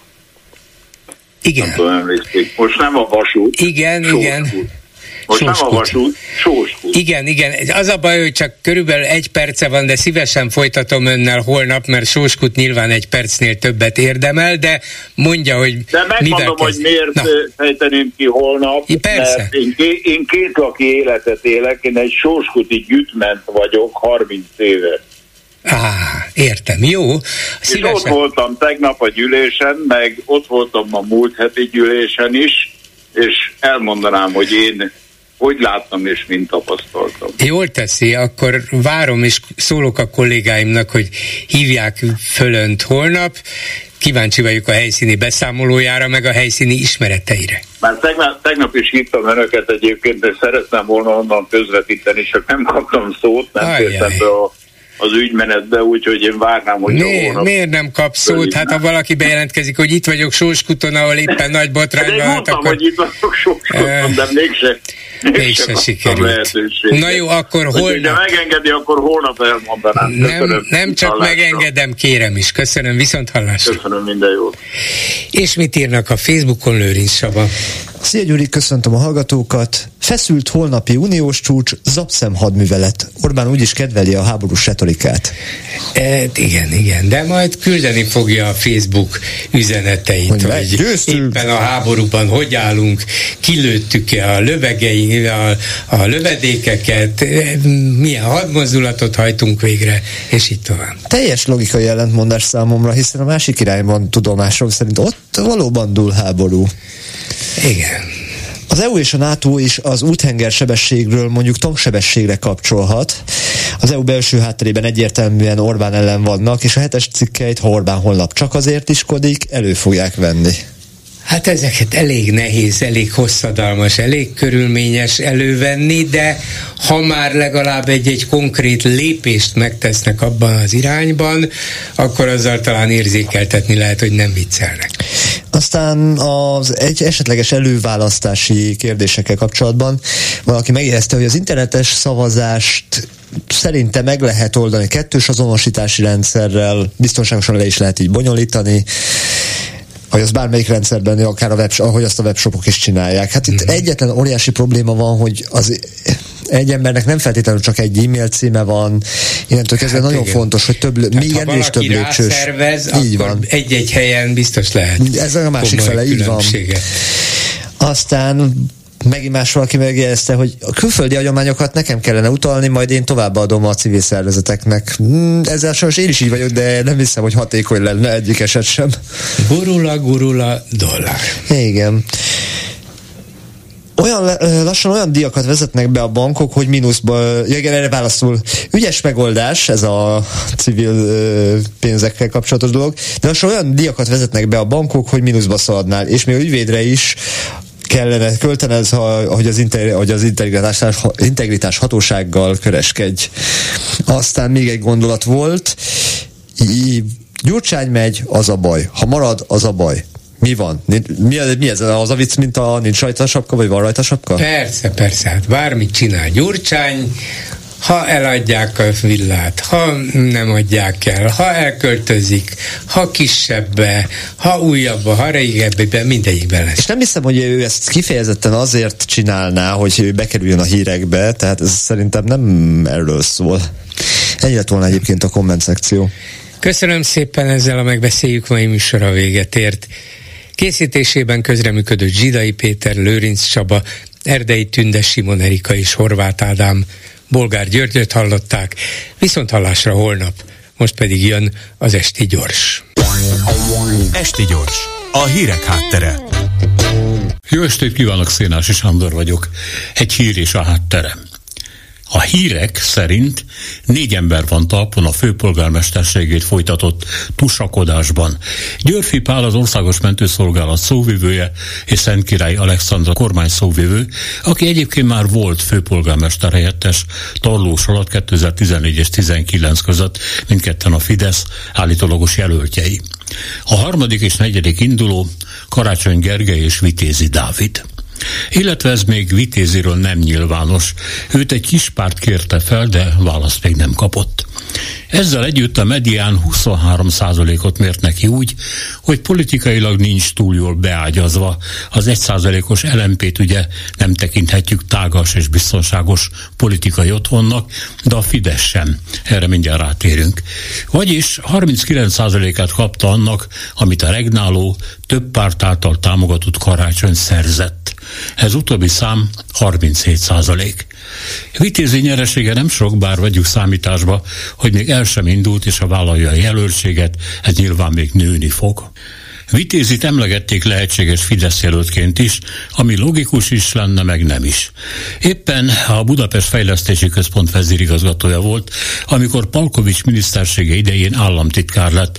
[SPEAKER 3] Igen.
[SPEAKER 13] Nem tudom, emlékszik. Most nem a vasút.
[SPEAKER 3] Igen,
[SPEAKER 13] Sóskút.
[SPEAKER 3] igen.
[SPEAKER 13] Most
[SPEAKER 3] Sóskút.
[SPEAKER 13] nem a vasút, Sóskút.
[SPEAKER 3] Igen, igen. Az a baj, hogy csak körülbelül egy perce van, de szívesen folytatom önnel holnap, mert Sóskút nyilván egy percnél többet érdemel, de mondja, hogy
[SPEAKER 13] de megmondom, hogy miért Na. fejteném ki holnap.
[SPEAKER 3] I, persze.
[SPEAKER 13] Mert én, ké, én két laki életet élek, én egy sóskuti gyütment vagyok harminc éve.
[SPEAKER 3] Á, értem, jó.
[SPEAKER 13] Szívesen. És ott voltam tegnap a gyűlésen, meg ott voltam a múlt heti gyűlésen is, és elmondanám, hogy én hogy láttam és mint tapasztaltam.
[SPEAKER 3] Jól teszi, akkor várom és szólok a kollégáimnak, hogy hívják föl önt holnap. Kíváncsi vagyok a helyszíni beszámolójára, meg a helyszíni ismereteire.
[SPEAKER 13] Már tegnap, tegnap is hívtam önöket egyébként, de szeretném volna onnan közvetíteni, csak nem kaptam szót, nem fértem be a az ügymenetbe, úgyhogy én várnám, hogy
[SPEAKER 3] Mi, miért nem kap szót? Hát ha valaki bejelentkezik, hogy itt vagyok Sóskuton, ahol éppen nagy botrányban,
[SPEAKER 13] hát
[SPEAKER 3] mondtam,
[SPEAKER 13] akkor... hogy itt vagyok Sóskuton, de mégse, mégse,
[SPEAKER 3] mégse sikerült. Na jó, akkor holnap...
[SPEAKER 13] Ha megengedi, akkor holnap elmondanám.
[SPEAKER 3] Nem, nem csak hallásra. Megengedem, kérem is. Köszönöm, viszont hallásra.
[SPEAKER 13] Köszönöm, minden jót.
[SPEAKER 3] És mit írnak a Facebookon, Lőrinc Saba?
[SPEAKER 14] Szia Gyuri, köszöntöm a hallgatókat. Feszült holnapi uniós csúcs, zapszem hadművelet. Orbán úgyis kedveli a háborús retorikát.
[SPEAKER 3] E, igen, igen, de majd küldeni fogja a Facebook üzeneteit, hogy, hogy éppen a háborúban hogy állunk, kilőttük-e a lövegei, a, a lövedékeket, milyen hadmozdulatot hajtunk végre, és így tovább.
[SPEAKER 14] Teljes logikai ellentmondás számomra, hiszen a másik irányban tudomásom szerint ott valóban dúl háború.
[SPEAKER 3] Igen.
[SPEAKER 14] Az é u és a NATO is az úthengersebességről mondjuk tanksebességre kapcsolhat. Az é u belső hátterében egyértelműen Orbán ellen vannak, és a hetes cikkeit, ha Orbán holnap csak azért iskodik, elő fogják venni.
[SPEAKER 3] Hát ezeket elég nehéz, elég hosszadalmas, elég körülményes elővenni, de ha már legalább egy-egy konkrét lépést megtesznek abban az irányban, akkor azzal talán érzékeltetni lehet, hogy nem viccelnek.
[SPEAKER 14] Aztán az egy esetleges előválasztási kérdésekkel kapcsolatban valaki megérezte, hogy az internetes szavazást szerintem meg lehet oldani kettős azonosítási rendszerrel, biztonságosan le is lehet így bonyolítani, hogy az bármelyik rendszerben, akár a web, ahogy azt a webshopok is csinálják. Hát itt mm-hmm. egyetlen óriási probléma van, hogy az egy embernek nem feltétlenül csak egy e-mail címe van, innentől kezdve hát nagyon igen. fontos, hogy több, még ennél is több lépcsős.
[SPEAKER 3] Szervez,
[SPEAKER 14] így van.
[SPEAKER 3] Egy-egy helyen biztos lehet.
[SPEAKER 14] Ez a másik fele, így van. Aztán megint más valaki megjegyezte, hogy a külföldi hagyományokat nekem kellene utalni, majd én továbbadom a civil szervezeteknek. Ezzel sajnos én is így vagyok, de nem hiszem, hogy hatékony lenne egyik eset sem.
[SPEAKER 3] Gurula, gurula, dollár.
[SPEAKER 14] Igen. Olyan lassan olyan díjakat vezetnek be a bankok, hogy mínuszba, igen, erre válaszol. Ügyes megoldás, ez a civil pénzekkel kapcsolatos dolog, de lassan olyan díjakat vezetnek be a bankok, hogy mínuszba szaladnál, és még a ügyvédre is kellene költened, hogy az, inter, hogy az integritás, integritás hatósággal kereskedj. Aztán még egy gondolat volt, Gyurcsány megy, az a baj. Ha marad, az a baj. Mi van? Mi, mi ez? Az a vicc, mint a nincs rajta sapka, vagy van rajta sapka?
[SPEAKER 3] Persze, persze. Hát bármit csinál Gyurcsány, ha eladják a villát, ha nem adják el, ha elköltözik, ha kisebbe, ha újabba, ha régebbe, mindegyikben lesz.
[SPEAKER 14] És nem hiszem, hogy ő ezt kifejezetten azért csinálná, hogy ő bekerüljön a hírekbe, tehát ez szerintem nem erről szól. Ennyi lett volna egyébként a komment szekció.
[SPEAKER 3] Köszönöm szépen, ezzel a megbeszéljük mai műsora véget ért. Készítésében közreműködő Zsidai Péter, Lőrinc Csaba, Erdei Tünde, Simon Erika és Horváth Ádám, Bolgár Györgyöt hallották, viszont hallásra holnap, most pedig jön az Esti Gyors.
[SPEAKER 1] Esti Gyors, a hírek háttere.
[SPEAKER 15] Jó estét kívánok, Szénási Sándor vagyok. Egy hír és a háttere. A hírek szerint négy ember van talpon a főpolgármesterségét folytatott tusakodásban. Györfi Pál az Országos Mentőszolgálat szóvivője és Szentkirály Alexandra kormány szóvivő, aki egyébként már volt főpolgármester helyettes Tarlós alatt kétezer-tizennégy és tizenkilenc között, mindketten a Fidesz állítólagos jelöltjei. A harmadik és negyedik induló Karácsony Gergely és Vitézi Dávid. Illetve ez még Vitéziről nem nyilvános. Őt egy kis párt kérte fel, de választ még nem kapott. Ezzel együtt a Medián huszonhárom százalékot mért neki úgy, hogy politikailag nincs túl jól beágyazva. Az egy százalékos el em pét ugye nem tekinthetjük tágas és biztonságos politikai otthonnak, de a Fidesz sem. Erre mindjárt rátérünk. Vagyis harminckilenc százalékát kapta annak, amit a regnáló, több párt által támogatott Karácsony szerzett. Ez utóbbi szám harminchét százalék. Vitézi nyeresége nem sok, bár vegyük számításba, hogy még el sem indult, és a vállalja a jelöltséget, ez nyilván még nőni fog. Vitézit emlegették lehetséges Fidesz jelöltként is, ami logikus is lenne, meg nem is. Éppen a Budapest Fejlesztési Központ vezérigazgatója volt, amikor Palkovics minisztersége idején államtitkár lett,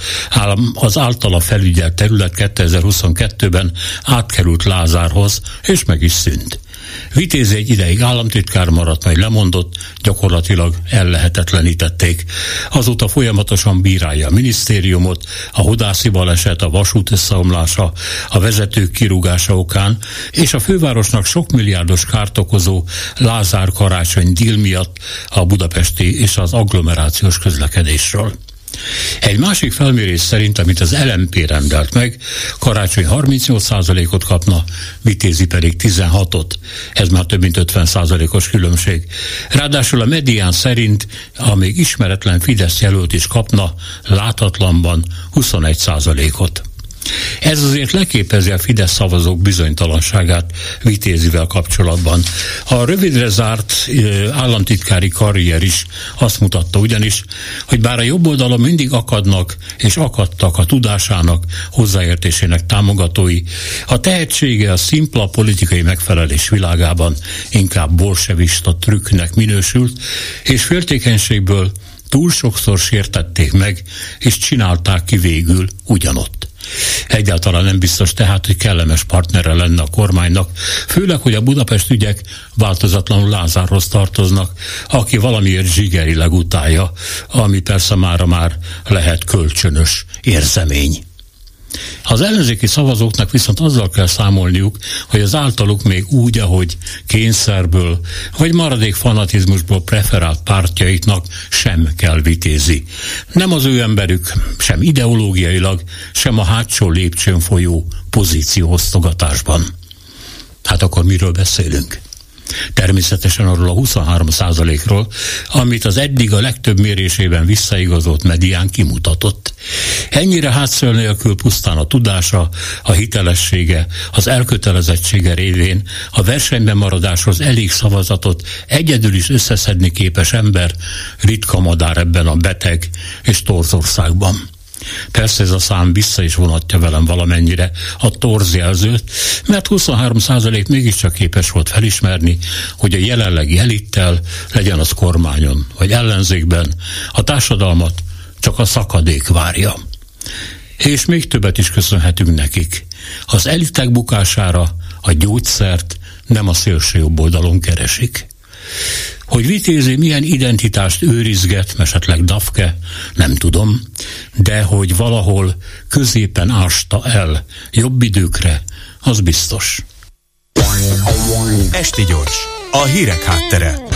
[SPEAKER 15] az általa felügyelt terület kétezer-huszonkettőben átkerült Lázárhoz, és meg is szűnt. Vitézi egy ideig államtitkár maradt, majd lemondott, gyakorlatilag ellehetetlenítették. Azóta folyamatosan bírálja a minisztériumot, a hodászi baleset, a vasút összeomlása, a vezetők kirúgása okán, és a fővárosnak sok milliárdos kárt okozó Lázár-Karácsony díl miatt a budapesti és az agglomerációs közlekedésről. Egy másik felmérés szerint, amit az el em pé rendelt meg, Karácsony harmincnyolc százalékot kapna, Vitézi pedig tizenhatot. Ez már több mint ötven százalékos különbség. Ráadásul a Medián szerint a még ismeretlen Fidesz jelölt is kapna láthatlanban huszonegy százalékot. Ez azért leképezi a Fidesz szavazók bizonytalanságát Vitézivel kapcsolatban. A rövidre zárt államtitkári karrier is azt mutatta ugyanis, hogy bár a jobb oldalon mindig akadnak és akadtak a tudásának, hozzáértésének támogatói, a tehetsége a szimpla politikai megfelelés világában inkább bolsevista trükknek minősült, és féltékenységből túl sokszor sértették meg, és csinálták ki végül ugyanott. Egyáltalán nem biztos tehát, hogy kellemes partnere lenne a kormánynak, főleg, hogy a Budapest ügyek változatlanul Lázárhoz tartoznak, aki valamiért zsigerileg utálja, ami persze mára már lehet kölcsönös érzemény. Az ellenzéki szavazóknak viszont azzal kell számolniuk, hogy az általuk még úgy, ahogy kényszerből vagy maradék fanatizmusból preferált pártjaiknak sem kell Vitézi. Nem az ő emberük, sem ideológiailag, sem a hátsó lépcsőn folyó pozícióosztogatásban. Hát akkor miről beszélünk? Természetesen arról a huszonhárom százalékról, amit az eddig a legtöbb mérésében visszaigazolt Medián kimutatott. Ennyire hátszél nélkül pusztán a tudása, a hitelessége, az elkötelezettsége révén a versenyben maradáshoz elég szavazatot egyedül is összeszedni képes ember ritka madár ebben a beteg és torz országban. Persze ez a szám vissza is vonatja velem valamennyire a torz jelzőt, mert huszonhárom százalék mégiscsak képes volt felismerni, hogy a jelenlegi elittel, legyen az kormányon vagy ellenzékben, a társadalmat csak a szakadék várja. És még többet is köszönhetünk nekik. Az elitek bukására a gyógyszert nem a szélső jobb oldalon keresik. Hogy Vitézi milyen identitást őrizget, esetleg Dafke, nem tudom, de hogy valahol középen ásta el jobb időkre, az biztos.
[SPEAKER 1] Esti gyors, a hírek háttere.